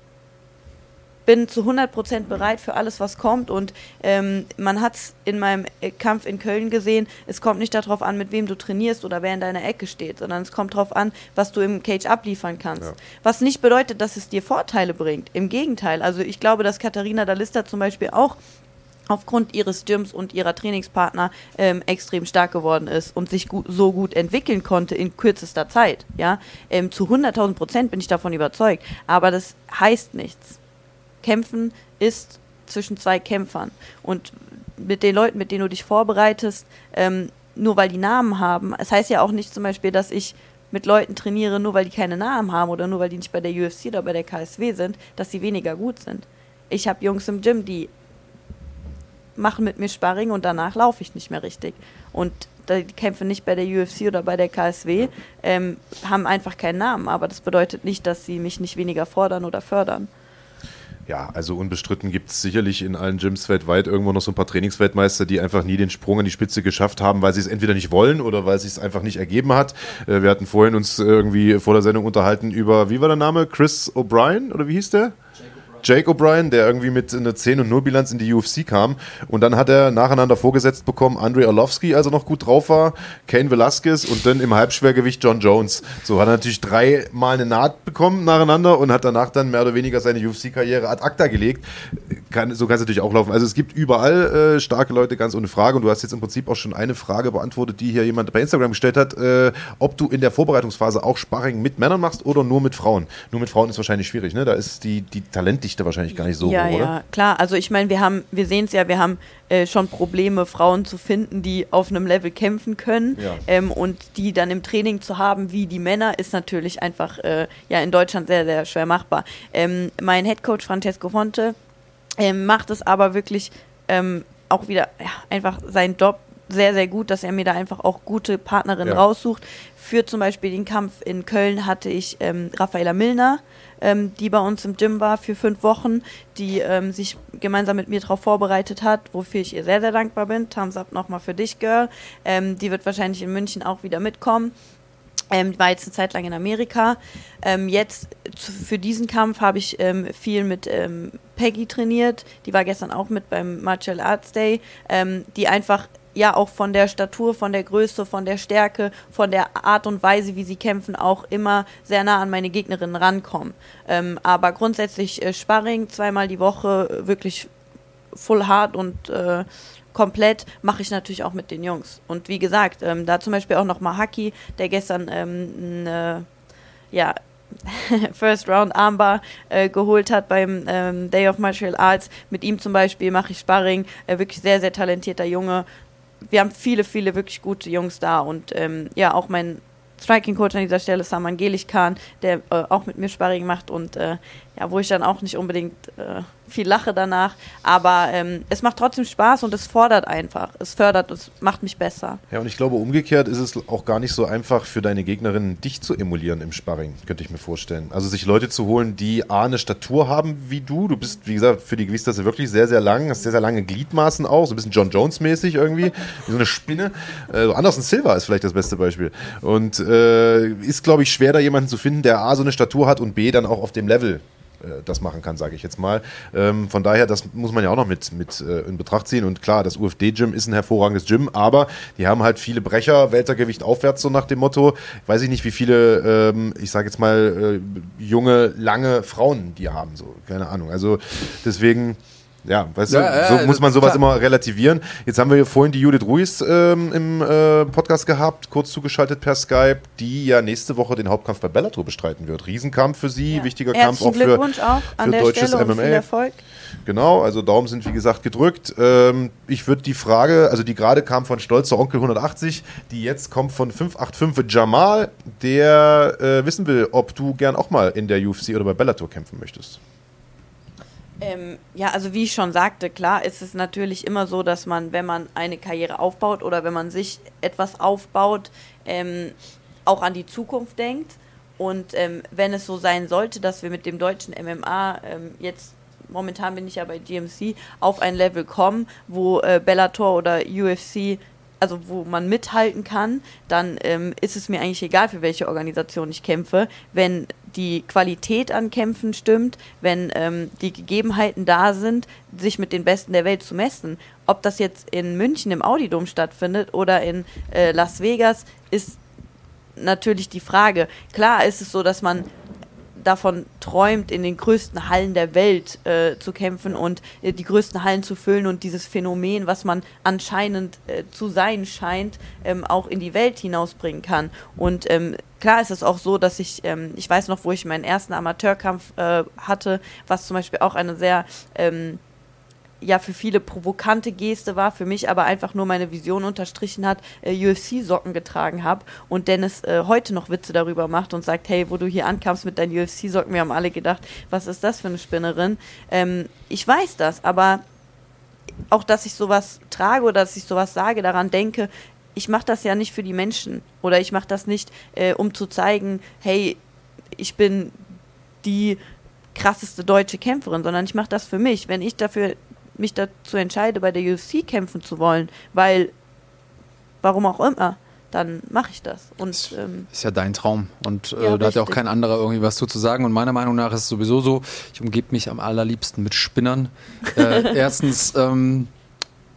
bin zu hundert Prozent bereit für alles, was kommt. Und ähm, man hat es in meinem äh, Kampf in Köln gesehen, es kommt nicht darauf an, mit wem du trainierst oder wer in deiner Ecke steht, sondern es kommt darauf an, was du im Cage abliefern kannst. Ja. Was nicht bedeutet, dass es dir Vorteile bringt. Im Gegenteil. Also ich glaube, dass Katharina Dalista zum Beispiel auch aufgrund ihres Gyms und ihrer Trainingspartner ähm, extrem stark geworden ist und sich gu- so gut entwickeln konnte in kürzester Zeit. Ja? Ähm, zu hunderttausend Prozent bin ich davon überzeugt. Aber das heißt nichts. Kämpfen ist zwischen zwei Kämpfern. Und mit den Leuten, mit denen du dich vorbereitest, ähm, nur weil die Namen haben, es heißt ja auch nicht zum Beispiel, dass ich mit Leuten trainiere, nur weil die keine Namen haben oder nur weil die nicht bei der U F C oder bei der K S W sind, dass sie weniger gut sind. Ich habe Jungs im Gym, die machen mit mir Sparring und danach laufe ich nicht mehr richtig. Und die kämpfen nicht bei der U F C oder bei der K S W, ähm, haben einfach keinen Namen. Aber das bedeutet nicht, dass sie mich nicht weniger fordern oder fördern. Ja, also unbestritten gibt es sicherlich in allen Gyms weltweit irgendwo noch so ein paar Trainingsweltmeister, die einfach nie den Sprung an die Spitze geschafft haben, weil sie es entweder nicht wollen oder weil es sich einfach nicht ergeben hat. Äh, wir hatten vorhin uns irgendwie vor der Sendung unterhalten über, wie war der Name? Chris O'Brien oder wie hieß der? Jake O'Brien, der irgendwie mit einer zehn und null Bilanz in die U F C kam. Und dann hat er nacheinander vorgesetzt bekommen Andrei Arlovski, als er noch gut drauf war, Cain Velasquez und dann im Halbschwergewicht John Jones. So hat er natürlich dreimal eine Naht bekommen nacheinander und hat danach dann mehr oder weniger seine U F C-Karriere ad acta gelegt. kann, so kann es natürlich auch laufen. Also es gibt überall äh, starke Leute, ganz ohne Frage. Und du hast jetzt im Prinzip auch schon eine Frage beantwortet, die hier jemand bei Instagram gestellt hat, äh, ob du in der Vorbereitungsphase auch Sparring mit Männern machst oder nur mit Frauen. Nur mit Frauen ist wahrscheinlich schwierig, ne? Da ist die, die Talentdichte wahrscheinlich gar nicht so ja, hoch, oder? Ja, klar. Also ich meine, wir haben, wir sehen es ja, wir haben äh, schon Probleme, Frauen zu finden, die auf einem Level kämpfen können. Ja. Ähm, und die dann im Training zu haben wie die Männer, ist natürlich einfach äh, ja in Deutschland sehr, sehr schwer machbar. Ähm, mein Headcoach Francesco Fonte ähm, macht es aber wirklich ähm, auch wieder ja, einfach seinen Job sehr, sehr gut, dass er mir da einfach auch gute Partnerinnen ja. raussucht. Für zum Beispiel den Kampf in Köln hatte ich ähm, Raffaella Milner, ähm, die bei uns im Gym war für fünf Wochen, die ähm, sich gemeinsam mit mir darauf vorbereitet hat, wofür ich ihr sehr, sehr dankbar bin. Thumbs up nochmal für dich, Girl. Ähm, die wird wahrscheinlich in München auch wieder mitkommen. Ähm, war jetzt eine Zeit lang in Amerika. Ähm, jetzt zu, für diesen Kampf habe ich ähm, viel mit ähm, Peggy trainiert. Die war gestern auch mit beim Martial Arts Day, ähm, die einfach ja auch von der Statur, von der Größe, von der Stärke, von der Art und Weise, wie sie kämpfen, auch immer sehr nah an meine Gegnerinnen rankommen. Ähm, aber grundsätzlich äh, Sparring zweimal die Woche, wirklich full hard und äh, komplett mache ich natürlich auch mit den Jungs. Und wie gesagt, ähm, da zum Beispiel auch noch mal Haki, der gestern ähm, eine, ja, First Round Armbar äh, geholt hat beim ähm, Day of Martial Arts. Mit ihm zum Beispiel mache ich Sparring, äh, wirklich sehr, sehr talentierter Junge. Wir haben viele, viele wirklich gute Jungs da und ähm, ja, auch mein Striking-Coach an dieser Stelle, Sam Angelich Khan, der äh, auch mit mir Sparring macht und äh, ja, wo ich dann auch nicht unbedingt äh, viel lache danach, aber ähm, es macht trotzdem Spaß und es fordert einfach, es fördert, es macht mich besser. Ja, und ich glaube, umgekehrt ist es auch gar nicht so einfach für deine Gegnerinnen, dich zu emulieren im Sparring, könnte ich mir vorstellen. Also sich Leute zu holen, die A, eine Statur haben wie du, du bist, wie gesagt, für die Gewichtsklasse wirklich sehr, sehr lang, hast sehr, sehr lange Gliedmaßen auch, so ein bisschen John Jones-mäßig irgendwie, wie so eine Spinne. Äh, so Anderson Silva ist vielleicht das beste Beispiel. Und äh, ist, glaube ich, schwer, da jemanden zu finden, der A, so eine Statur hat und B, dann auch auf dem Level das machen kann, sage ich jetzt mal. Ähm, von daher, das muss man ja auch noch mit, mit äh, in Betracht ziehen. Und klar, das U F D-Gym ist ein hervorragendes Gym, aber die haben halt viele Brecher, Weltergewicht aufwärts, so nach dem Motto. Weiß ich nicht, wie viele, ähm, ich sage jetzt mal, äh, junge, lange Frauen die haben. So, keine Ahnung. Also deswegen... Ja, weißt ja, du, ja, so muss man sowas klar. immer relativieren. Jetzt haben wir hier vorhin die Judith Ruiz ähm, im äh, Podcast gehabt, kurz zugeschaltet per Skype, die ja nächste Woche den Hauptkampf bei Bellator bestreiten wird. Riesenkampf für sie, ja. wichtiger Kampf auch für, auch an für der deutsches Stelle M M A. Und viel Erfolg. Genau, also Daumen sind wie gesagt gedrückt. Ähm, ich würde die Frage, also die gerade kam von Stolzer Onkel hundertachtzig, die jetzt kommt von fünf acht fünf Jamal, der äh, wissen will, ob du gern auch mal in der U F C oder bei Bellator kämpfen möchtest. Ähm, ja, also wie ich schon sagte, klar ist es natürlich immer so, dass man, wenn man eine Karriere aufbaut oder wenn man sich etwas aufbaut, ähm, auch an die Zukunft denkt. Und ähm, wenn es so sein sollte, dass wir mit dem deutschen M M A ähm, jetzt, momentan bin ich ja bei G M C, auf ein Level kommen, wo äh, Bellator oder U F C, also wo man mithalten kann, dann ähm, ist es mir eigentlich egal, für welche Organisation ich kämpfe, wenn die Qualität an Kämpfen stimmt, wenn ähm, die Gegebenheiten da sind, sich mit den Besten der Welt zu messen. Ob das jetzt in München im Audi-Dom stattfindet oder in äh, Las Vegas, ist natürlich die Frage. Klar ist es so, dass man davon träumt, in den größten Hallen der Welt äh, zu kämpfen und äh, die größten Hallen zu füllen und dieses Phänomen, was man anscheinend äh, zu sein scheint, ähm, auch in die Welt hinausbringen kann. Und ähm, klar ist es auch so, dass ich, ähm, ich weiß noch, wo ich meinen ersten Amateurkampf äh, hatte, was zum Beispiel auch eine sehr ähm, ja für viele provokante Geste war, für mich aber einfach nur meine Vision unterstrichen hat, äh, U F C-Socken getragen habe und Dennis äh, heute noch Witze darüber macht und sagt, hey, wo du hier ankamst mit deinen U F C-Socken, wir haben alle gedacht, was ist das für eine Spinnerin? Ähm, ich weiß das, aber auch, dass ich sowas trage oder dass ich sowas sage, daran denke, ich mache das ja nicht für die Menschen oder ich mache das nicht, äh, um zu zeigen, hey, ich bin die krasseste deutsche Kämpferin, sondern ich mache das für mich. Wenn ich dafür mich dazu entscheide, bei der U F C kämpfen zu wollen, weil, warum auch immer, dann mache ich das. Und, ähm, ist ja dein Traum und äh, ja, da hat ja auch kein anderer irgendwie was zu, zu sagen und meiner Meinung nach ist es sowieso so, ich umgebe mich am allerliebsten mit Spinnern. Äh, erstens, ähm,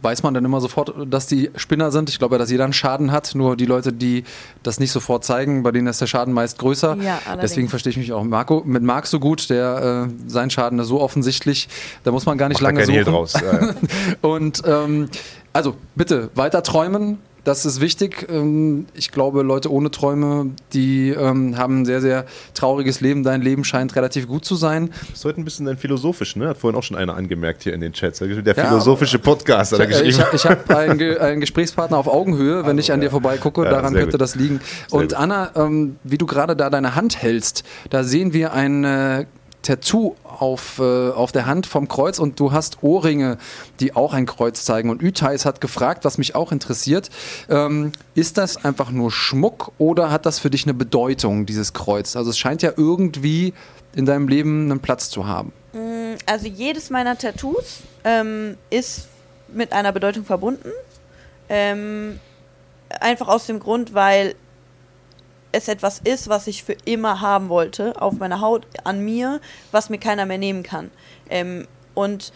weiß man dann immer sofort, dass die Spinner sind. Ich glaube ja, dass jeder einen Schaden hat, nur die Leute, die das nicht sofort zeigen, bei denen ist der Schaden meist größer. Ja, deswegen verstehe ich mich auch Marco, mit Marc so gut, der äh, sein Schaden ist so offensichtlich, da muss man gar nicht Macht lange suchen. suchen. Draus. Ja, ja. Und ähm, also bitte weiter träumen. Das ist wichtig. Ich glaube, Leute ohne Träume, die ähm, haben ein sehr, sehr trauriges Leben. Dein Leben scheint relativ gut zu sein. Das ist heute ein bisschen ein philosophisch, ne? Hat vorhin auch schon einer angemerkt hier in den Chats. Der philosophische ja, Podcast hat er geschrieben. Ich, ich habe einen, Ge- einen Gesprächspartner auf Augenhöhe, wenn also, ich an ja. dir vorbeigucke. Ja, daran könnte gut. das liegen. Sehr Und gut. Anna, ähm, wie du gerade da deine Hand hältst, da sehen wir ein äh, Tattoo auf, äh, auf der Hand vom Kreuz und du hast Ohrringe, die auch ein Kreuz zeigen. Und Ütais hat gefragt, was mich auch interessiert, ähm, ist das einfach nur Schmuck oder hat das für dich eine Bedeutung, dieses Kreuz? Also es scheint ja irgendwie in deinem Leben einen Platz zu haben. Also jedes meiner Tattoos ähm, ist mit einer Bedeutung verbunden. Ähm, einfach aus dem Grund, weil es etwas ist, was ich für immer haben wollte, auf meiner Haut, an mir, was mir keiner mehr nehmen kann. Ähm, und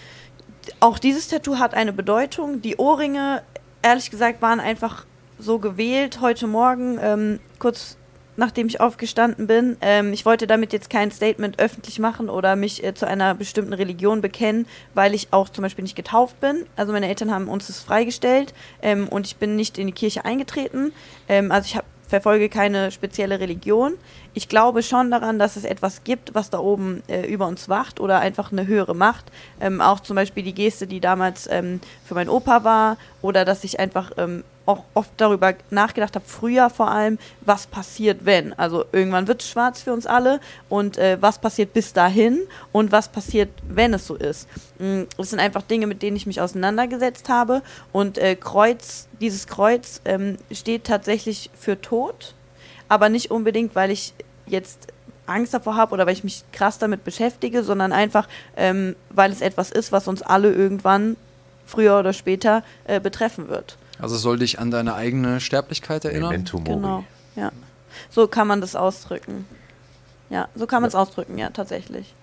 auch dieses Tattoo hat eine Bedeutung. Die Ohrringe, ehrlich gesagt, waren einfach so gewählt heute Morgen, ähm, kurz nachdem ich aufgestanden bin. Ähm, ich wollte damit jetzt kein Statement öffentlich machen oder mich äh, zu einer bestimmten Religion bekennen, weil ich auch zum Beispiel nicht getauft bin. Also meine Eltern haben uns das freigestellt ähm, und ich bin nicht in die Kirche eingetreten. Ähm, also ich habe verfolge keine spezielle Religion. Ich glaube schon daran, dass es etwas gibt, was da oben äh, über uns wacht oder einfach eine höhere Macht. Ähm, auch zum Beispiel die Geste, die damals ähm, für meinen Opa war oder dass ich einfach ähm, auch oft darüber nachgedacht habe, früher vor allem, was passiert, wenn. Also irgendwann wird es schwarz für uns alle und äh, was passiert bis dahin und was passiert, wenn es so ist. Das sind einfach Dinge, mit denen ich mich auseinandergesetzt habe und äh, Kreuz, dieses Kreuz ähm, steht tatsächlich für Tod, aber nicht unbedingt, weil ich jetzt Angst davor habe oder weil ich mich krass damit beschäftige, sondern einfach, ähm, weil es etwas ist, was uns alle irgendwann, früher oder später, äh, betreffen wird. Also es soll dich an deine eigene Sterblichkeit erinnern? Memento mori. Genau, ja. So kann man das ausdrücken. Ja, so kann man es ja. ausdrücken, ja, tatsächlich.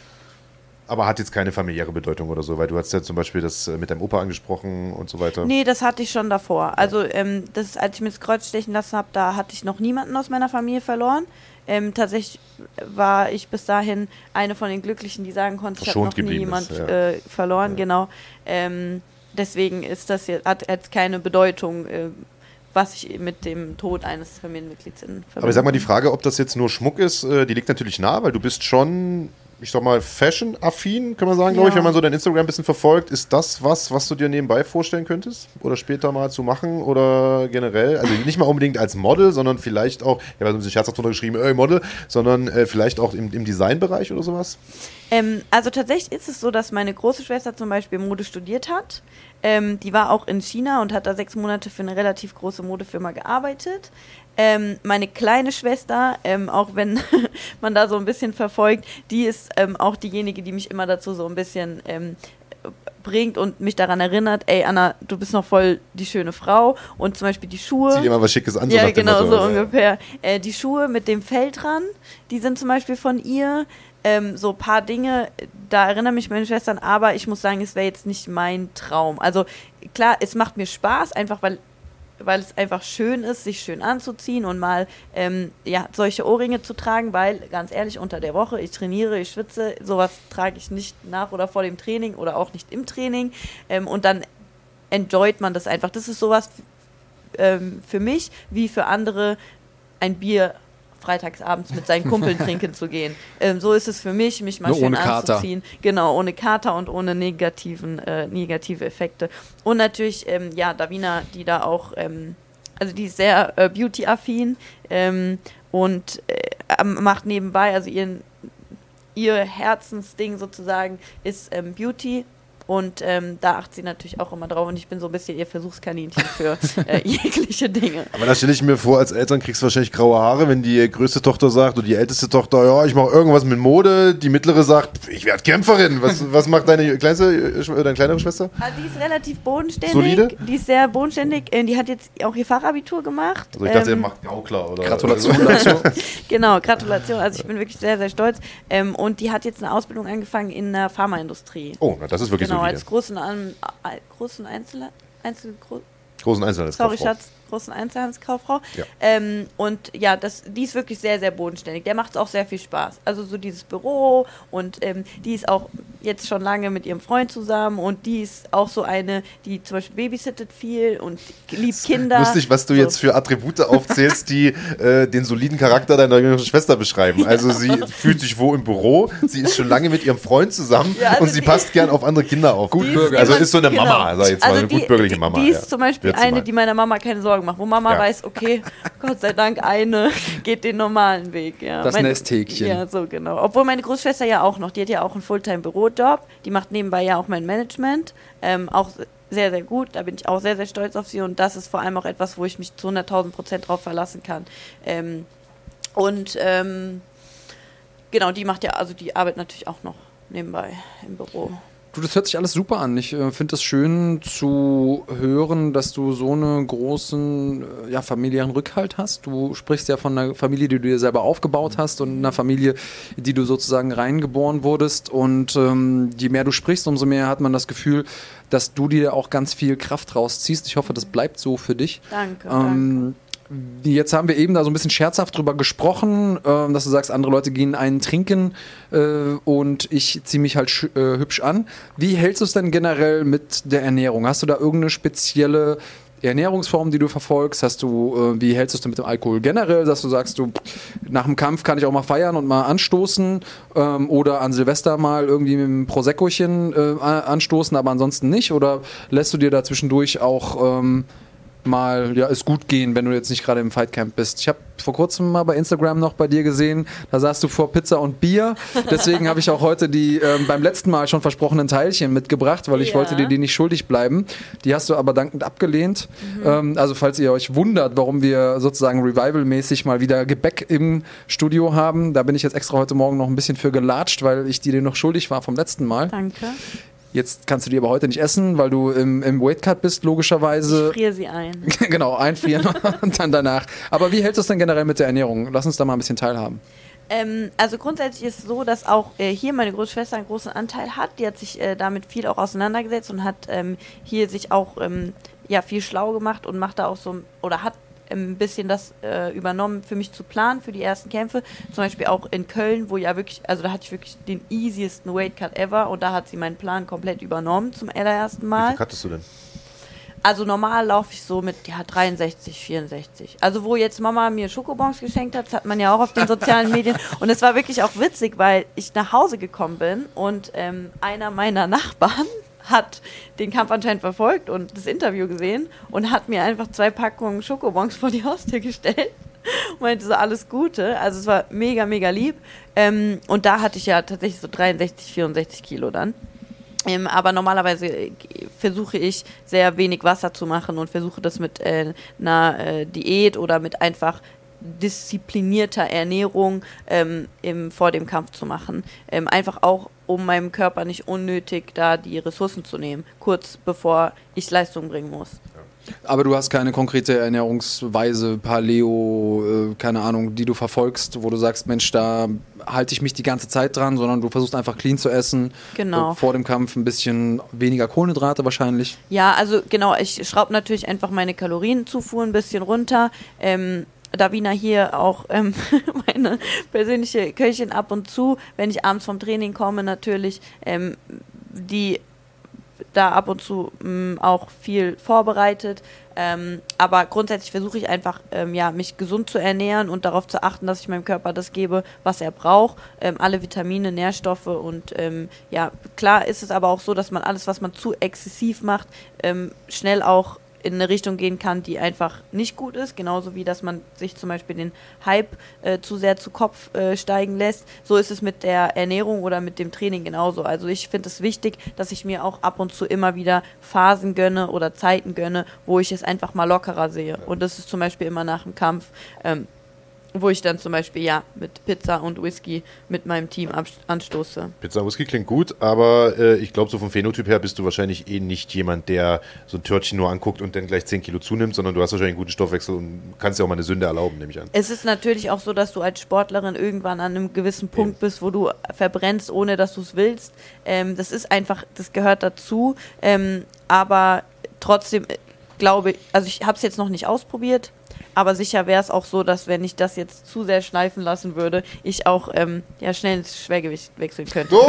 Aber hat jetzt keine familiäre Bedeutung oder so, weil du hast ja zum Beispiel das mit deinem Opa angesprochen und so weiter. Nee, das hatte ich schon davor. Also ähm, das, als ich mir das Kreuz stechen lassen habe, da hatte ich noch niemanden aus meiner Familie verloren. Ähm, tatsächlich war ich bis dahin eine von den Glücklichen, die sagen konnte, ich habe noch nie jemand ja. äh, verloren, ja. genau. Ähm, deswegen ist das jetzt, hat jetzt keine Bedeutung, äh, was ich mit dem Tod eines Familienmitglieds in Verbindung. Aber ich sag mal, die Frage, ob das jetzt nur Schmuck ist, äh, die liegt natürlich nah, weil du bist schon, ich sag mal, fashion-affin, kann man sagen, glaube ja. ich, wenn man so dein Instagram ein bisschen verfolgt. Ist das was, was du dir nebenbei vorstellen könntest? Oder später mal zu machen? Oder generell? Also nicht mal unbedingt als Model, sondern vielleicht auch, ich habe so ein bisschen scherzhaft drunter geschrieben, ey, Model, sondern äh, vielleicht auch im, im Designbereich oder sowas? Ähm, also tatsächlich ist es so, dass meine große Schwester zum Beispiel Mode studiert hat. Ähm, die war auch in China und hat da sechs Monate für eine relativ große Modefirma gearbeitet. Ähm, meine kleine Schwester, ähm, auch wenn man da so ein bisschen verfolgt, die ist ähm, auch diejenige, die mich immer dazu so ein bisschen ähm, bringt und mich daran erinnert, ey Anna, du bist noch voll die schöne Frau und zum Beispiel die Schuhe. Zieh dir mal was Schickes an, so ja, nach dem genau, Motto, so ja. ungefähr. Äh, die Schuhe mit dem Fell dran, die sind zum Beispiel von ihr. Ähm, so ein paar Dinge, da erinnern mich meine Schwestern, aber ich muss sagen, es wäre jetzt nicht mein Traum. Also klar, es macht mir Spaß, einfach weil weil es einfach schön ist, sich schön anzuziehen und mal ähm, ja, solche Ohrringe zu tragen, weil, ganz ehrlich, unter der Woche, ich trainiere, ich schwitze, sowas trage ich nicht nach oder vor dem Training oder auch nicht im Training ähm, und dann enjoyt man das einfach. Das ist sowas ähm, für mich wie für andere ein Bier freitagsabends mit seinen Kumpeln trinken zu gehen. Ähm, so ist es für mich, mich mal Nur schön ohne anzuziehen. Kater. Genau, ohne Kater und ohne negativen, äh, negative Effekte. Und natürlich, ähm, ja, Davina, die da auch, ähm, also die ist sehr äh, beauty-affin ähm, und äh, macht nebenbei, also ihren, ihr Herzensding sozusagen ist ähm, Beauty. Und ähm, da achtet sie natürlich auch immer drauf und ich bin so ein bisschen ihr Versuchskaninchen für äh, jegliche Dinge. Aber da stelle ich mir vor, als Eltern kriegst du wahrscheinlich graue Haare, wenn die größte Tochter sagt oder die älteste Tochter, ja, ich mache irgendwas mit Mode, die mittlere sagt, ich werde Kämpferin. Was, was macht deine kleinste, deine kleinere Schwester? Also die ist relativ bodenständig. Solide? Die ist sehr bodenständig. Die hat jetzt auch ihr Fachabitur gemacht. Also ich dachte, ähm, er macht Gaukler. Oder Gratulation dazu. Genau, Gratulation. Also ich bin wirklich sehr, sehr stolz. Ähm, und die hat jetzt eine Ausbildung angefangen in der Pharmaindustrie. Oh, na, das ist wirklich genau. Genau, als großen, An äh, großen Einzel Einzel Gro großen Einzelhandelskauffrau. Sorry, Schatz, großen Einzelhandelskauffrau. Ja. Ähm, und ja, das, die ist wirklich sehr, sehr bodenständig. Der macht auch sehr viel Spaß. Also so dieses Büro und ähm, die ist auch jetzt schon lange mit ihrem Freund zusammen und die ist auch so eine, die zum Beispiel babysittet viel und liebt Kinder. Lustig, was du so. jetzt für Attribute aufzählst, die äh, den soliden Charakter deiner jüngeren Schwester beschreiben. Also sie fühlt sich wohl im Büro, sie ist schon lange mit ihrem Freund zusammen Ja, also und sie die- passt gern auf andere Kinder auf. Gutbürgerlich. Also ist so eine Genau. Mama, sag ich jetzt mal, Also eine die- gutbürgerliche Mama. Die ist ja. zum Beispiel Letztes eine, Mal. die meiner Mama keine Sorgen macht, wo Mama Ja. weiß, okay, Gott sei Dank eine geht den normalen Weg. Ja. Das Meine- Nesthäkchen. Ja, so genau. Obwohl meine Großschwester ja auch noch, die hat ja auch einen Fulltime-Bürojob, die macht nebenbei ja auch mein Management, ähm, auch sehr, sehr gut, da bin ich auch sehr, sehr stolz auf sie und das ist vor allem auch etwas, wo ich mich zu hunderttausend Prozent drauf verlassen kann. Ähm, und ähm, genau, die macht ja, also die arbeitet natürlich auch noch nebenbei im Büro. Du, das hört sich alles super an. Ich äh, finde es schön zu hören, dass du so einen großen äh, ja, familiären Rückhalt hast. Du sprichst ja von einer Familie, die du dir selber aufgebaut hast und einer Familie, die du sozusagen reingeboren wurdest. Und ähm, je mehr du sprichst, umso mehr hat man das Gefühl, dass du dir auch ganz viel Kraft rausziehst. Ich hoffe, das bleibt so für dich. Danke, Ähm, Jetzt haben wir eben da so ein bisschen scherzhaft drüber gesprochen, ähm, dass du sagst, andere Leute gehen einen trinken äh, und ich ziehe mich halt sch- äh, hübsch an. Wie hältst du es denn generell mit der Ernährung? Hast du da irgendeine spezielle Ernährungsform, die du verfolgst? Hast du, äh, wie hältst du es denn mit dem Alkohol generell, dass du sagst, du nach dem Kampf kann ich auch mal feiern und mal anstoßen ähm, oder an Silvester mal irgendwie mit einem Proseccochen äh, anstoßen, aber ansonsten nicht? Oder lässt du dir da zwischendurch auch ähm, mal, ja, es gut gehen, wenn du jetzt nicht gerade im Fightcamp bist. Ich habe vor kurzem mal bei Instagram noch bei dir gesehen, da saßt du vor Pizza und Bier. Deswegen habe ich auch heute die ähm, beim letzten Mal schon versprochenen Teilchen mitgebracht, weil ich Ja. wollte dir die nicht schuldig bleiben. Die hast du aber dankend abgelehnt. Mhm. Ähm, also falls ihr euch wundert, warum wir sozusagen Revival-mäßig mal wieder Gebäck im Studio haben, da bin ich jetzt extra heute Morgen noch ein bisschen für gelatscht, weil ich die dir noch schuldig war vom letzten Mal. Danke. Jetzt kannst du die aber heute nicht essen, weil du im, im Weightcut bist, logischerweise. Ich friere sie ein. Genau, einfrieren und dann danach. Aber wie hältst du es denn generell mit der Ernährung? Lass uns da mal ein bisschen teilhaben. Ähm, also grundsätzlich ist es so, dass auch äh, hier meine Großschwester einen großen Anteil hat. Die hat sich äh, damit viel auch auseinandergesetzt und hat ähm, hier sich auch ähm, ja, viel schlau gemacht und macht da auch so, oder hat ein bisschen das äh, übernommen für mich zu planen für die ersten Kämpfe. Zum Beispiel auch in Köln, wo ja wirklich, also da hatte ich wirklich den easiesten Weightcut ever und da hat sie meinen Plan komplett übernommen zum allerersten Wie Mal. viel hattest du denn? Also normal laufe ich so mit ja, dreiundsechzig, vierundsechzig. Also wo jetzt Mama mir Schokobons geschenkt hat, das hat man ja auch auf den sozialen Medien. Und es war wirklich auch witzig, weil ich nach Hause gekommen bin und ähm, einer meiner Nachbarn hat den Kampf anscheinend verfolgt und das Interview gesehen und hat mir einfach zwei Packungen Schokobons vor die Haustür gestellt und meinte so, alles Gute. Also es war mega, mega lieb. Ähm, und da hatte ich ja tatsächlich so dreiundsechzig, vierundsechzig Kilo dann. Ähm, aber normalerweise äh, versuche ich sehr wenig Wasser zu machen und versuche das mit äh, einer äh, Diät oder mit einfach disziplinierter Ernährung ähm, im, vor dem Kampf zu machen. Ähm, einfach auch, um meinem Körper nicht unnötig da die Ressourcen zu nehmen, kurz bevor ich Leistung bringen muss. Aber du hast keine konkrete Ernährungsweise, Paleo, äh, keine Ahnung, die du verfolgst, wo du sagst, Mensch, da halte ich mich die ganze Zeit dran, sondern du versuchst einfach clean zu essen. Genau. Äh, vor dem Kampf ein bisschen weniger Kohlenhydrate wahrscheinlich. Ja, also genau, ich schraube natürlich einfach meine Kalorienzufuhr ein bisschen runter. Ähm, Davina hier auch ähm, meine persönliche Köchin ab und zu, wenn ich abends vom Training komme natürlich, ähm, die da ab und zu mh, auch viel vorbereitet. Ähm, aber grundsätzlich versuche ich einfach, ähm, ja, mich gesund zu ernähren und darauf zu achten, dass ich meinem Körper das gebe, was er braucht. Ähm, alle Vitamine, Nährstoffe und ähm, ja, klar ist es aber auch so, dass man alles, was man zu exzessiv macht, ähm, schnell auch in eine Richtung gehen kann, die einfach nicht gut ist, genauso wie, dass man sich zum Beispiel den Hype äh, zu sehr zu Kopf äh, steigen lässt. So ist es mit der Ernährung oder mit dem Training genauso. Also ich finde es wichtig, dass ich mir auch ab und zu immer wieder Phasen gönne oder Zeiten gönne, wo ich es einfach mal lockerer sehe. Und das ist zum Beispiel immer nach dem Kampf. Ähm, wo ich dann zum Beispiel ja mit Pizza und Whisky mit meinem Team anstoße. Pizza und Whisky klingt gut, aber äh, ich glaube, so vom Phänotyp her bist du wahrscheinlich eh nicht jemand, der so ein Törtchen nur anguckt und dann gleich zehn Kilo zunimmt, sondern du hast wahrscheinlich einen guten Stoffwechsel und kannst dir auch mal eine Sünde erlauben, nehme ich an. Es ist natürlich auch so, dass du als Sportlerin irgendwann an einem gewissen Punkt bist, wo du verbrennst, ohne dass du es willst. Ähm, das ist einfach, das gehört dazu, ähm, aber trotzdem glaube ich, also ich habe es jetzt noch nicht ausprobiert, aber sicher wäre es auch so, dass wenn ich das jetzt zu sehr schleifen lassen würde, ich auch ähm, ja, schnell ins Schwergewicht wechseln könnte. Oh!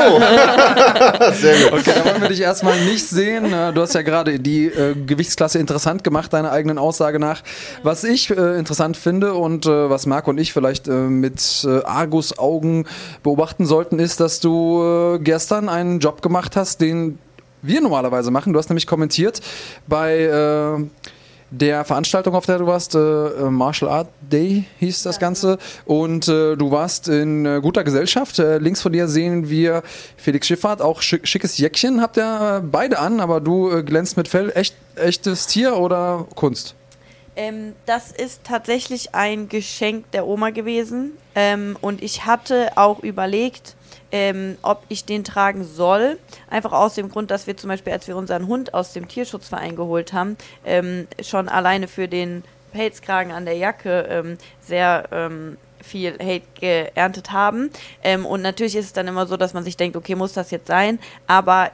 Sehr gut. Okay, da wollen wir dich erstmal nicht sehen. Du hast ja gerade die äh, Gewichtsklasse interessant gemacht, deiner eigenen Aussage nach. Was ich äh, interessant finde und äh, was Marc und ich vielleicht äh, mit äh, Argusaugen beobachten sollten, ist, dass du äh, gestern einen Job gemacht hast, den wir normalerweise machen. Du hast nämlich kommentiert bei äh, der Veranstaltung, auf der du warst, äh, Martial Art Day hieß das Ganze, und äh, du warst in äh, guter Gesellschaft. Äh, links von dir sehen wir Felix Schifffahrt, auch schick, schickes Jäckchen habt ihr äh, beide an, aber du äh, glänzt mit Fell. Echt, echtes Tier oder Kunst? Ähm, das ist tatsächlich ein Geschenk der Oma gewesen, ähm, und ich hatte auch überlegt, Ähm, ob ich den tragen soll. Einfach aus dem Grund, dass wir zum Beispiel, als wir unseren Hund aus dem Tierschutzverein geholt haben, ähm, schon alleine für den Pelzkragen an der Jacke ähm, sehr ähm, viel Hate geerntet haben. Ähm, und natürlich ist es dann immer so, dass man sich denkt, okay, muss das jetzt sein? Aber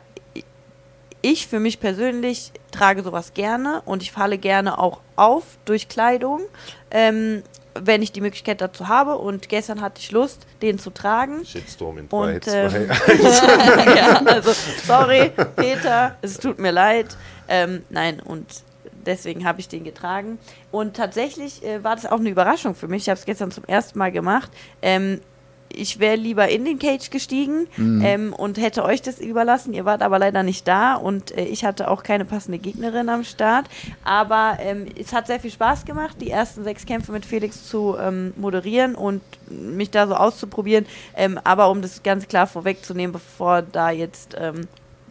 ich für mich persönlich trage sowas gerne und ich falle gerne auch auf durch Kleidung. Ähm, wenn ich die Möglichkeit dazu habe, und gestern hatte ich Lust, den zu tragen. Shitstorm in drei, und, zwei, ähm, eins. Ja, also, sorry, Peter, es tut mir leid. Ähm, nein, und deswegen habe ich den getragen. Und tatsächlich äh, war das auch eine Überraschung für mich. Ich habe es gestern zum ersten Mal gemacht. Ähm, ich wäre lieber in den Cage gestiegen mhm. ähm, und hätte euch das überlassen. Ihr wart aber leider nicht da und äh, ich hatte auch keine passende Gegnerin am Start. Aber ähm, es hat sehr viel Spaß gemacht, die ersten sechs Kämpfe mit Felix zu ähm, moderieren und mich da so auszuprobieren. Ähm, aber um das ganz klar vorwegzunehmen, bevor da jetzt ähm,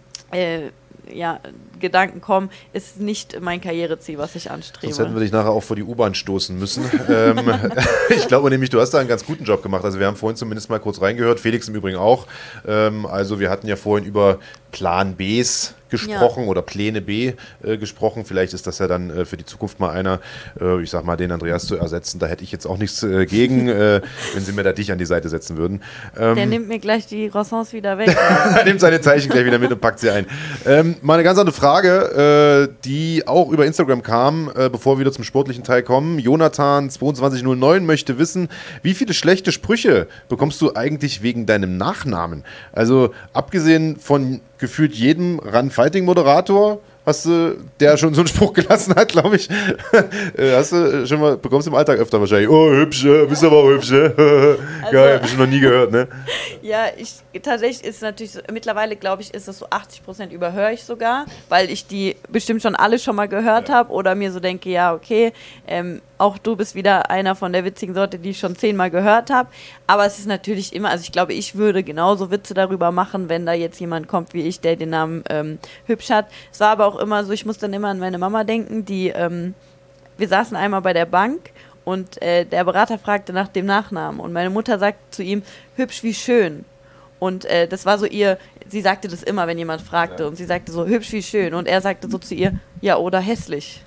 äh, ja, Gedanken kommen, ist nicht mein Karriereziel, was ich anstrebe. Sonst hätten wir dich nachher auch vor die U-Bahn stoßen müssen. ähm, ich glaube nämlich, du hast da einen ganz guten Job gemacht. Also wir haben vorhin zumindest mal kurz reingehört, Felix im Übrigen auch. Ähm, also wir hatten ja vorhin über Plan Bs gesprochen, ja, oder Pläne B äh, gesprochen. Vielleicht ist das ja dann äh, für die Zukunft mal einer, äh, ich sag mal, den Andreas zu ersetzen. Da hätte ich jetzt auch nichts äh, gegen, äh, wenn sie mir da dich an die Seite setzen würden. Ähm, Der nimmt mir gleich die Croissants wieder weg. Er nimmt seine Zeichen gleich wieder mit und packt sie ein. Ähm, mal eine ganz andere Frage, äh, die auch über Instagram kam, äh, bevor wir wieder zum sportlichen Teil kommen. Jonathan zweiundzwanzig null neun möchte wissen, wie viele schlechte Sprüche bekommst du eigentlich wegen deinem Nachnamen? Also abgesehen von gefühlt jedem Run-Fighting-Moderator, hast du, der schon so einen Spruch gelassen hat, glaube ich, hast du schon mal, bekommst du im Alltag öfter wahrscheinlich, oh, hübsch, bist aber auch hübsch, also, ja, hab ich schon noch nie gehört, ne? Ja, ich, tatsächlich ist es natürlich so, mittlerweile, glaube ich, ist das so achtzig Prozent überhöre ich sogar, weil ich die bestimmt schon alle schon mal gehört ja. habe oder mir so denke, ja, okay, ähm, auch du bist wieder einer von der witzigen Sorte, die ich schon zehnmal gehört habe. Aber es ist natürlich immer, also ich glaube, ich würde genauso Witze darüber machen, wenn da jetzt jemand kommt wie ich, der den Namen ähm, hübsch hat. Es war aber auch immer so, ich muss dann immer an meine Mama denken, die, ähm, wir saßen einmal bei der Bank und äh, der Berater fragte nach dem Nachnamen und meine Mutter sagt zu ihm, hübsch wie schön. Und äh, das war so ihr, sie sagte das immer, wenn jemand fragte, und sie sagte so, hübsch wie schön. Und er sagte so zu ihr, ja, oder hässlich.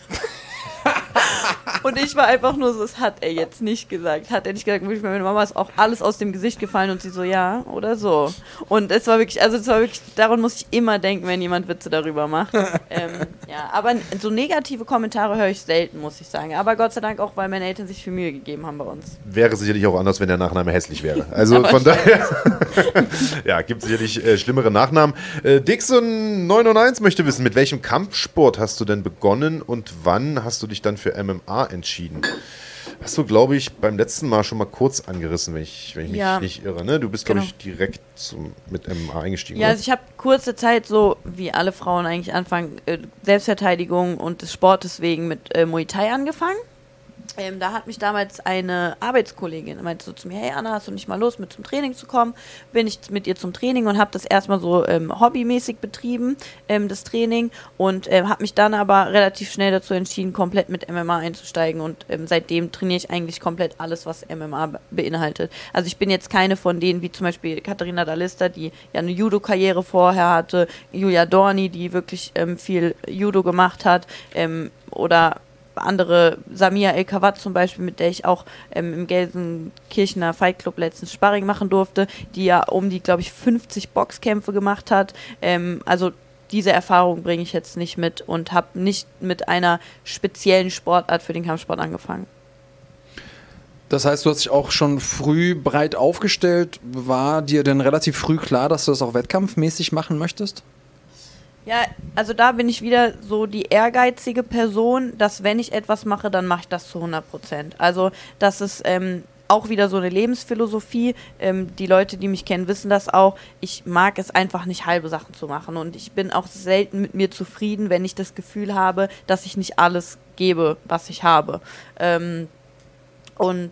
Und ich war einfach nur so, das hat er jetzt nicht gesagt. Hat er nicht gesagt, wirklich, meine Mama ist auch alles aus dem Gesicht gefallen und sie so, ja, oder so. Und es war wirklich, also es war wirklich, daran muss ich immer denken, wenn jemand Witze darüber macht. ähm, ja, aber so negative Kommentare höre ich selten, muss ich sagen. Aber Gott sei Dank auch, weil meine Eltern sich viel Mühe gegeben haben bei uns. Wäre sicherlich auch anders, wenn der Nachname hässlich wäre. Also von daher, ja, gibt es sicherlich äh, schlimmere Nachnamen. Äh, Dixon neun null eins möchte wissen, mit welchem Kampfsport hast du denn begonnen und wann hast du dich dann für M M A entschieden? Hast du, glaube ich, beim letzten Mal schon mal kurz angerissen, wenn ich, wenn ich mich ja. nicht irre. Ne? Du bist, glaube genau. ich, direkt zum, mit M M A eingestiegen. Ja, oder? Also ich habe kurze Zeit so, wie alle Frauen eigentlich anfangen, äh, Selbstverteidigung und des Sportes wegen mit äh, Muay Thai angefangen. Ähm, da hat mich damals eine Arbeitskollegin, meinte so zu mir, hey Anna, hast du nicht mal Lust, mit zum Training zu kommen? Bin ich mit ihr zum Training und habe das erstmal so ähm, hobbymäßig betrieben, ähm, das Training, und ähm, habe mich dann aber relativ schnell dazu entschieden, komplett mit M M A einzusteigen, und ähm, seitdem trainiere ich eigentlich komplett alles, was M M A be- beinhaltet. Also ich bin jetzt keine von denen, wie zum Beispiel Katharina Dalista, die ja eine Judo-Karriere vorher hatte, Julia Dorni, die wirklich ähm, viel Judo gemacht hat, ähm, oder andere, Samia El-Kawat zum Beispiel, mit der ich auch ähm, im Gelsenkirchener Fight Club letztens Sparring machen durfte, die ja um die, glaube ich, fünfzig Boxkämpfe gemacht hat. Ähm, also diese Erfahrung bringe ich jetzt nicht mit und habe nicht mit einer speziellen Sportart für den Kampfsport angefangen. Das heißt, du hast dich auch schon früh breit aufgestellt. War dir denn relativ früh klar, dass du das auch wettkampfmäßig machen möchtest? Ja, also da bin ich wieder so die ehrgeizige Person, dass wenn ich etwas mache, dann mache ich das zu hundert Prozent. Also das ist ähm, auch wieder so eine Lebensphilosophie. Ähm, die Leute, die mich kennen, wissen das auch. Ich mag es einfach nicht, halbe Sachen zu machen, und ich bin auch selten mit mir zufrieden, wenn ich das Gefühl habe, dass ich nicht alles gebe, was ich habe. Ähm, und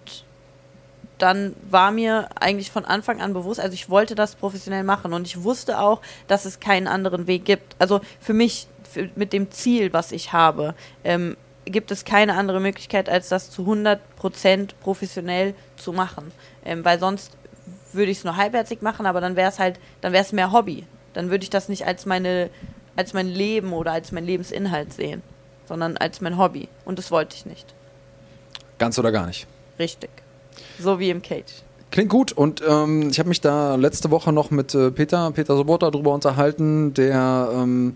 dann war mir eigentlich von Anfang an bewusst, also ich wollte das professionell machen, und ich wusste auch, dass es keinen anderen Weg gibt. Also für mich, für, mit dem Ziel, was ich habe, ähm, gibt es keine andere Möglichkeit, als das zu hundert Prozent professionell zu machen. Ähm, weil sonst würde ich es nur halbherzig machen, aber dann wäre es halt, dann wäre es mehr Hobby. Dann würde ich das nicht als meine, als mein Leben oder als mein Lebensinhalt sehen, sondern als mein Hobby. Und das wollte ich nicht. Ganz oder gar nicht? Richtig. So wie im Cage. Klingt gut, und ähm, ich habe mich da letzte Woche noch mit äh, Peter, Peter Sobota drüber unterhalten, der ähm,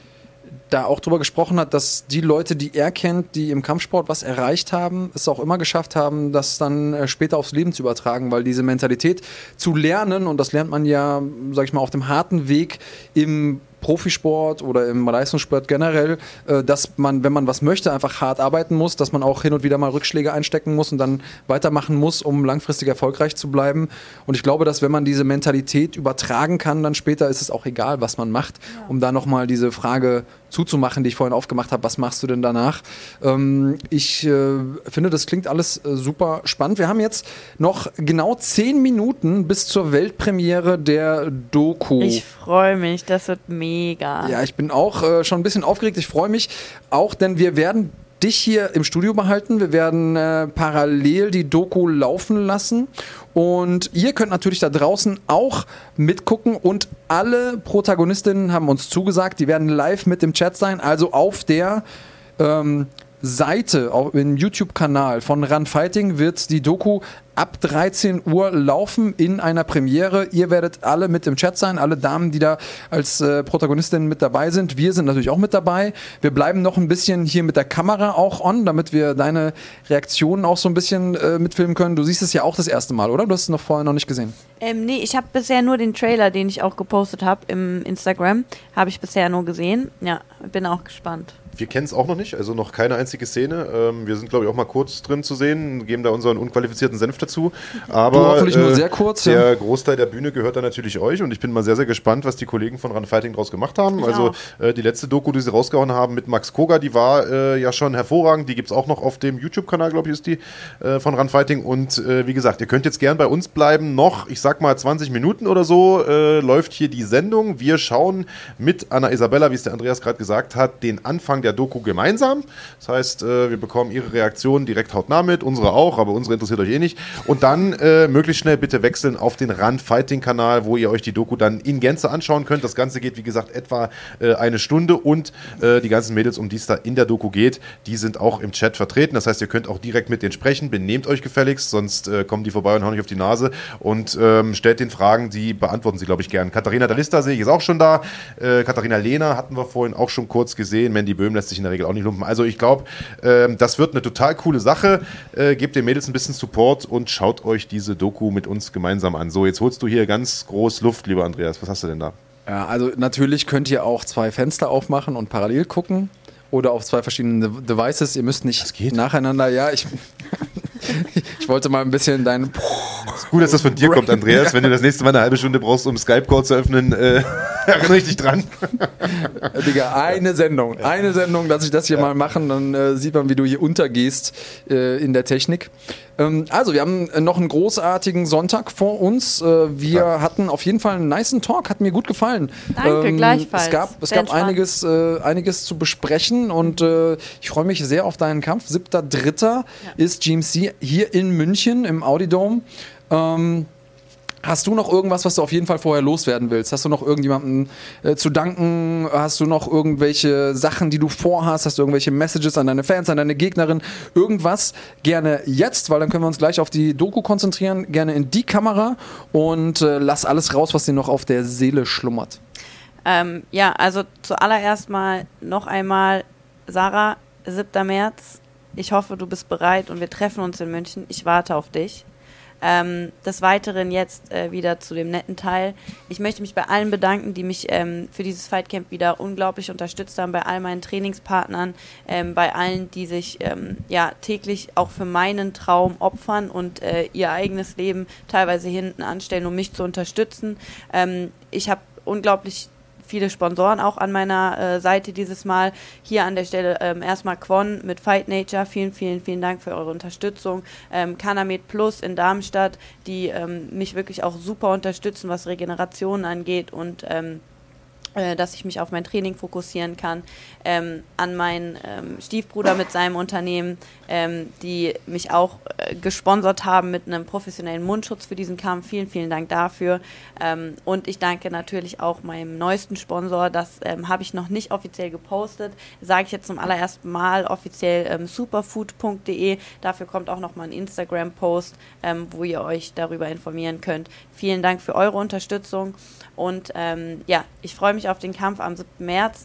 da auch drüber gesprochen hat, dass die Leute, die er kennt, die im Kampfsport was erreicht haben, es auch immer geschafft haben, das dann äh, später aufs Leben zu übertragen, weil diese Mentalität zu lernen, und das lernt man ja, sag ich mal, auf dem harten Weg im Profisport oder im Leistungssport generell, äh, dass man, wenn man was möchte, einfach hart arbeiten muss, dass man auch hin und wieder mal Rückschläge einstecken muss und dann weitermachen muss, um langfristig erfolgreich zu bleiben. Und ich glaube, dass wenn man diese Mentalität übertragen kann, dann später ist es auch egal, was man macht, ja. Um da nochmal diese Frage zuzumachen, die ich vorhin aufgemacht habe, was machst du denn danach? Ähm, ich äh, finde, das klingt alles äh, super spannend. Wir haben jetzt noch genau zehn Minuten bis zur Weltpremiere der Doku. Ich freue mich, das wird mega. Ja, ich bin auch äh, schon ein bisschen aufgeregt. Ich freue mich auch, denn wir werden dich hier im Studio behalten. Wir werden äh, parallel die Doku laufen lassen. Und ihr könnt natürlich da draußen auch mitgucken. Und alle Protagonistinnen haben uns zugesagt, die werden live mit im Chat sein. Also auf der ähm, Seite, auf dem YouTube-Kanal von Run Fighting wird die Doku ab dreizehn Uhr laufen in einer Premiere. Ihr werdet alle mit im Chat sein, alle Damen, die da als äh, Protagonistinnen mit dabei sind. Wir sind natürlich auch mit dabei. Wir bleiben noch ein bisschen hier mit der Kamera auch on, damit wir deine Reaktionen auch so ein bisschen äh, mitfilmen können. Du siehst es ja auch das erste Mal, oder? Du hast es noch vorher noch nicht gesehen. Ähm, nee, ich habe bisher nur den Trailer, den ich auch gepostet habe im Instagram, habe ich bisher nur gesehen. Ja, bin auch gespannt. Wir kennen es auch noch nicht, also noch keine einzige Szene. Ähm, wir sind, glaube ich, auch mal kurz drin zu sehen, geben da unseren unqualifizierten Senf dazu. Aber du hoffentlich äh, nur sehr kurz. Der ja. Großteil der Bühne gehört dann natürlich euch, und ich bin mal sehr, sehr gespannt, was die Kollegen von Run Fighting draus gemacht haben. Ich also äh, die letzte Doku, die sie rausgehauen haben mit Max Koga, die war äh, ja schon hervorragend. Die gibt es auch noch auf dem YouTube-Kanal, glaube ich, ist die äh, von Run Fighting. Und äh, wie gesagt, ihr könnt jetzt gern bei uns bleiben. Noch, ich sag mal, zwanzig Minuten oder so äh, läuft hier die Sendung. Wir schauen mit Anna Isabella, wie es der Andreas gerade gesagt hat, den Anfang der Doku gemeinsam. Das heißt, äh, wir bekommen ihre Reaktionen direkt hautnah mit, unsere auch, aber unsere interessiert euch eh nicht. Und dann äh, möglichst schnell bitte wechseln auf den Run Fighting Kanal, wo ihr euch die Doku dann in Gänze anschauen könnt. Das Ganze geht, wie gesagt, etwa äh, eine Stunde, und äh, die ganzen Mädels, um die es da in der Doku geht, die sind auch im Chat vertreten. Das heißt, ihr könnt auch direkt mit denen sprechen. Benehmt euch gefälligst, sonst äh, kommen die vorbei und hauen euch auf die Nase, und ähm, stellt den Fragen, die beantworten sie, glaube ich, gern. Katharina Dalista sehe ich, ist auch schon da. Äh, Katharina Lehner hatten wir vorhin auch schon kurz gesehen. Mandy Böhm lässt sich in der Regel auch nicht lumpen. Also ich glaube, äh, das wird eine total coole Sache. Äh, gebt den Mädels ein bisschen Support und schaut euch diese Doku mit uns gemeinsam an. So, jetzt holst du hier ganz groß Luft, lieber Andreas. Was hast du denn da? Ja, also natürlich könnt ihr auch zwei Fenster aufmachen und parallel gucken oder auf zwei verschiedenen De- Devices. Ihr müsst nicht nacheinander, ja, ich, ich wollte mal ein bisschen dein... Es ist gut, dass das von dir kommt, Andreas. Wenn du das nächste Mal eine halbe Stunde brauchst, um Skype-Call zu öffnen, äh, Erinnere ich dich dran? Digga, eine Sendung. Eine Sendung, dass ich das hier ja. mal machen, dann äh, sieht man, wie du hier untergehst äh, in der Technik. Ähm, also, wir haben noch einen großartigen Sonntag vor uns. Äh, wir ja. hatten auf jeden Fall einen nicen Talk, hat mir gut gefallen. Danke, ähm, gleichfalls. Es gab, es gab einiges, äh, einiges zu besprechen und äh, ich freue mich sehr auf deinen Kampf. siebter dritter Ja. ist G M C hier in München im Audi Dome. Ähm, Hast du noch irgendwas, was du auf jeden Fall vorher loswerden willst? Hast du noch irgendjemandem äh, zu danken? Hast du noch irgendwelche Sachen, die du vorhast? Hast du irgendwelche Messages an deine Fans, an deine Gegnerin? Irgendwas gerne jetzt, weil dann können wir uns gleich auf die Doku konzentrieren. Gerne in die Kamera und äh, lass alles raus, was dir noch auf der Seele schlummert. Ähm, ja, also zuallererst mal noch einmal, Sarah, siebter März. Ich hoffe, du bist bereit und wir treffen uns in München. Ich warte auf dich. Ähm, des Weiteren jetzt äh, wieder zu dem netten Teil. Ich möchte mich bei allen bedanken, die mich ähm, für dieses Fightcamp wieder unglaublich unterstützt haben, bei all meinen Trainingspartnern, ähm, bei allen, die sich ähm, ja, täglich auch für meinen Traum opfern und äh, ihr eigenes Leben teilweise hinten anstellen, um mich zu unterstützen. Ähm, ich habe unglaublich viele Sponsoren auch an meiner äh, Seite dieses Mal. Hier an der Stelle ähm, erstmal Quon mit Fight Nature. Vielen, vielen, vielen Dank für eure Unterstützung. Ähm, Canamed Plus in Darmstadt, die ähm, mich wirklich auch super unterstützen, was Regeneration angeht und ähm, äh, dass ich mich auf mein Training fokussieren kann. Ähm, an meinen ähm, Stiefbruder mit seinem Unternehmen, ähm, die mich auch äh, gesponsert haben mit einem professionellen Mundschutz für diesen Kampf. Vielen, vielen Dank dafür. Ähm, und ich danke natürlich auch meinem neuesten Sponsor. Das ähm, habe ich noch nicht offiziell gepostet. Sage ich jetzt zum allerersten Mal offiziell ähm, superfood punkt de. Dafür kommt auch nochmal ein Instagram-Post, ähm, wo ihr euch darüber informieren könnt. Vielen Dank für eure Unterstützung. Und ähm, ja, ich freue mich auf den Kampf am siebten März.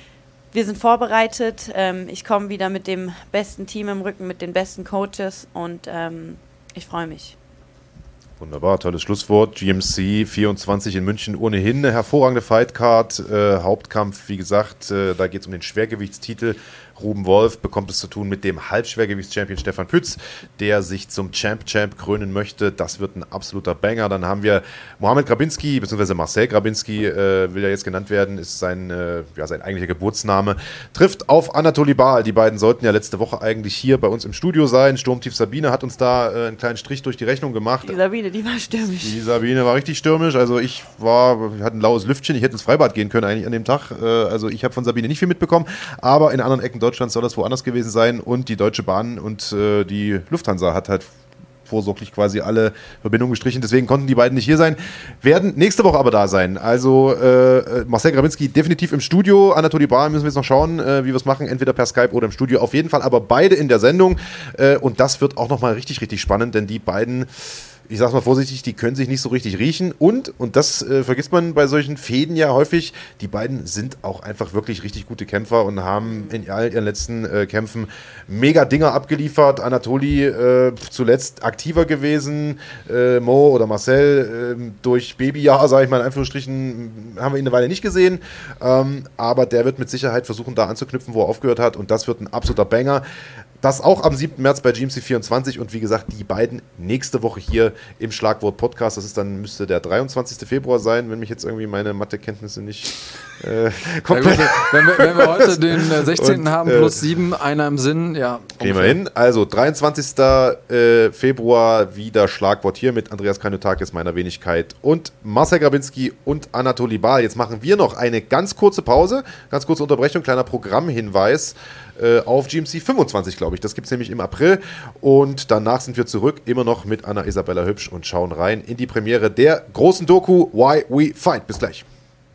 Wir sind vorbereitet. Ähm, ich komme wieder mit dem besten Team im Rücken, mit den besten Coaches und ähm, ich freue mich. Wunderbar, tolles Schlusswort. G M C vierundzwanzig in München, ohnehin eine hervorragende Fightcard. Äh, Hauptkampf, wie gesagt, äh, da geht es um den Schwergewichtstitel. Ruben Wolf bekommt es zu tun mit dem Halbschwergewichtschampion Stefan Pütz, der sich zum Champ-Champ krönen möchte. Das wird ein absoluter Banger. Dann haben wir Mohamed Grabinski, beziehungsweise Marcel Grabinski, äh, will ja jetzt genannt werden, ist sein, äh, ja, sein eigentlicher Geburtsname, trifft auf Anatoly Baal. Die beiden sollten ja letzte Woche eigentlich hier bei uns im Studio sein. Sturmtief Sabine hat uns da äh, einen kleinen Strich durch die Rechnung gemacht. Die Sabine, die war stürmisch. Die Sabine war richtig stürmisch. Also ich war, wir hatten ein laues Lüftchen. Ich hätte ins Freibad gehen können eigentlich an dem Tag. Äh, also ich habe von Sabine nicht viel mitbekommen, aber in anderen Ecken Deutschland soll das woanders gewesen sein und die Deutsche Bahn und äh, die Lufthansa hat halt vorsorglich quasi alle Verbindungen gestrichen, deswegen konnten die beiden nicht hier sein, werden nächste Woche aber da sein. Also äh, Marcel Grabinski definitiv im Studio, Anatoly Baal müssen wir jetzt noch schauen, äh, wie wir es machen, entweder per Skype oder im Studio, auf jeden Fall aber beide in der Sendung äh, und das wird auch nochmal richtig, richtig spannend, denn die beiden, ich sag's mal vorsichtig, die können sich nicht so richtig riechen und, und das äh, vergisst man bei solchen Fäden ja häufig, die beiden sind auch einfach wirklich richtig gute Kämpfer und haben in all ihren letzten äh, Kämpfen mega Dinger abgeliefert. Anatoly äh, zuletzt aktiver gewesen, äh, Mo oder Marcel äh, durch Babyjahr, sage ich mal in Anführungsstrichen, haben wir ihn eine Weile nicht gesehen, ähm, aber der wird mit Sicherheit versuchen, da anzuknüpfen, wo er aufgehört hat und das wird ein absoluter Banger. Das auch am siebten März bei G M C vierundzwanzig und wie gesagt, die beiden nächste Woche hier im Schlagwort-Podcast. Das ist dann, müsste der dreiundzwanzigste Februar sein, wenn mich jetzt irgendwie meine Mathekenntnisse nicht äh, komplett... Ja, wenn, wir, wenn wir heute den äh, sechzehnten und, haben, plus sieben, äh, einer im Sinn, ja. Gehen wir hin. Also dreiundzwanzigster Februar wieder Schlagwort hier mit Andreas Kanyotakis, meiner Wenigkeit und Marcel Grabinski und Anatoly Baal. Jetzt machen wir noch eine ganz kurze Pause, ganz kurze Unterbrechung, kleiner Programmhinweis auf G M C fünfundzwanzig, glaube ich. Das gibt es nämlich im April. Und danach sind wir zurück, immer noch mit Anna-Isabella Hübsch und schauen rein in die Premiere der großen Doku Why We Fight. Bis gleich.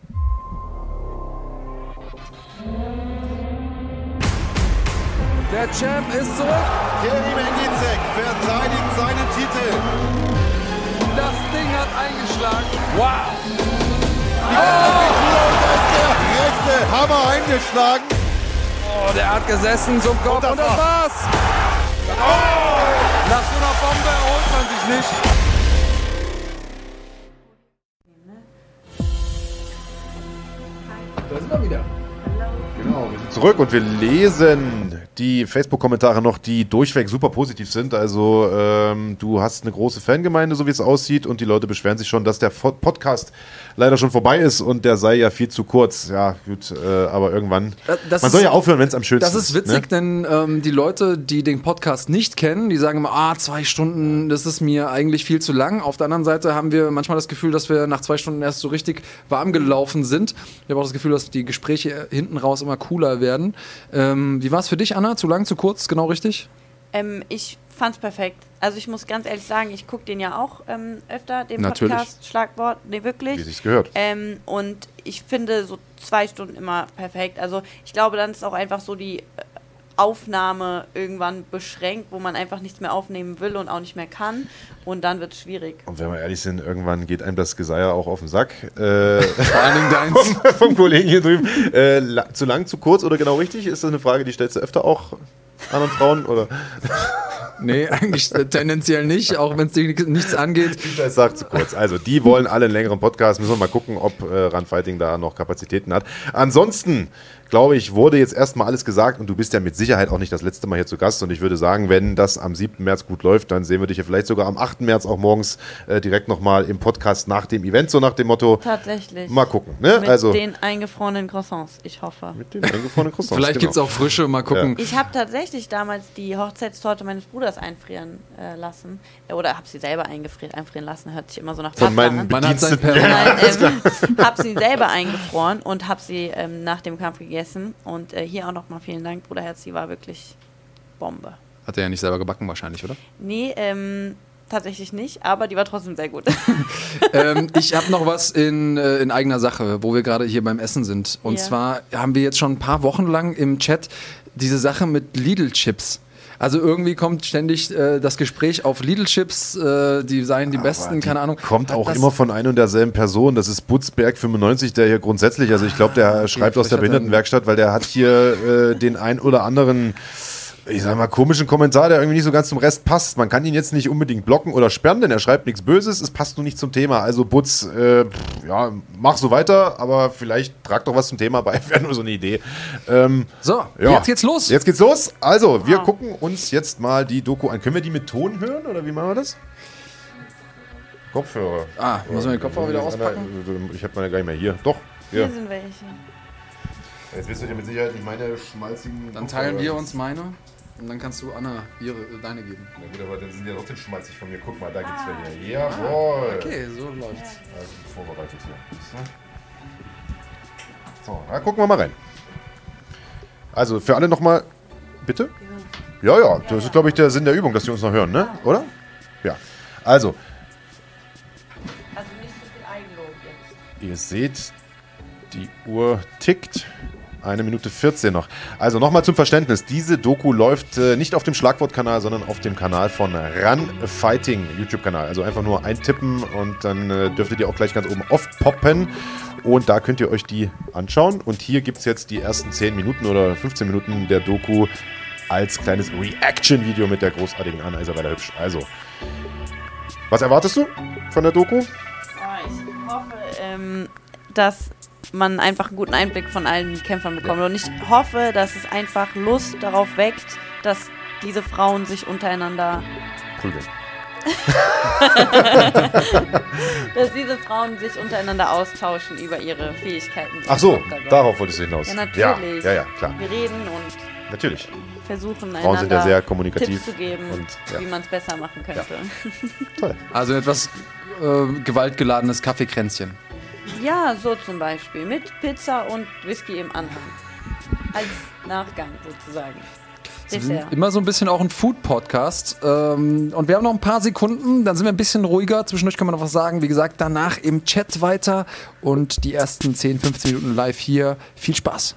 Der Champ ist zurück. Kerim Engizek verteidigt seinen Titel. Das Ding hat eingeschlagen. Wow. Oh. Und da ist der rechte Hammer eingeschlagen. Oh, der hat gesessen zum Kopf und das, und das war's. Oh. Nach so einer Bombe erholt man sich nicht. Da sind wir wieder. Genau, wir sind zurück und wir lesen die Facebook-Kommentare noch, die durchweg super positiv sind. Also ähm, du hast eine große Fangemeinde, so wie es aussieht, und die Leute beschweren sich schon, dass der Podcast leider schon vorbei ist und der sei ja viel zu kurz. Ja, gut, äh, aber irgendwann. Das man ist, soll ja aufhören, wenn es am schönsten ist. Das ist witzig, ne? Denn ähm, die Leute, die den Podcast nicht kennen, die sagen immer, ah, zwei Stunden, das ist mir eigentlich viel zu lang. Auf der anderen Seite haben wir manchmal das Gefühl, dass wir nach zwei Stunden erst so richtig warm gelaufen sind. Ich habe auch das Gefühl, dass die Gespräche hinten raus immer cooler werden. Ähm, wie war es für dich, Anna? Zu lang, zu kurz? Genau richtig? Ähm, ich fand's perfekt. Also ich muss ganz ehrlich sagen, ich gucke den ja auch ähm, öfter, den Natürlich. Podcast Schlagwort, nee, wirklich. Wie sich's gehört. Ähm, und ich finde so zwei Stunden immer perfekt. Also ich glaube, dann ist auch einfach so die äh, Aufnahme irgendwann beschränkt, wo man einfach nichts mehr aufnehmen will und auch nicht mehr kann. Und dann wird es schwierig. Und wenn wir ehrlich sind, irgendwann geht einem das Geseier auch auf den Sack. Äh, Vor allen Dingen deins. vom, vom Kollegen hier drüben. Äh, la- zu lang, zu kurz oder genau richtig? Ist das eine Frage, die stellst du öfter auch anderen Frauen? Oder? Nee, eigentlich tendenziell nicht, auch wenn es dir nichts angeht. Ich sag zu kurz. Also, die wollen alle einen längeren Podcast. Müssen wir mal gucken, ob äh, Runfighting da noch Kapazitäten hat. Ansonsten, glaube ich, wurde jetzt erstmal alles gesagt und du bist ja mit Sicherheit auch nicht das letzte Mal hier zu Gast. Und ich würde sagen, wenn das am siebten März gut läuft, dann sehen wir dich ja vielleicht sogar am achten März auch morgens äh, direkt nochmal im Podcast nach dem Event, so nach dem Motto. Tatsächlich. Mal gucken. Ne? Mit also, den eingefrorenen Croissants, ich hoffe. mit den eingefrorenen Croissants. Vielleicht genau. gibt es auch frische, mal gucken. Ich habe tatsächlich damals die Hochzeitstorte meines Bruders einfrieren äh, lassen. Oder habe sie selber eingefrieren, einfrieren lassen. Hört sich immer so nach Von Papa meinen an. Man hat sein Bediensteten. Personal. Nein, ähm, habe sie selber eingefroren und habe sie ähm, nach dem Kampf gegessen. Und äh, hier auch nochmal vielen Dank, Bruderherz, die war wirklich Bombe. Hat er ja nicht selber gebacken wahrscheinlich, oder? Nee, ähm, tatsächlich nicht, aber die war trotzdem sehr gut. ähm, ich habe noch was in, äh, in eigener Sache, wo wir gerade hier beim Essen sind. Und Ja. zwar haben wir jetzt schon ein paar Wochen lang im Chat diese Sache mit Lidl-Chips. Also irgendwie kommt ständig äh, das Gespräch auf Lidl-Chips, äh, die seien die Aber besten, die keine Ahnung. Kommt auch Das- immer von ein und derselben Person. Das ist Butzberg fünfundneunzig, der hier grundsätzlich, also ich glaube, der okay, schreibt aus vielleicht der hat er- Behindertenwerkstatt, weil der hat hier äh, den ein oder anderen, ich sag mal, komischen Kommentar, der irgendwie nicht so ganz zum Rest passt. Man kann ihn jetzt nicht unbedingt blocken oder sperren, denn er schreibt nichts Böses. Es passt nur nicht zum Thema. Also Butz, äh, pff, ja, mach so weiter, aber vielleicht trag doch was zum Thema bei. Wäre nur so eine Idee. Ähm, So, ja. jetzt geht's los. Jetzt geht's los. Also, wir gucken uns jetzt mal die Doku an. Können wir die mit Ton hören oder wie machen wir das? Kopfhörer. Ah, müssen wir den Kopfhörer wieder auspacken? Ich habe meine gar nicht mehr hier. Doch, hier. Hier sind welche. Jetzt wirst du dir mit Sicherheit nicht meine schmalzigen. Dann teilen wir uns meine und dann kannst du Anna ihre, deine geben. Na gut, aber dann sind die ja trotzdem schmalzig von mir. Guck mal, da gibt's welche. Jawohl. Okay, so läuft's. Also vorbereitet hier. So, da gucken wir mal rein. Also für alle nochmal. Bitte? Ja, ja, das ist, glaube ich, der Sinn der Übung, dass die uns noch hören, ne? Oder? Ja. Also, Also nicht so viel Eigenlob jetzt. ihr seht, die Uhr tickt. Eine Minute vierzehn noch. Also nochmal zum Verständnis. Diese Doku läuft äh, nicht auf dem Schlagwortkanal, sondern auf dem Kanal von Runfighting, YouTube-Kanal. Also einfach nur eintippen und dann äh, dürftet ihr auch gleich ganz oben aufpoppen. Und da könnt ihr euch die anschauen. Und hier gibt es jetzt die ersten zehn Minuten oder fünfzehn Minuten der Doku als kleines Reaction-Video mit der großartigen Anna Isabella Hübsch. Also, was erwartest du von der Doku? Oh, ich hoffe, ähm, dass man einfach einen guten Einblick von allen Kämpfern bekommt. Und ich hoffe, dass es einfach Lust darauf weckt, dass diese Frauen sich untereinander, Prügeln. dass diese Frauen sich untereinander austauschen über ihre Fähigkeiten. Ach so, im Oktagon. darauf wolltest du hinaus. Ja, natürlich. Ja, ja, ja, klar. Wir reden und Natürlich. versuchen Frauen sind ja einander sehr kommunikativ Tipps zu geben, und, ja. wie man es besser machen könnte. Toll. Also etwas äh, gewaltgeladenes Kaffeekränzchen. Ja, so zum Beispiel. Mit Pizza und Whisky im Anhang. Als Nachgang sozusagen. Wir Dessert. sind immer so ein bisschen auch ein Food-Podcast. Ähm, und wir haben noch ein paar Sekunden, dann sind wir ein bisschen ruhiger. Zwischendurch können wir noch was sagen. Wie gesagt, danach im Chat weiter und die ersten zehn, fünfzehn Minuten live hier. Viel Spaß.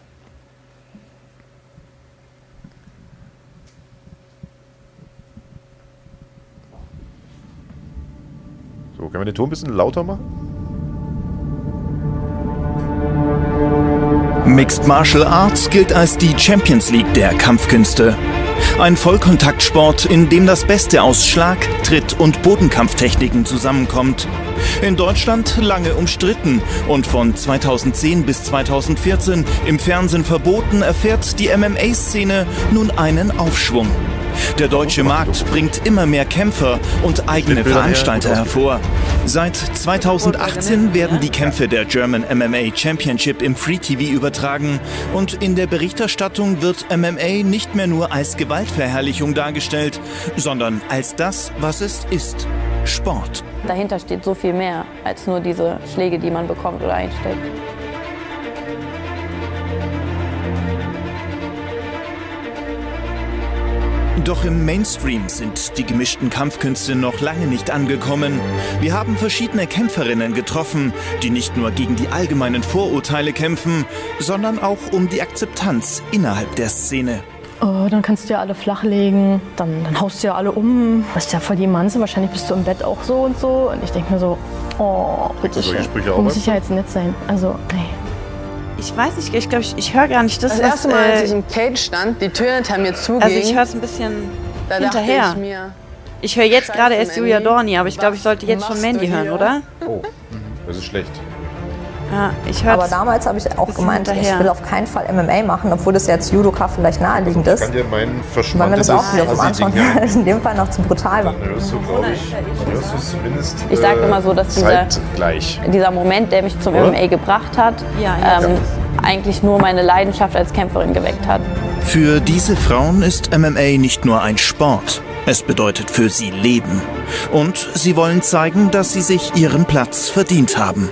So, können wir den Ton ein bisschen lauter machen? Mixed Martial Arts gilt als die Champions League der Kampfkünste. Ein Vollkontaktsport, in dem das Beste aus Schlag-, Tritt- und Bodenkampftechniken zusammenkommt. In Deutschland lange umstritten und von zweitausendzehn bis zweitausendvierzehn im Fernsehen verboten, erfährt die M M A-Szene nun einen Aufschwung. Der deutsche Markt bringt immer mehr Kämpfer und eigene Veranstalter hervor. Seit zweitausendachtzehn werden die Kämpfe der German M M A Championship im Free T V übertragen und in der Berichterstattung wird M M A nicht mehr nur als Gewaltverherrlichung dargestellt, sondern als das, was es ist: Sport. Dahinter steht so viel mehr als nur diese Schläge, die man bekommt oder einsteckt. Doch im Mainstream sind die gemischten Kampfkünste noch lange nicht angekommen. Wir haben verschiedene Kämpferinnen getroffen, die nicht nur gegen die allgemeinen Vorurteile kämpfen, sondern auch um die Akzeptanz innerhalb der Szene. Oh, dann kannst du ja alle flachlegen, dann, dann haust du ja alle um. Du bist ja voll die Manze, wahrscheinlich bist du im Bett auch so und so. Und ich denke mir so, oh, bitte schön, muss ich ja jetzt nett sein. Also, nee. Ich weiß nicht, ich glaube, ich, ich höre gar nicht das, Das was... erste Mal, als äh, ich im Cage stand, die Tür hinter mir zuging. Also ich höre es ein bisschen da hinterher. dachte ich mir, Ich höre jetzt Scheiße, gerade erst Mandy, Julia Dorni, aber ich glaube, ich sollte jetzt schon machst Mandy du hören, hier? oder? Oh, das ist schlecht. Ja, ich höre Aber damals habe ich auch bisschen gemeint, hinterher. ich will auf keinen Fall M M A machen, obwohl das jetzt Judoka vielleicht naheliegend ist. Ich kann dir mein Weil mir verschwommenes das auch wieder vom Anschauen Assi-Ding her in dem Fall noch zu brutal war. Dann hörst du, glaube ich, dann hörst du es zumindest Ich sage immer so, dass dieser, zeitgleich. dieser Moment, der mich zum Oder? M M A gebracht hat, Ja, ja. ähm, eigentlich nur meine Leidenschaft als Kämpferin geweckt hat. Für diese Frauen ist M M A nicht nur ein Sport. Es bedeutet für sie Leben. Und sie wollen zeigen, dass sie sich ihren Platz verdient haben.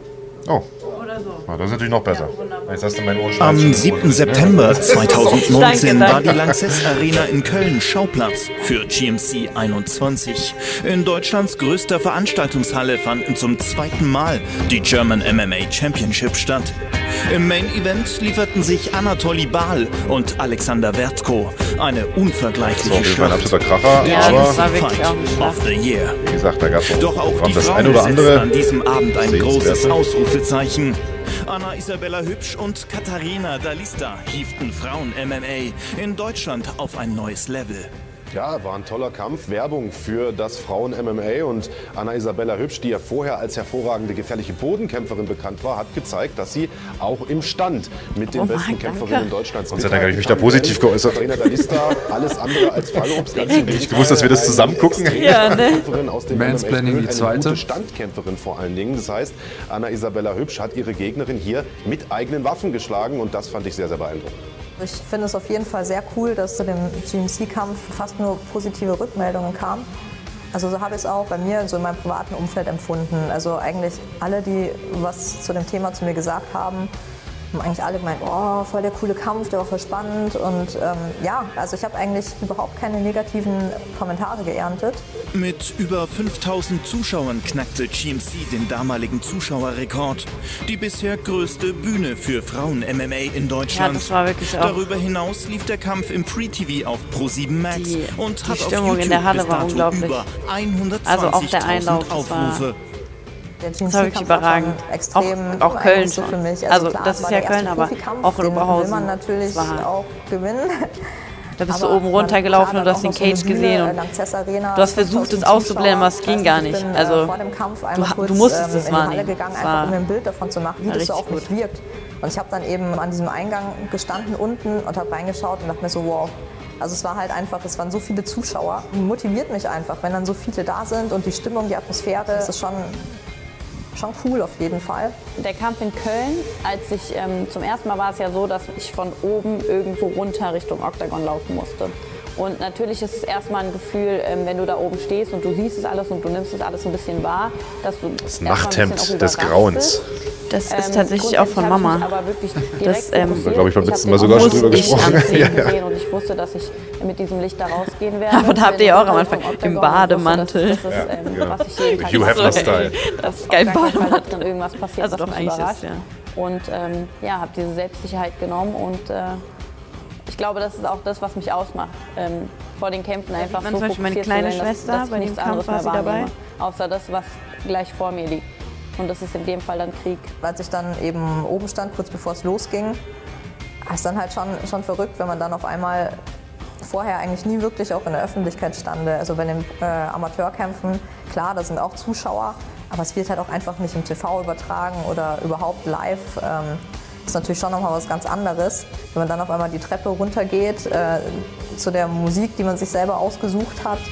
Oh. Ah, das ist natürlich noch besser. Jetzt hast du meinen Ohren Am schwarz. siebten September zweitausendneunzehn Danke, war die danke. Lanxess Arena in Köln Schauplatz für G M C einundzwanzig. In Deutschlands größter Veranstaltungshalle fanden zum zweiten Mal die German M M A Championship statt. Im Main Event lieferten sich Anatoly Baal und Alexander Wertko eine unvergleichliche Das war ein Schlacht. absoluter Kracher, Der aber G M C wirklich auch Fight of the Year. wie gesagt, da gab es Doch auch die das Frauen ein oder setzten andere. an diesem Abend ein großes Sehenswerte. Ausrufezeichen. Anna Isabella Hübsch und Katharina Dalista hieften Frauen-M M A in Deutschland auf ein neues Level. Ja, war ein toller Kampf. Werbung für das Frauen-M M A. Und Anna Isabella Hübsch, die ja vorher als hervorragende, gefährliche Bodenkämpferin bekannt war, hat gezeigt, dass sie auch im Stand mit den Oh besten Mann, Kämpferinnen danke. Deutschlands Gott sei Dank habe ich mich da mithalten kann. positiv geäußert. Katharina Dalista, alles andere als Fallobst. Ganz im Ich gewusst, dass wir das zusammen gucken. Ja, ne? Kämpferin aus dem Mansplaining, M M A, die eine zweite. gute Standkämpferin vor allen Dingen. Das heißt, Anna Isabella Hübsch hat ihre Gegnerin hier mit eigenen Waffen geschlagen. Und das fand ich sehr, sehr beeindruckend. Ich finde es auf jeden Fall sehr cool, dass zu dem G M C-Kampf fast nur positive Rückmeldungen kamen. Also so habe ich es auch bei mir so in meinem privaten Umfeld empfunden. Also eigentlich alle, die was zu dem Thema zu mir gesagt haben, haben eigentlich alle gemeint, oh, voll der coole Kampf, der war voll spannend. Und ähm, ja, also ich habe eigentlich überhaupt keine negativen Kommentare geerntet. Mit über fünftausend Zuschauern knackte G M C den damaligen Zuschauerrekord. Die bisher größte Bühne für Frauen-M M A in Deutschland. Ja, das war wirklich auch- Darüber hinaus lief der Kampf im Free T V auf Pro sieben Max Die- und die hat auf Stimmung YouTube in der Halle bis war dato unglaublich. über Also auch der Einlauf, hundertzwanzigtausend das war- Aufrufe. Der G M Das war wirklich C-Kampf war schon überragend. extrem Auch- auch Köln so schon. für mich. Also klar, das es ist war ja der erste Köln, aber Profikampf, auch in den Oberhausen. will man natürlich Das war- auch gewinnen. Da bist du Aber oben man- runtergelaufen klar, und du hast dann den auch noch Cage so eine gesehen Bühne, und Lanxess Arena, du hast versucht, es fünftausend auszublenden, aber es Zuschauer. ging gar Ich nicht. bin, Also, äh, vor dem Kampf einmal du- kurz, du musstest ähm, es in die Halle wahrnehmen. gegangen, Es war- einfach um mir ein Bild davon zu machen, wie war das so richtig auf mich wirkt. Und ich habe dann eben an diesem Eingang gestanden unten und habe reingeschaut und dachte mir so, wow. Also es war halt einfach, es waren so viele Zuschauer. Motiviert mich einfach, wenn dann so viele da sind und die Stimmung, die Atmosphäre, das ist schon, schon cool auf jeden Fall. Der Kampf in Köln, als ich ähm, zum ersten Mal war es ja so, dass ich von oben irgendwo runter Richtung Oktagon laufen musste. Und natürlich ist es erstmal ein Gefühl, ähm, wenn du da oben stehst und du siehst es alles und du nimmst es alles so ein bisschen wahr, dass du Das erstmal ein Nachthemd bisschen auch des überrascht Grauens. bist. das ist Ähm, tatsächlich auch von grundsätzlich habe ich Mama. mich aber wirklich Das, direkt ähm, fokussiert. Da glaub ich beim Ich letzten hab Mal den sogar auch schon drüber nicht gesprochen. anziehen Ja, ja. gesehen und ich wusste, dass ich mit diesem Licht da rausgehen werde. Aber da habt Bin ihr auch am runter Anfang vom im Oktagon und Bademantel. wusste, Das, das ist, ähm, genau. was ich jeden Tag Hugh Hefner mache. Style. Das ist Geil, auf gar keinen Fall, Bademantel. dass dann irgendwas passiert, Also was doch mich eigentlich überrascht. das, ja. Und ähm, ja, habe diese Selbstsicherheit genommen und äh, ich glaube, das ist auch das, was mich ausmacht. Ähm, vor den Kämpfen einfach man so zum Beispiel meine fokussiert kleine zu sein, dass, Schwester dass ich bei dem nichts Kampf anderes war mehr sie dabei. wahrnehme, außer das, was gleich vor mir liegt. Und das ist in dem Fall dann Krieg. Als ich dann eben oben stand, kurz bevor es losging, ist dann halt schon, schon verrückt, wenn man dann auf einmal vorher eigentlich nie wirklich auch in der Öffentlichkeit stand. Also bei den äh, Amateurkämpfen, klar, da sind auch Zuschauer, aber es wird halt auch einfach nicht im T V übertragen oder überhaupt live. Ähm, das ist natürlich schon nochmal was ganz anderes, wenn man dann auf einmal die Treppe runtergeht äh, zu der Musik, die man sich selber ausgesucht hat.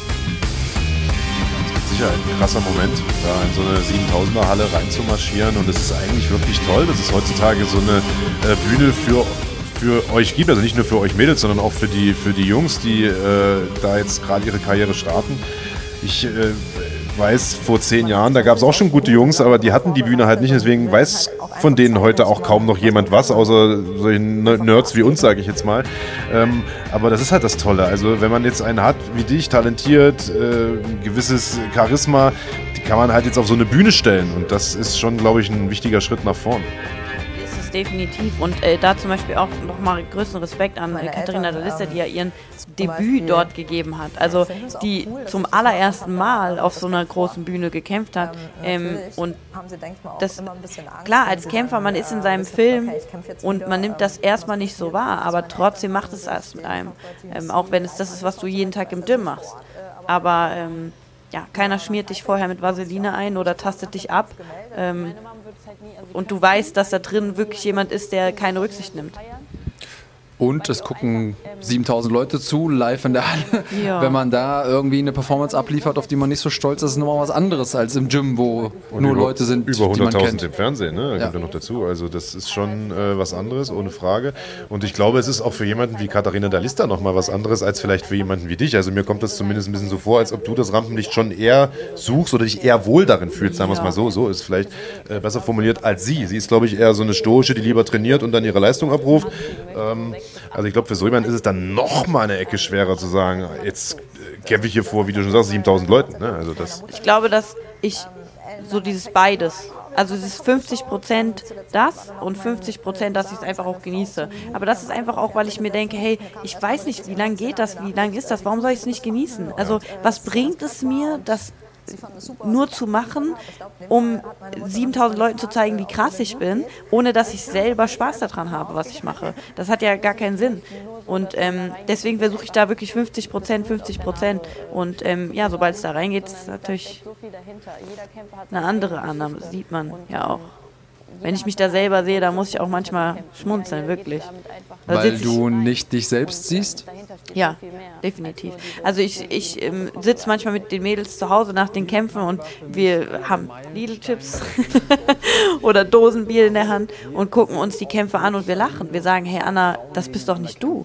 Sicher ein krasser Moment, da in so eine siebentausender Halle reinzumarschieren, und es ist eigentlich wirklich toll, dass es heutzutage so eine äh, Bühne für, für euch gibt, also nicht nur für euch Mädels, sondern auch für die, für die Jungs, die äh, da jetzt gerade ihre Karriere starten. Ich äh, weiß, vor zehn Jahren, da gab es auch schon gute Jungs, aber die hatten die Bühne halt nicht, deswegen weiß von denen heute auch kaum noch jemand was, außer solchen Nerds wie uns, sage ich jetzt mal. Ähm, aber das ist halt das Tolle, also wenn man jetzt einen hat wie dich, talentiert, äh, ein gewisses Charisma, die kann man halt jetzt auf so eine Bühne stellen, und das ist schon, glaube ich, ein wichtiger Schritt nach vorn. Definitiv. Und äh, da zum Beispiel auch nochmal größten Respekt an äh, Katharina Dalista, die ja ihren Debüt dort gegeben hat. Also die zum allerersten Mal auf so einer großen Bühne gekämpft hat. Ähm, und das, klar, als Kämpfer, man ist in seinem Film und man nimmt das erstmal nicht so wahr, aber trotzdem macht es das mit einem. Ähm, auch wenn es das ist, was du jeden Tag im Gym machst. Aber ähm, ja, keiner schmiert dich vorher mit Vaseline ein oder tastet dich ab. Ähm, und du weißt, dass da drin wirklich jemand ist, der keine Rücksicht nimmt. Und es gucken siebentausend Leute zu, live in der Halle. Ja. Wenn man da irgendwie eine Performance abliefert, auf die man nicht so stolz ist, ist nochmal was anderes als im Gym, wo und nur über, Leute sind, über die man hunderttausend kennt. im Fernsehen, ne? Da ja. kommt ja noch dazu. Also das ist schon äh, was anderes, ohne Frage. Und ich glaube, es ist auch für jemanden wie Katharina Dalista nochmal was anderes, als vielleicht für jemanden wie dich. Also mir kommt das zumindest ein bisschen so vor, als ob du das Rampenlicht schon eher suchst oder dich eher wohl darin fühlst, sagen wir es mal so. So ist vielleicht äh, besser formuliert als sie. Sie ist, glaube ich, eher so eine Stoische, die lieber trainiert und dann ihre Leistung abruft. Ähm, also ich glaube, für so jemanden ist es dann noch mal eine Ecke schwerer zu sagen, jetzt kämpfe ich hier vor, wie du schon sagst, siebentausend Leuten. Ne? Also das ich glaube, dass ich so dieses beides, also dieses fünfzig Prozent das und fünfzig Prozent, dass ich es einfach auch genieße. Aber das ist einfach auch, weil ich mir denke, hey, ich weiß nicht, wie lange geht das, wie lange ist das, warum soll ich es nicht genießen? Also was bringt es mir, das nur zu machen, um siebentausend Leuten zu zeigen, wie krass ich bin, ohne dass ich selber Spaß daran habe, was ich mache. Das hat ja gar keinen Sinn. Und ähm, deswegen versuche ich da wirklich fünfzig Prozent, fünfzig Prozent. Und ähm, ja, sobald es da reingeht, ist es natürlich eine andere Annahme. Das sieht man ja auch. Wenn ich mich da selber sehe, da muss ich auch manchmal schmunzeln, wirklich. Da Weil du nicht dich selbst siehst? Ja, definitiv. Also ich, ich ähm, sitze manchmal mit den Mädels zu Hause nach den Kämpfen und wir haben Lidl-Chips oder Dosenbier in der Hand und gucken uns die Kämpfe an und wir lachen. Wir sagen, hey Anna, das bist doch nicht du.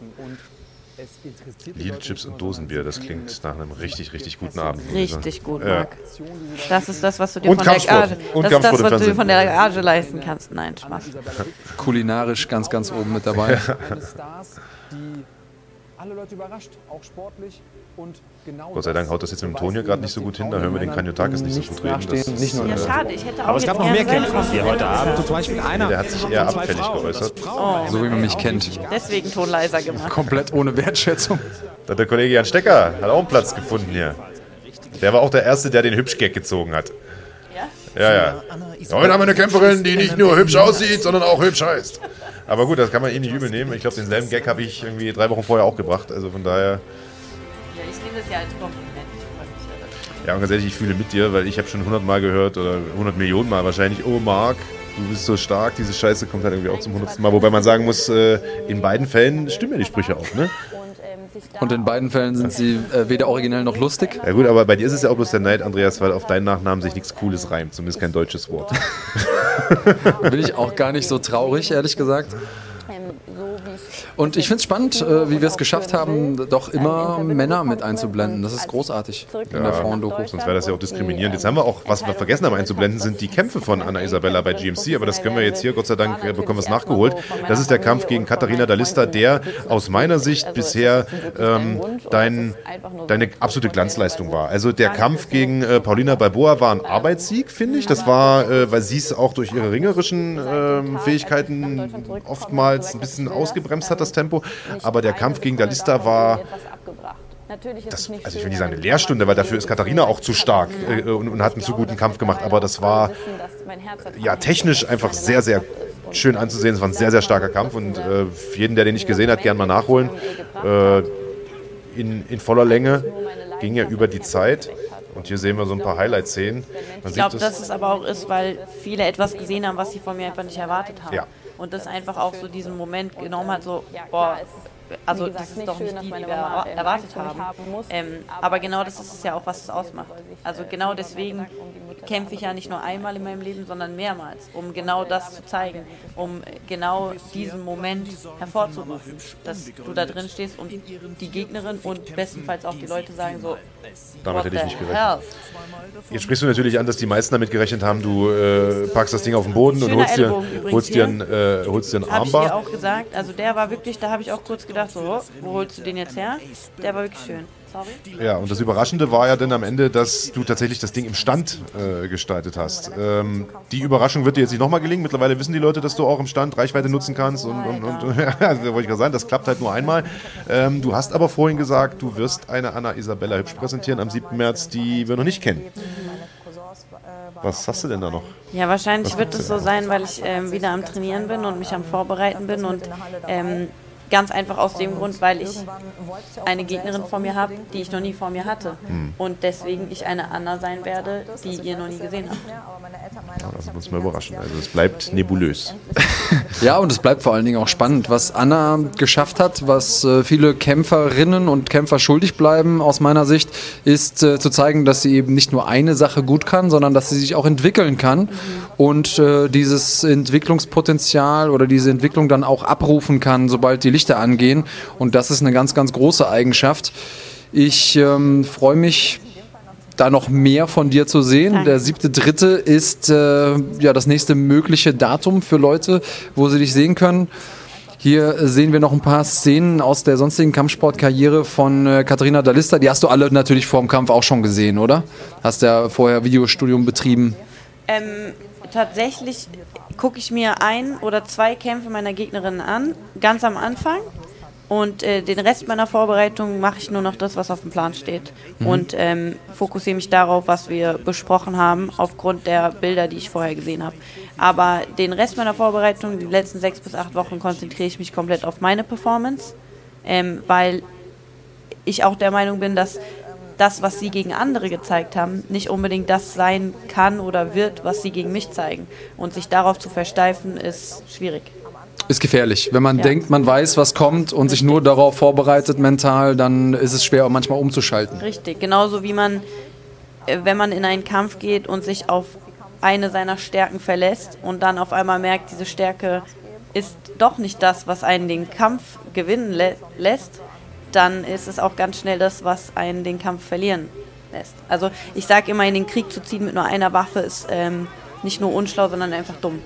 Lidl-Chips und Dosenbier, das klingt nach einem richtig, richtig guten Abend. Richtig gut, ja. Marc. Das ist das, was du dir und von der Gage, und das ist das, was du dir von der Gage leisten kannst. Nein, Spaß. Kulinarisch ganz, ganz oben mit dabei. Ja. Alle Leute überrascht, auch sportlich. Und genau Gott sei Dank haut das jetzt mit dem Ton hier gerade nicht so gut hin, da hören wir den Kanyotakis nicht so gut reden. Das nicht nur ja, schade, ich hätte auch aber es gab noch mehr Kämpfe hier heute Abend. Zum Beispiel einer, der hat sich eher abfällig geäußert. Oh. So wie man mich kennt. Deswegen Ton leiser gemacht. Komplett ohne Wertschätzung. Da hat der Kollege Jan Stecker, hat auch einen Platz gefunden hier. Der war auch der Erste, der den Hübsch-Gag gezogen hat. Ja? Ja, ja. Heute haben wir eine Kämpferin, die nicht nur hübsch aussieht, sondern auch hübsch heißt. Aber gut, das kann man eh nicht übel nehmen. Ich glaube, denselben Gag habe ich irgendwie drei Wochen vorher auch gebracht. Also von daher... Ja, ich nehme das ja als Kompliment. Ja, und ganz ehrlich, ich fühle mit dir, weil ich habe schon hundert Mal gehört oder hundert Millionen Mal wahrscheinlich, oh Marc, du bist so stark, diese Scheiße kommt halt irgendwie auch zum hundertsten Mal. Wobei man sagen muss, äh, in beiden Fällen stimmen ja die Sprüche auch, ne? Und in beiden Fällen sind sie äh, weder originell noch lustig. Ja gut, aber bei dir ist es ja auch bloß der Neid, Andreas, weil auf deinen Nachnamen sich nichts Cooles reimt, zumindest kein deutsches Wort. Bin ich auch gar nicht so traurig, ehrlich gesagt. Und ich finde es spannend, äh, wie wir es geschafft haben, doch immer Männer mit einzublenden. Das ist großartig in der Frauendoku. Sonst wäre das ja auch diskriminierend. Jetzt haben wir auch, was wir vergessen haben einzublenden, sind die Kämpfe von Anna Isabella bei G M C. Aber das können wir jetzt hier, Gott sei Dank, äh, bekommen wir es nachgeholt. Das ist der Kampf gegen Katharina Dalista, der aus meiner Sicht bisher ähm, dein, deine absolute Glanzleistung war. Also der Kampf gegen äh, Paulina Balboa war ein Arbeitssieg, finde ich. Das war, äh, weil sie es auch durch ihre ringerischen äh, Fähigkeiten oftmals ein bisschen ausgebremst hat, das Tempo. Aber der Kampf gegen Dalista war das, also ich will nicht sagen eine Lehrstunde, weil dafür ist Katharina auch zu stark äh, und, und hat einen zu guten Kampf gemacht, aber das war ja technisch einfach sehr, sehr schön anzusehen. Es war ein sehr, sehr starker Kampf und äh, für jeden, der den nicht gesehen hat, gerne mal nachholen. Äh, in, in voller Länge, ging ja über die Zeit. Und hier sehen wir so ein paar Highlight-Szenen. Ich glaube, dass es aber auch ist, weil viele etwas gesehen haben, was sie von mir einfach nicht erwartet haben. Ja. Und das einfach auch so diesen Moment genommen hat, so, boah, also das ist doch nicht die, die wir erwartet haben. Ähm, aber genau das ist es ja auch, was es ausmacht. Also genau deswegen kämpfe ich ja nicht nur einmal in meinem Leben, sondern mehrmals, um genau das zu zeigen, um genau diesen Moment hervorzurufen, dass du da drin stehst und die Gegnerin und bestenfalls auch die Leute sagen so, damit hätte ich nicht gerechnet. Jetzt sprichst du natürlich an, dass die meisten damit gerechnet haben, du äh, packst das Ding auf den Boden und holst dir, holst, dir ein, äh, holst dir ein Armbar. Habe ich dir auch gesagt, also der war wirklich, da habe ich auch kurz gedacht, so, wo holst du den jetzt her? Der war wirklich schön. Sorry. Ja, und das Überraschende war ja dann am Ende, dass du tatsächlich das Ding im Stand äh, gestaltet hast. Ähm, die Überraschung wird dir jetzt nicht nochmal gelingen. Mittlerweile wissen die Leute, dass du auch im Stand Reichweite nutzen kannst. Und, und, und ja, da wollte ich gerade sagen, das klappt halt nur einmal. Ähm, du hast aber vorhin gesagt, du wirst eine Anna-Isabella Hübsch präsentieren am siebten März, die wir noch nicht kennen. Was hast du denn da noch? Ja, wahrscheinlich Was wird es so sein, weil ich ähm, wieder am Trainieren bin und mich am Vorbereiten bin und ähm, ganz einfach aus dem Grund, weil ich eine Gegnerin vor mir habe, die ich noch nie vor mir hatte. Hm. Und deswegen ich eine Anna sein werde, die ihr noch nie gesehen habt. Ja, das wird uns mal überraschen. Also es bleibt nebulös. Ja, und es bleibt vor allen Dingen auch spannend, was Anna geschafft hat, was äh, viele Kämpferinnen und Kämpfer schuldig bleiben, aus meiner Sicht, ist äh, zu zeigen, dass sie eben nicht nur eine Sache gut kann, sondern dass sie sich auch entwickeln kann mhm. und äh, dieses Entwicklungspotenzial oder diese Entwicklung dann auch abrufen kann, sobald die Lichter angehen. Und das ist eine ganz, ganz große Eigenschaft. Ich ähm, freue mich, da noch mehr von dir zu sehen. Danke. Der siebte Dritte ist äh, ja das nächste mögliche Datum für Leute, wo sie dich sehen können. Hier sehen wir noch ein paar Szenen aus der sonstigen Kampfsportkarriere von äh, Katharina Dalista. Die hast du alle natürlich vor dem Kampf auch schon gesehen, oder? Hast ja vorher Videostudium betrieben. Ähm, tatsächlich gucke ich mir ein oder zwei Kämpfe meiner Gegnerinnen an, ganz am Anfang. Und äh, den Rest meiner Vorbereitung mache ich nur noch das, was auf dem Plan steht. Mhm. Und ähm, fokussiere mich darauf, was wir besprochen haben, aufgrund der Bilder, die ich vorher gesehen habe. Aber den Rest meiner Vorbereitung, die letzten sechs bis acht Wochen, konzentriere ich mich komplett auf meine Performance, ähm, weil ich auch der Meinung bin, dass das, was sie gegen andere gezeigt haben, nicht unbedingt das sein kann oder wird, was sie gegen mich zeigen. Und sich darauf zu versteifen, ist schwierig. Ist gefährlich. Wenn man ja. denkt, man weiß, was kommt und Richtig. sich nur darauf vorbereitet mental, dann ist es schwer, auch manchmal umzuschalten. Richtig. Genauso wie man, wenn man in einen Kampf geht und sich auf eine seiner Stärken verlässt und dann auf einmal merkt, diese Stärke ist doch nicht das, was einen den Kampf gewinnen lä- lässt, dann ist es auch ganz schnell das, was einen den Kampf verlieren lässt. Also ich sage immer, in den Krieg zu ziehen mit nur einer Waffe ist ähm, nicht nur unschlau, sondern einfach dumm.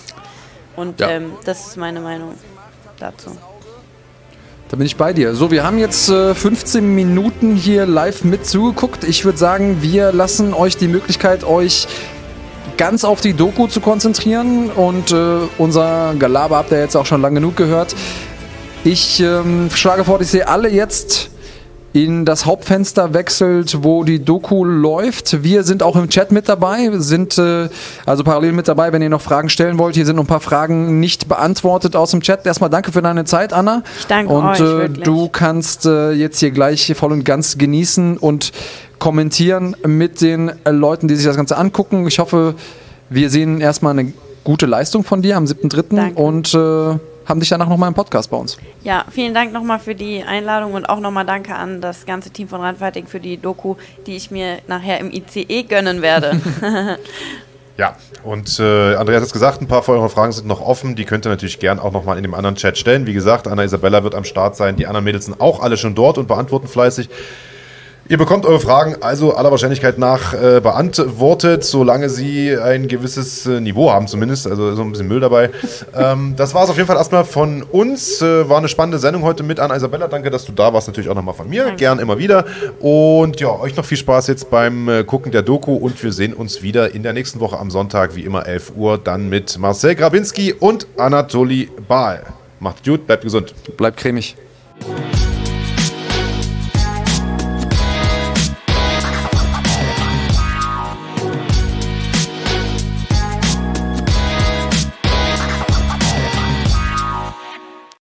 Und ja. ähm, das ist meine Meinung dazu. Da bin ich bei dir. So, wir haben jetzt äh, fünfzehn Minuten hier live mit zugeguckt. Ich würde sagen, wir lassen euch die Möglichkeit, euch ganz auf die Doku zu konzentrieren. Und äh, unser Gelaber habt ihr jetzt auch schon lang genug gehört. Ich ähm, schlage vor, ich sehe alle jetzt in das Hauptfenster wechselt, wo die Doku läuft. Wir sind auch im Chat mit dabei, sind äh, also parallel mit dabei, wenn ihr noch Fragen stellen wollt. Hier sind noch ein paar Fragen nicht beantwortet aus dem Chat. Erstmal danke für deine Zeit, Anna. Ich danke und, euch, äh, wirklich. Du kannst äh, jetzt hier gleich voll und ganz genießen und kommentieren mit den äh, Leuten, die sich das Ganze angucken. Ich hoffe, wir sehen erstmal eine gute Leistung von dir am siebten dritten und äh, haben dich danach nochmal im Podcast bei uns. Ja, vielen Dank nochmal für die Einladung und auch nochmal danke an das ganze Team von Runfighting für die Doku, die ich mir nachher im I C E gönnen werde. Ja, und äh, Andreas hat es gesagt, ein paar von euren Fragen sind noch offen, die könnt ihr natürlich gern auch nochmal in dem anderen Chat stellen. Wie gesagt, Anna-Isabella wird am Start sein, die anderen Mädels sind auch alle schon dort und beantworten fleißig. Ihr bekommt eure Fragen also aller Wahrscheinlichkeit nach äh, beantwortet, solange sie ein gewisses äh, Niveau haben zumindest, also so ein bisschen Müll dabei. ähm, das war es auf jeden Fall erstmal von uns. Äh, war eine spannende Sendung heute mit Anna-Isabella. Danke, dass du da warst, natürlich auch nochmal von mir. Danke. Gern immer wieder. Und ja, euch noch viel Spaß jetzt beim äh, Gucken der Doku und wir sehen uns wieder in der nächsten Woche am Sonntag, wie immer elf Uhr, dann mit Marcel Grabinski und Anatoly Baal. Macht gut, bleibt gesund. Bleibt cremig.